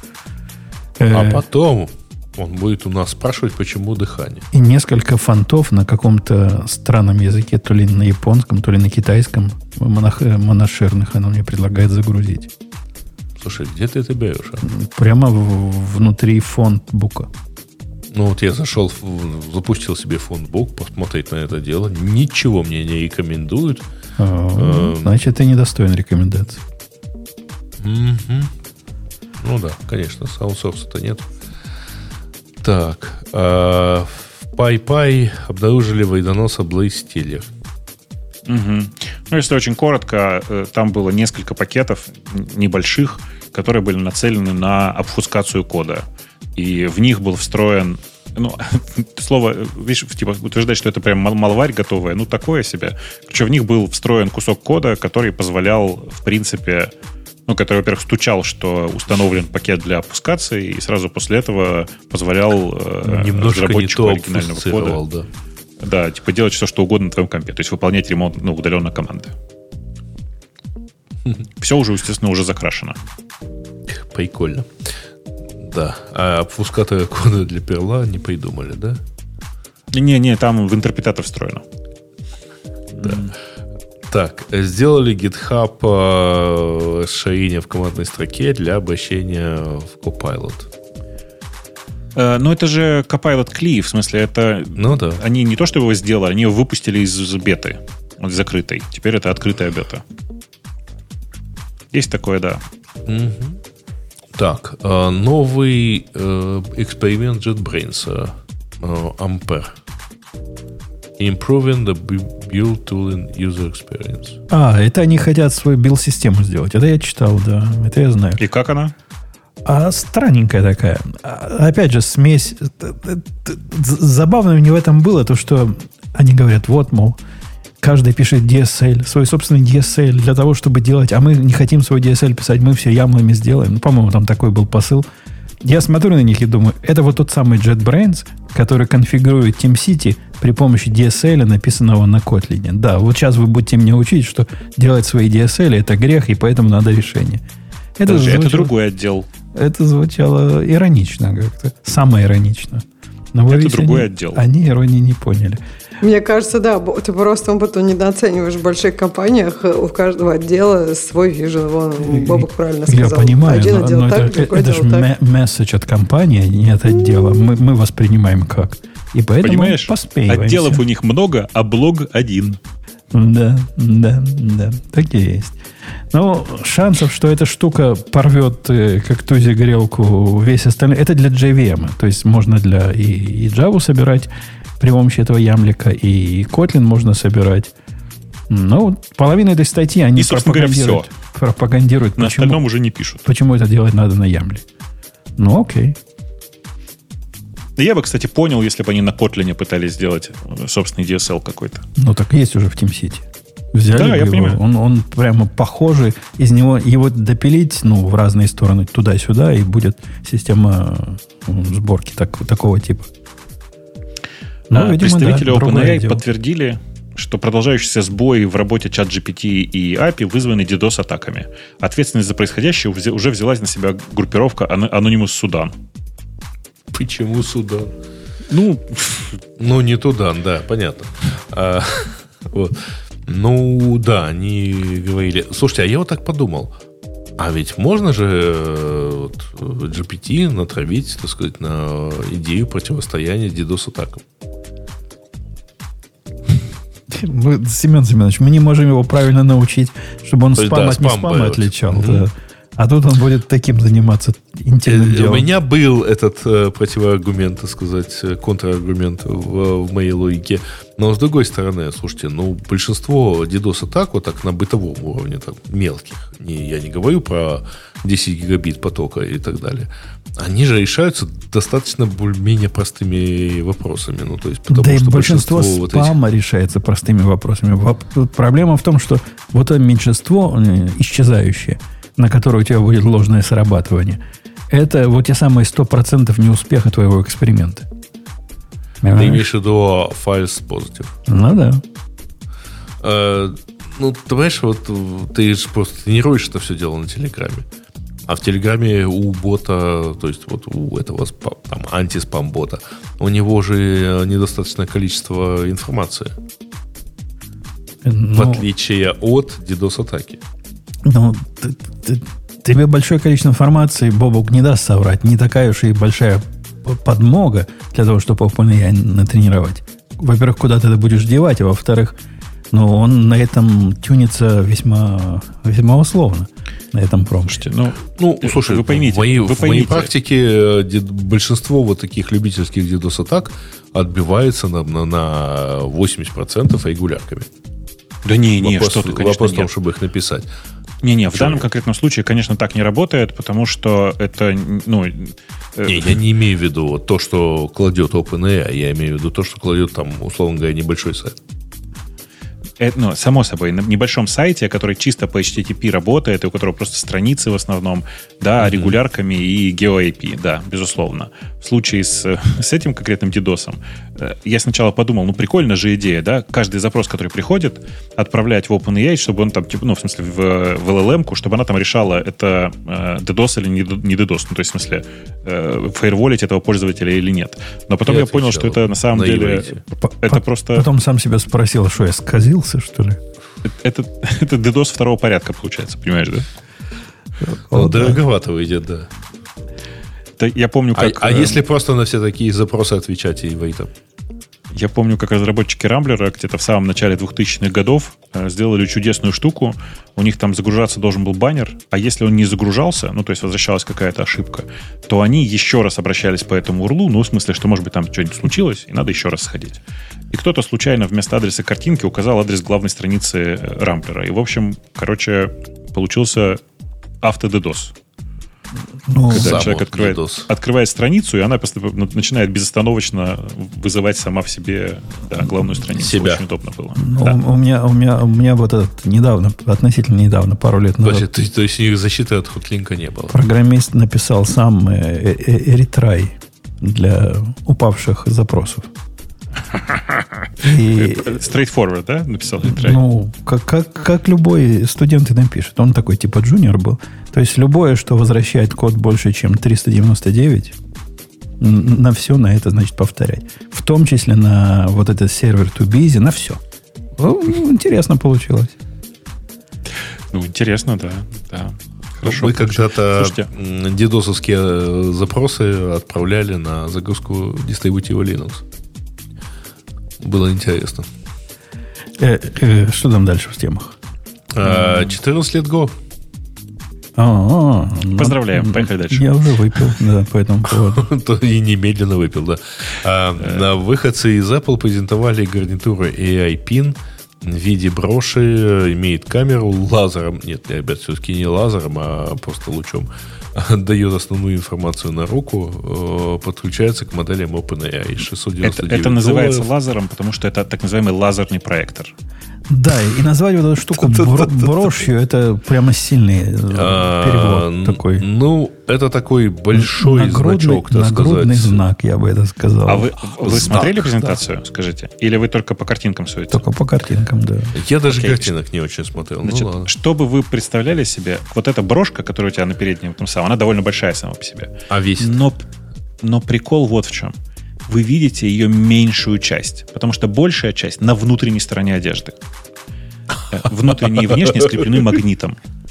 A: Э,
B: А потом он будет у нас спрашивать, почему дыхание.
A: И несколько фонтов на каком-то странном языке, то ли на японском, то ли на китайском, монох- э, моношерных, оно мне предлагает загрузить.
B: Слушай, где ты это берешь? а?
A: Прямо в- внутри фонтбука.
B: Ну вот я зашел, в- запустил себе фондбук, посмотреть на это дело. Ничего мне не рекомендуют.
A: А,
B: Эм.
A: Значит, ты недостоин рекомендаций.
B: Мгм. Ну да, конечно, саундсорса-то нет. Так, а, в PyPy обнаружили вредоноса Blaze Stealer.
D: Мгм. Ну, если очень коротко, э, там было несколько пакетов н- небольших, которые были нацелены на обфускацию кода. И в них был встроен... Ну, слово, видишь, типа, утверждать, что это прям мал- малварь готовая, ну, такое себе. Короче, в них был встроен кусок кода, который позволял, в принципе, Ну, который, во-первых, стучал, что установлен пакет для опускации, и сразу после этого позволял э, разработчику оригинального кода
B: да.
D: Да, типа делать все, что угодно на твоем компе. То есть выполнять ремонт ну, удаленно команды. Все уже, естественно, уже закрашено.
B: Прикольно. Да. А обфускаторы кода для перла не придумали, да?
D: Не-не, там в интерпретатор встроено.
B: Да. Mm. Так, сделали GitHub э, расширение в командной строке для обращения в Copilot.
D: Э, ну, это же Copilot Cli, в смысле, это...
B: Ну да.
D: Они не то, что его сделали, они его выпустили из беты, из закрытой. Теперь это открытая бета. Есть такое, да.
B: Угу. Так, э, новый э, эксперимент JetBrains э, Ampere. Improving the build tooling user experience.
A: А, это они хотят свою билд-систему сделать. Это я читал, да. Это я знаю.
D: И как она?
A: А странненькая такая. Опять же, смесь. Забавно мне в этом было то, что они говорят, вот, мол, каждый пишет ди эс эл, свой собственный ди эс эл для того, чтобы делать, а мы не хотим свой ди эс эл писать, мы все ямлами сделаем. Ну, по-моему, там такой был посыл. Я смотрю на них и думаю, это вот тот самый JetBrains, который конфигурирует TeamCity при помощи ди эс эл, написанного на Kotlin. Да, вот сейчас вы будете меня учить, что делать свои ди эс эл это грех, и поэтому надо решение. Это,
D: Подожди,
A: звучало,
D: это другой отдел.
A: Это звучало иронично как-то. Самое иронично. Но
D: это
A: видите,
D: другой
A: они,
D: отдел.
A: Они иронии не поняли.
C: Мне кажется, да, ты просто потом недооцениваешь в больших компаниях, у каждого отдела свой вижен. Вон, Бобок правильно сказал.
A: Я понимаю,
C: Один
A: но,
C: отдел
A: но
C: так,
A: это,
C: другой
A: это
C: отдел
A: же
C: так.
A: месседж от компании, не от отдела. Мы, мы воспринимаем как. И поэтому
D: понимаешь,
A: поспеиваемся.
D: Отделов у них много, а блог один.
A: Да, да, да, так и есть. Но шансов, что эта штука порвет, как тузи грелку, весь остальной, это для джей ви эм. То есть можно для и, и Java собирать при помощи этого ямлика, и Kotlin можно собирать. Ну, половина этой статьи они
D: и,
A: пропагандируют.
D: Говоря,
A: пропагандируют
D: на
A: почему,
D: остальном уже не пишут.
A: Почему это делать надо на ямле. Ну, окей.
D: Да я бы, кстати, понял, если бы они на Kotlin пытались сделать собственный ди эс эл какой-то.
A: Ну, так есть уже в TeamCity. Взяли
D: да, я
A: его,
D: понимаю.
A: Он, он прямо похожий. Из него его допилить ну, в разные стороны, туда-сюда, и будет система сборки так, такого типа.
D: Но, а, видимо, представители да, OpenAI подтвердили, что продолжающиеся сбои в работе ChatGPT и эй пи I вызваны DDoS-атаками. Ответственность за происходящее уже взялась на себя группировка Anonymous Sudan.
B: Почему Судан?
D: Ну,
B: ну не Тудан, да, понятно. А, вот. Ну, да, они говорили... Слушайте, а я вот так подумал. А ведь можно же вот, джи пи ти натравить, так сказать, на идею противостояния DDoS-атакам?
A: Мы, Семен Семенович, мы не можем его правильно научить, чтобы он
B: То
A: спам
B: есть,
A: от
B: да,
A: не спама отличал.
B: Угу.
A: Да. А тут он будет таким заниматься интимным делом.
B: У меня был этот э, противоаргумент, так сказать, контраргумент в, в моей логике. Но с другой стороны, слушайте, ну, большинство DDoS-атак вот так на бытовом уровне, так, мелких, не, я не говорю про десять гигабит потока и так далее, они же решаются достаточно более-менее простыми вопросами. Ну, то есть, потому
A: да
B: что
A: и большинство
B: вот
A: спама
B: этих...
A: решается простыми вопросами. Проблема в том, что вот это меньшинство исчезающее, на которое у тебя будет ложное срабатывание, это вот те самые сто процентов неуспеха твоего эксперимента. Понимаешь?
B: Ты имеешь в виду false positive?
A: Ну да.
B: Э, ну, ты понимаешь, вот ты же просто тренируешь это все дело на Телеграме. А в Телеграме у бота, то есть вот у этого спам, там, антиспам-бота, у него же недостаточное количество информации.
A: Но...
B: В отличие от DDoS-атаки.
A: Ну, ты, ты, тебе большое количество информации Бобок не даст соврать. Не такая уж и большая подмога для того, чтобы OpenAI натренировать. Во-первых, куда ты это будешь девать, а во-вторых, ну, он на этом тюнится весьма, весьма условно. На этом промышле.
B: Ну, ну, слушай, вы поймите, в моей,
D: вы
B: в моей практике большинство вот таких любительских DDoS-атак отбивается на, на, на восемьдесят процентов регулярками.
D: Да не, не,
B: вопрос,
D: что ты, конечно,
B: вопрос в том,
D: нет.
B: чтобы их написать.
D: Не-не, в данном конкретном случае, конечно, так не работает, потому что это, ну...
B: Не, я не имею в виду то, что кладет OpenAI, я имею в виду то, что кладет там, условно говоря, небольшой сайт.
D: это, ну, само собой, на небольшом сайте, который чисто по эйч ти ти пи работает, и у которого просто страницы в основном, да, mm-hmm. регулярками и гео-эй пи, да, безусловно. В случае с, с этим конкретным дидосом, я сначала подумал, ну, прикольная же идея, да, каждый запрос, который приходит, отправлять в OpenAI, чтобы он там, типа, ну, в смысле, в, в эл эл эм-ку, чтобы она там решала, это э, DDoS или не, не DDoS, ну, то есть, в смысле, э, фаерволить этого пользователя или нет. Но потом я, я понял, что это на самом на деле, это
A: По-
D: просто...
A: Потом сам себя спросил, что я сказился, что ли?
D: Это, это DDoS второго порядка, получается, понимаешь, да?
B: Ну, дороговато выйдет, да.
D: Это я помню, как...
B: А, а если просто на все такие запросы отвечать и вейтом?
D: Я помню, как разработчики Рамблера где-то в самом начале двухтысячных годов сделали чудесную штуку. У них там загружаться должен был баннер, а если он не загружался, ну, то есть возвращалась какая-то ошибка, то они еще раз обращались по этому урлу, ну, в смысле, что, может быть, там что-нибудь случилось, и надо еще раз сходить. И кто-то случайно вместо адреса картинки указал адрес главной страницы Рамблера. И, в общем, короче, получился автодедос. Ну, когда человек открывает, открывает страницу, и она просто начинает безостановочно вызывать сама в себе, да, главную страницу.
B: Себя.
D: Очень удобно было.
A: Ну,
D: да.
A: у, меня, у, меня, у меня вот этот недавно, относительно недавно, пару лет назад...
B: Значит, то, то есть их защиты от хотлинка не было?
A: Программист написал сам эритрай для упавших запросов.
D: И, straightforward, да, написал эритрай?
A: Ну, как, как, как любой студент и напишет. Он такой типа джуниор был. То есть любое, что возвращает код больше, чем триста девяносто девять, на все на это, значит, повторять. В том числе на вот этот сервер ToBusy, на все. Ну, интересно получилось.
D: Ну, интересно, да. да.
B: Хорошо. Мы когда-то дидосовские запросы отправляли на загрузку дистрибутива Linux. Было интересно.
A: Э, э, что там дальше в темах?
B: четырнадцать лет Go.
A: А,
D: Поздравляем, поехали дальше.
A: Я уже выпил, да, по этому поводу.
B: И немедленно выпил, да. А, выходцы из Apple презентовали гарнитуру эй ай Pin в виде броши, имеет камеру лазером. Нет, ребят, все-таки не лазером, а просто лучом. Дает основную информацию на руку, подключается к моделям OpenAI шестьсот девяносто девять.
D: Это, это называется лазером, потому что это так называемый лазерный проектор.
A: Да, и назвать вот эту штуку брошью, это прямо сильный перевод такой.
B: Ну, это такой большой значок, так сказать.
A: Нагрудный знак, я бы это сказал.
D: А вы, вы смотрели презентацию, скажите? Или вы только по картинкам судите?
A: Только по картинкам, да.
B: Я даже okay. картинок не очень смотрел.
D: Значит,
B: ну,
D: чтобы вы представляли себе, вот эта брошка, которая у тебя на переднем этом самом, она довольно большая сама по себе.
B: А весит?
D: Но, но прикол вот в чем. Вы видите ее меньшую часть, потому что большая часть на внутренней стороне одежды. Внутренние и внешние скреплены магнитом.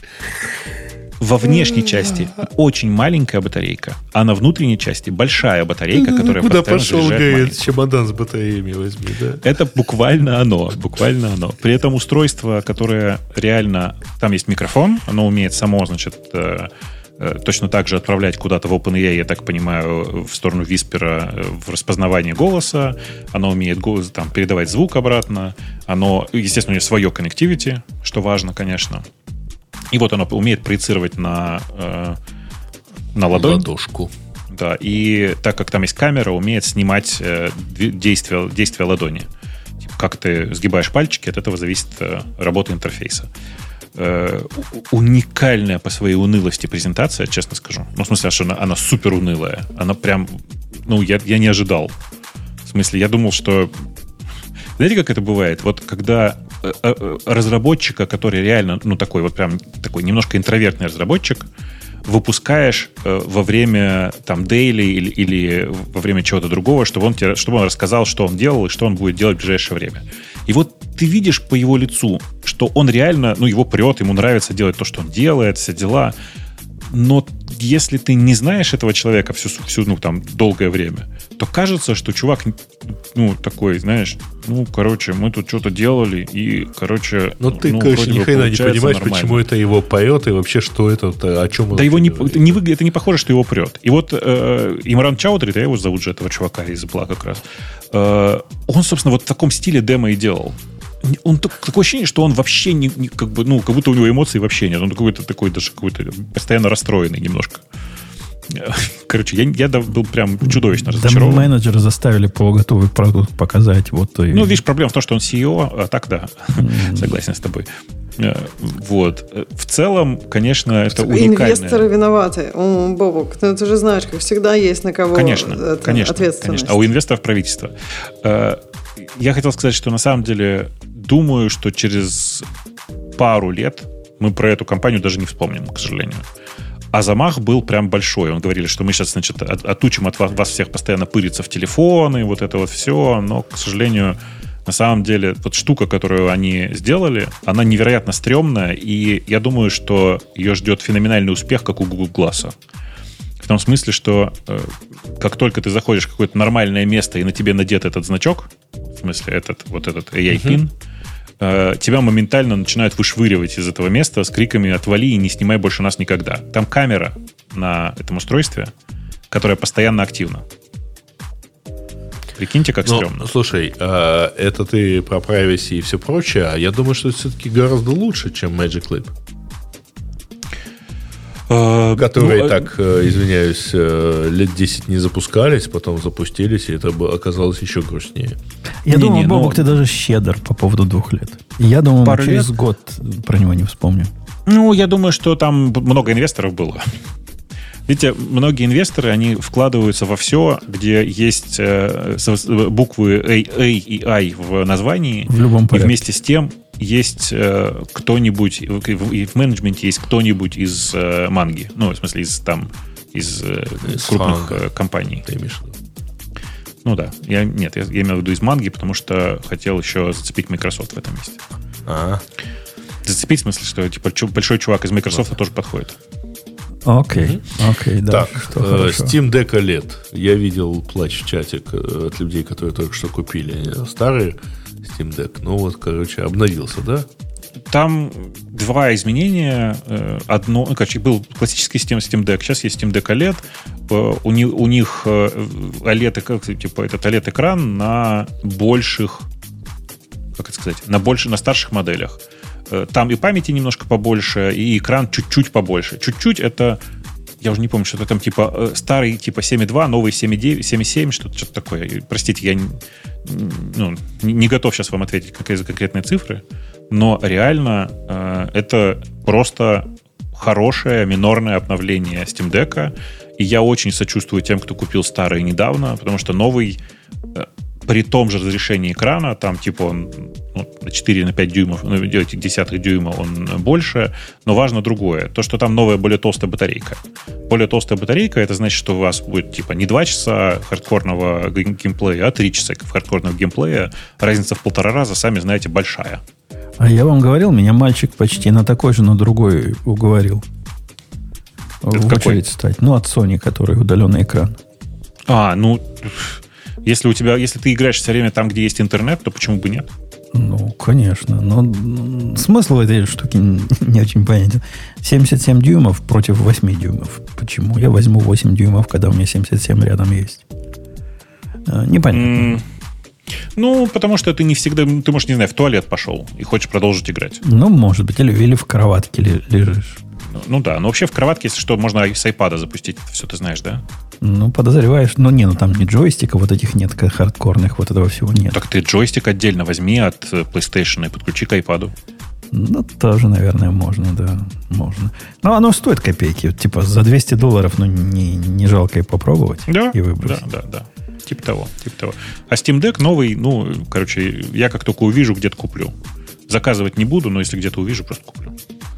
D: Во внешней части очень маленькая батарейка, а на внутренней части большая батарейка, которая
B: Куда
D: постоянно
B: пошел,
D: заряжает
B: говорит, чемодан с батареями возьми, да?
D: Это буквально оно, буквально оно. При этом устройство, которое реально... Там есть микрофон, оно умеет само, значит, точно так же отправлять куда-то в OpenAI, я так понимаю, в сторону Виспера в распознавание голоса. Оно умеет голос, там, передавать звук обратно. Оно, естественно, у него свое connectivity, что важно, конечно. И вот оно умеет проецировать на, э, на ладонь.
B: Ладошку.
D: Да, и так как там есть камера, умеет снимать э, действие, действие ладони. Как ты сгибаешь пальчики, от этого зависит э, работа интерфейса. Э, уникальная по своей унылости презентация, честно скажу. Ну, в смысле, что она, она супер унылая. Она прям... Ну, я, я не ожидал. В смысле, я думал, что... Знаете, как это бывает? Вот когда разработчика, который реально, ну, такой вот прям такой немножко интровертный разработчик, выпускаешь э, во время там дейли или, или во время чего-то другого, чтобы он, тебе, чтобы он рассказал, что он делал и что он будет делать в ближайшее время. И вот ты видишь по его лицу, что он реально, ну, его прет, ему нравится делать то, что он делает, все дела. Но если ты не знаешь этого человека всю, всю ну, там, долгое время, то кажется, что чувак, ну, такой, знаешь, ну, короче, мы тут что-то делали, и, короче...
B: Ну, ты, ну, короче, ни хрена не понимаешь, нормально. Почему это его поет, и вообще, что это, о чем он...
D: Да его не, не выглядит, это не похоже, что его прет. И вот э, Имран Чаудри, да, его зовут же, этого чувака из Apple как раз, э, он, собственно, вот в таком стиле демо и делал. Он такое ощущение, что он вообще не, не как бы, ну, как будто у него эмоций вообще нет. Он какой-то такой даже какой-то постоянно расстроенный немножко. Короче, я, я был прям чудовищно
A: да
D: разочарован.
A: Менеджеры заставили полуготовый продукт показать. Вот и...
D: Ну, видишь, проблема в том, что он си и о, а так да. Mm. Согласен с тобой. Вот. В целом, конечно, это уникальное.
C: Инвесторы виноваты. О, Бобок, ну, ты же знаешь, как всегда есть на кого
D: конечно, конечно,
C: ответственность.
D: Конечно. А у инвесторов правительство. Я хотел сказать, что на самом деле думаю, что через пару лет мы про эту компанию даже не вспомним, к сожалению. А замах был прям большой. Он говорили, что мы сейчас, значит, отучим от вас, вас всех постоянно пыриться в телефоны, вот это вот все. Но, к сожалению, на самом деле, вот штука, которую они сделали, она невероятно стрёмная, и я думаю, что ее ждет феноменальный успех, как у Google Glass. В том смысле, что э, как только ты заходишь в какое-то нормальное место, и на тебе надет этот значок, в смысле, этот, вот этот эй ай-пин, uh-huh. э, тебя моментально начинают вышвыривать из этого места с криками «отвали и не снимай больше нас никогда». Там камера на этом устройстве, которая постоянно активна. Прикиньте, как
B: ну,
D: стрёмно.
B: Слушай, а это ты про privacy и все прочее, а я думаю, что это все-таки гораздо лучше, чем Magic Leap. Uh, которые ну, так, uh, извиняюсь, uh, лет десять не запускались, потом запустились, и это оказалось еще грустнее.
A: Я
D: не,
A: думал,
D: не,
A: Бобок,
D: ну,
A: ты даже щедр по поводу двух лет. Я думаю, мы через лет? год про него не вспомним.
D: Ну, я думаю, что там много инвесторов было. Видите, многие инвесторы, они вкладываются во все, где есть э, буквы A, A и I в названии.
A: В любом порядке.
D: И вместе с тем есть э, кто-нибудь, и в менеджменте есть кто-нибудь из э, манги. Ну, в смысле, из, там, из, э, из крупных э, компаний.
B: Ты имеешь в виду?
D: Ну да. Я, нет, я, я имел в виду из манги, потому что хотел еще зацепить Microsoft в этом месте.
B: А-а.
D: Зацепить в смысле, что типа, большой чувак из Microsoft тоже подходит.
A: Окей, окей, да.
B: Так, э, Steam Deck о лед. Я видел плач в чатик от людей, которые только что купили старый Steam Deck. Ну вот, короче, обновился, да?
D: Там два изменения. Одно, ну, короче, был классический Steam, Steam Deck, сейчас есть Steam Deck о лед. У них, у них о лед, как, типа, этот о лед-экран на больших, как это сказать, на больше, на старших моделях. Там и памяти немножко побольше, и экран чуть-чуть побольше. Чуть-чуть это, я уже не помню, что-то там типа старый типа семь и два, новый семь и девять, семь и семь, что-то, что-то такое. Простите, я ну, не готов сейчас вам ответить какие конкретные цифры, но реально э, это просто хорошее минорное обновление Steam Deck, и я очень сочувствую тем, кто купил старый недавно, потому что новый э, при том же разрешении экрана, там типа он ну, на четыре на пять дюймов, ну, десятых дюйма он больше, но важно другое. То, что там новая, более толстая батарейка. Более толстая батарейка, это значит, что у вас будет типа не два часа хардкорного геймплея, а три часа хардкорного геймплея. Разница в полтора раза, сами знаете, большая.
A: А я вам говорил, меня мальчик почти на такой же, на другой уговорил. Это в какой? Очередь стать. Ну, от Sony, который удаленный экран.
D: А, ну... Если у тебя, если ты играешь все время там, где есть интернет, то почему бы нет?
A: Ну, конечно. Но смысл этой штуки не очень понятен. семьдесят семь дюймов против восемь дюймов. Почему? Я возьму восемь дюймов, когда у меня семьдесят семь рядом есть. Непонятно. Mm,
D: ну, потому что ты не всегда... Ты, может, не знаю, в туалет пошел и хочешь продолжить играть.
A: Ну, может быть. Или, или в кроватке лежишь.
D: Ну, ну да. Но вообще в кроватке, если что, можно с айпада запустить. Это все ты знаешь, да?
A: Ну, подозреваешь. Ну, не, ну там не джойстика, вот этих нет, как хардкорных, вот этого всего нет.
D: Так ты джойстик отдельно возьми от PlayStation и подключи к iPad.
A: Ну, тоже, наверное, можно, да, можно. Но оно стоит копейки. Типа за двести долларов, ну, не, не жалко и попробовать,
D: да,
A: и выбрать.
D: Да, да, да. Типа того, типа того. А Steam Deck новый, ну, короче, я как только увижу, где-то куплю. Заказывать не буду, но если где-то увижу, просто куплю.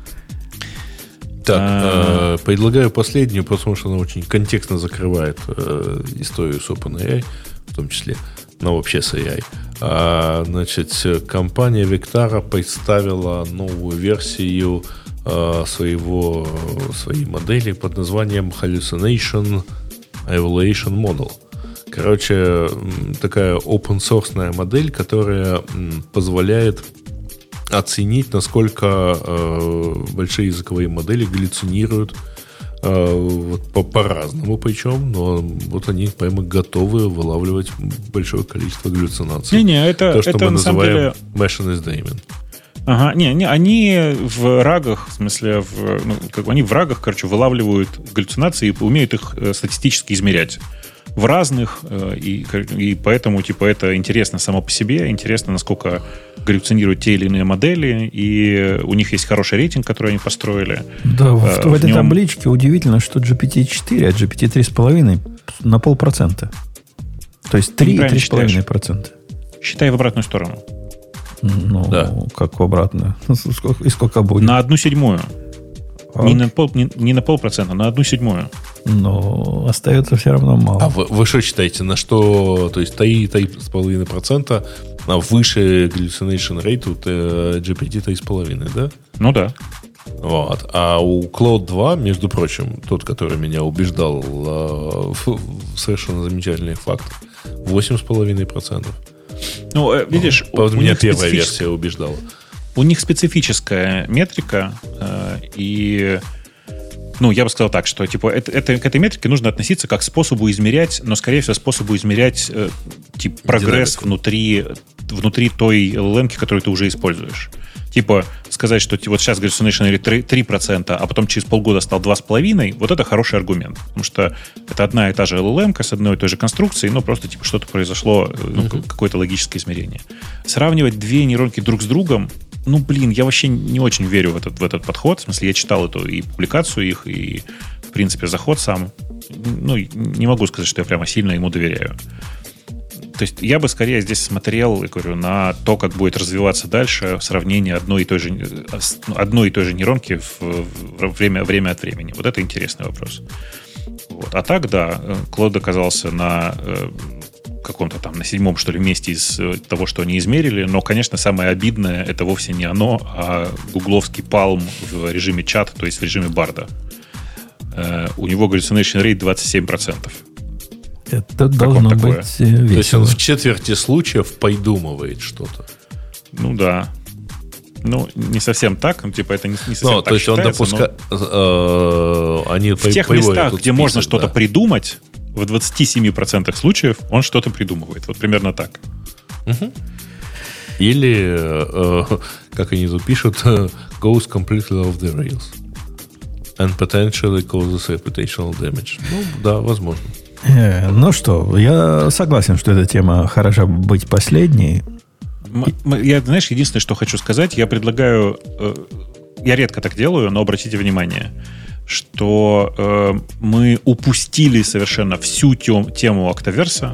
B: Так, а... э, предлагаю последнюю, потому что она очень контекстно закрывает э, историю с OpenAI, в том числе, но вообще с эй ай. А, значит, компания Vectara представила новую версию э, своего, своей модели под названием Hallucination Evaluation Model. Короче, такая open-source модель, которая позволяет оценить, насколько э, большие языковые модели галлюцинируют э, вот по- по-разному причем, но вот они прямо готовы вылавливать большое количество галлюцинаций.
D: Не-не, это,
B: то, что
D: это
B: мы
D: на самом
B: называем
D: деле...
B: machine is dreaming.
D: Ага, не, не, они в рагах, в смысле, в, ну, как бы они в рагах, короче, вылавливают галлюцинации и умеют их э, статистически измерять в разных, э, и, и поэтому, типа, это интересно само по себе, интересно, насколько галлюцинируют те или иные модели, и у них есть хороший рейтинг, который они построили.
A: Да, в,
D: э,
A: в этой
D: нем... табличке
A: удивительно, что джи пи ти четыре, а джи пи ти три с половиной на полпроцента. То есть три и три с половиной процента.
D: Считай в обратную сторону.
A: Ну, да. Как в обратную? И сколько будет?
D: На одну седьмую. А? Не, на пол, не, не на полпроцента, на одну седьмую.
A: Но остается все равно мало.
B: А вы, вы что считаете, на что, то есть три с половиной процента выше hallucination rate у джи пи ти три с половиной, да?
D: Ну да.
B: Вот. А у Claude два, между прочим, тот, который меня убеждал в совершенно замечательный факт, восемь с половиной процентов.
D: Ну, видишь,
B: у, у меня первая версия убеждала.
D: У них специфическая метрика, э, и, ну, я бы сказал так, что типа это, это, к этой метрике нужно относиться как к способу измерять, но, скорее всего, способу измерять э, типа прогресс внутри, внутри той эл эл эм, которую ты уже используешь. Типа сказать, что вот сейчас hallucination rate три процента, а потом через полгода стал два с половиной, вот это хороший аргумент. Потому что это одна и та же эл эл эм с одной и той же конструкцией, но просто типа что-то произошло, ну, uh-huh. какое-то логическое измерение. Сравнивать две нейронки друг с другом, ну, блин, я вообще не очень верю в этот, в этот подход. В смысле, я читал эту и публикацию их, и, в принципе, заход сам. Ну, не могу сказать, что я прямо сильно ему доверяю. То есть я бы скорее здесь смотрел, я говорю, на то, как будет развиваться дальше сравнение одной и той же, одной и той же нейронки в, в время, время от времени. Вот это интересный вопрос. Вот. А так, да, Claude оказался на каком-то там, на седьмом, что ли, месте из того, что они измерили. Но, конечно, самое обидное, это вовсе не оно, а гугловский Palm в режиме чат, то есть в режиме барда. У него hallucination rate двадцать семь процентов.
A: Это должно быть весело.
B: То есть он в четверти случаев придумывает что-то.
D: Ну да. Ну, не совсем так. Ну, типа, это не, не совсем
B: но,
D: так
B: то есть
D: считается,
B: он допускает...
D: Но...
B: Э, они
D: в тех местах, где
B: список,
D: можно что-то
B: да.
D: придумать, в двадцать семь процентов случаев он что-то придумывает. Вот примерно так.
B: Угу. Или, э, как они тут пишут, goes completely off the rails. And potentially causes reputational damage. Ну, да, возможно.
A: Э, ну что, я согласен, что эта тема хороша быть последней.
D: Я, знаешь, единственное, что хочу сказать, я предлагаю, э, я редко так делаю, но обратите внимание, что э, мы упустили совершенно всю тем, тему Octaverse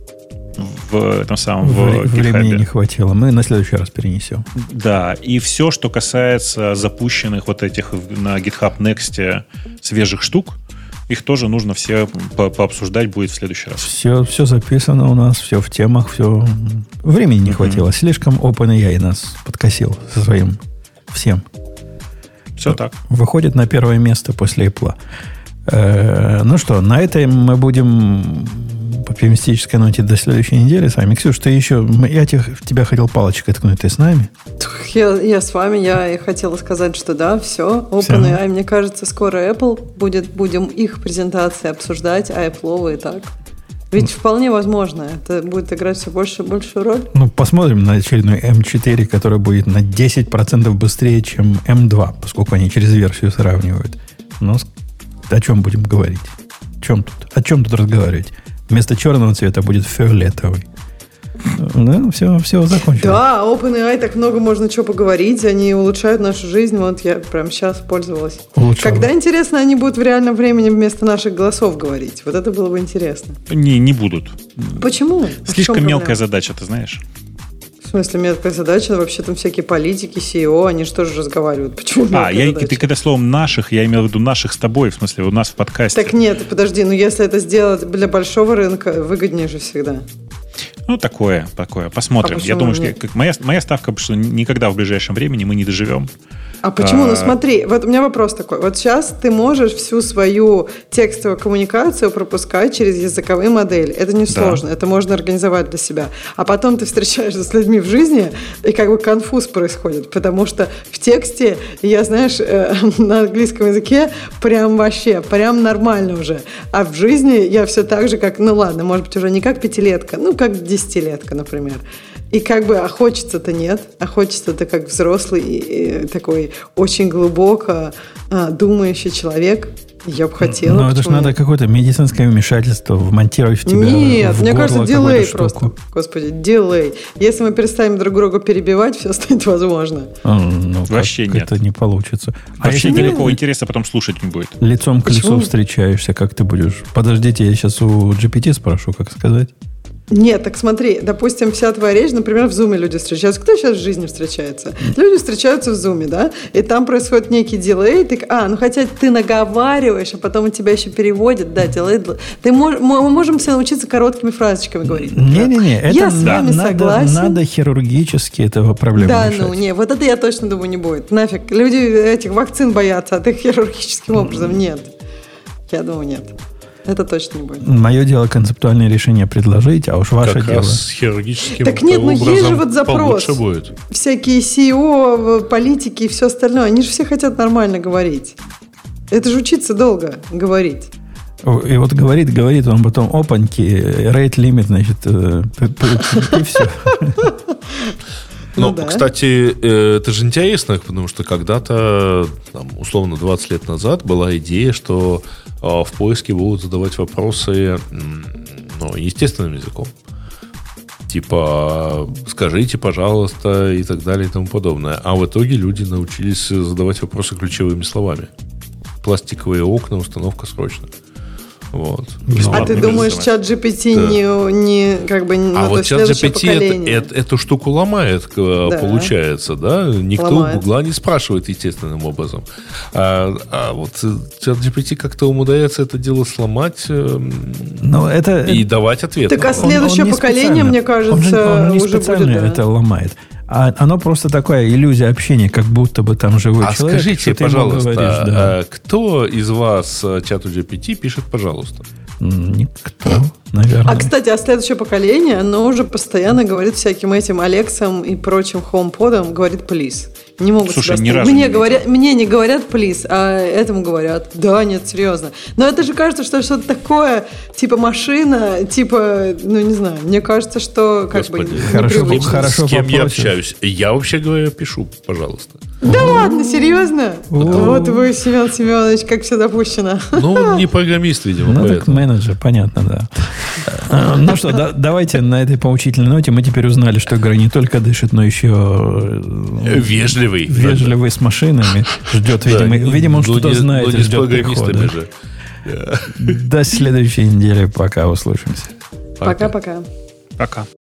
D: в этом самом в
A: Времени не хватило. Мы на следующий раз перенесем.
D: Да, и все, что касается запущенных вот этих на GitHub Next свежих штук, их тоже нужно все по- пообсуждать будет в следующий раз.
A: Все, все записано у нас, все в темах, все. Времени не mm-hmm. хватило. Слишком OpenAI нас подкосил со своим всем.
D: Все так.
A: Выходит на первое место после Apple. Э-э- ну что, на этой мы будем по оптимистической ноте до следующей недели с вами. Ксюш, ты еще... Я тебя хотел палочкой ткнуть. Ты с нами?
C: Я, я с вами. Я и хотела сказать, что да, все. OpenAI, мне кажется, скоро Apple будет. Будем их презентации обсуждать, а Apple и так. Ведь mm. вполне возможно. Это будет играть все больше и большую роль.
A: Ну, посмотрим на очередной эм четыре, который будет на десять процентов быстрее, чем эм два, поскольку они через версию сравнивают. Но о чем будем говорить? О чем тут? О чем тут разговаривать? Вместо черного цвета будет фиолетовый. Да, все, все закончилось.
C: Да, OpenAI так много можно чего поговорить. Они улучшают нашу жизнь. Вот я прямо сейчас пользовалась. Улучшала. Когда, интересно, они будут в реальном времени вместо наших голосов говорить? Вот это было бы интересно.
D: Не, не будут.
C: Почему?
D: Слишком мелкая задача, ты знаешь.
C: В смысле, мелкая задача? Вообще там всякие политики, си и о, они же тоже разговаривают. Почему
D: А, я, ты когда словом «наших», я имел в виду «наших» с тобой, в смысле, у нас в подкасте.
C: Так нет, подожди, ну если это сделать для большого рынка, выгоднее же всегда.
D: Ну, такое, такое. Посмотрим.
C: А
D: я думаю, что как, моя, моя ставка, что никогда в ближайшем времени мы не доживем.
C: А почему? А... Ну смотри, вот у меня вопрос такой. Вот сейчас ты можешь всю свою текстовую коммуникацию пропускать через языковые модели. Это не сложно, да. Это можно организовать для себя. А потом ты встречаешься с людьми в жизни, и как бы конфуз происходит. Потому что в тексте, я, знаешь, э, на английском языке прям вообще, прям нормально уже. А в жизни я все так же, как, ну ладно, может быть, уже не как пятилетка, ну как десятилетка, например. И как бы, а хочется-то нет. А хочется-то как взрослый, и, и, такой очень глубоко а, думающий человек. Я бы хотела.
A: Но это же надо какое-то медицинское вмешательство вмонтировать в тебя.
C: Нет,
A: в
C: мне кажется, дилей
A: штуку.
C: просто. Господи, дилей. Если мы перестанем друг друга перебивать, все станет возможно.
A: А, ну,
D: Вообще
A: как,
D: нет.
A: Это не получится.
D: Вообще
A: а
D: никакого
A: ты
D: интереса потом слушать не будет.
A: лицом к
C: Почему?
A: лицу встречаешься, как ты будешь? Подождите, я сейчас у джи пи ти спрошу, как сказать.
C: Нет, так смотри, допустим, вся твоя речь, например, в Зуме люди встречаются. Кто сейчас в жизни встречается? Люди встречаются в Зуме, да? И там происходит некий дилей. Ты, а, ну хотя ты наговариваешь, а потом у тебя еще переводят, да, дилей. Ты мож, мы можем все научиться короткими фразочками говорить.
A: Не-не-не, это
C: я с вами
A: надо,
C: согласен.
A: Надо хирургически этого проблему
C: Да,
A: решать.
C: ну не, вот это я точно думаю не будет. Нафиг, люди этих вакцин боятся, а ты хирургическим образом нет. Я думаю, нет. Это точно не будет.
A: Мое дело концептуальное решение предложить, а уж ваше
B: как
A: дело.
B: раз с хирургическим
C: Так нет, ну есть
B: образом
C: же вот запрос.
B: получше будет.
C: Всякие си и о, политики и все остальное, они же все хотят нормально говорить. Это же учиться долго говорить.
A: И вот говорит, говорит, он потом опаньки, rate limit, значит, э, и все.
B: Но,
C: Ну да.
B: кстати, э, это же интересно, потому что когда-то, там, условно, двадцать лет назад была идея, что э, в поиске будут задавать вопросы м, ну, естественным языком. Типа, скажите, пожалуйста, и так далее, и тому подобное. А в итоге люди научились задавать вопросы ключевыми словами. Пластиковые окна, установка срочно. Вот.
C: А ты думаешь, чат джи пи ти
B: Да.
C: не, не как бы ну,
B: А
C: то
B: вот
C: есть
B: чат джи
C: следующее
B: пи ти это,
C: поколение?
B: это- эту штуку ломает, э,
C: Да.
B: получается, да? Никто
C: Ломает.
B: у Гугла не спрашивает естественным образом. А, а вот э, чат джи пи ти как-то умудряется это дело сломать э,
A: Но это...
B: и давать ответ.
C: Так, а
B: на него.
C: следующее
A: не
C: поколение,
A: специально.
C: мне кажется,
A: он же, он не
C: уже
A: специально
C: будет, да.
A: это ломает. А оно просто такая иллюзия общения, как будто бы там живой
B: А
A: человек.
B: скажите,
A: что ты ему
B: пожалуйста,
A: говоришь, да.
B: а кто из вас э, чату джи пи ти пишет «пожалуйста»?
A: М, Никто, наверное.
C: А, кстати, а следующее поколение, оно уже постоянно говорит всяким этим Алексам и прочим хоумподам, говорит «please». Не могут
D: Слушай,
C: себя
D: ни
C: остановить.
D: разу
C: мне
D: не
C: говорят, мне не говорят «please», а этому говорят. Да, нет, серьезно. Но это же кажется, что что-то такое, типа машина, типа, ну не знаю, мне кажется, что как
B: Господи.
C: бы
A: Хорошо,
C: непривычно.
A: хорошо.
B: С кем я
A: попросишь.
B: общаюсь? Я, вообще говоря, пишу «пожалуйста».
C: Да ладно, серьезно?
A: О.
C: Вот вы, Семен Семенович, как все допущено.
B: Ну, он не программист, видимо,
A: Ну, так
B: поэтому.
A: менеджер, понятно, да. А, Ну что, да- давайте на этой поучительной ноте мы теперь узнали, что игра не только дышит, но еще э,
B: Вежливый.
A: вежливый с машинами. Ждет,
B: Да,
A: видимо,
B: не-
A: видимо, он
B: ну,
A: что-то
B: не-
A: знает
B: ну,
A: и
B: не с
A: ждет
B: программистами
A: прихода.
B: же.
A: До следующей недели. Пока, услышимся.
C: Пока-пока.
D: Пока.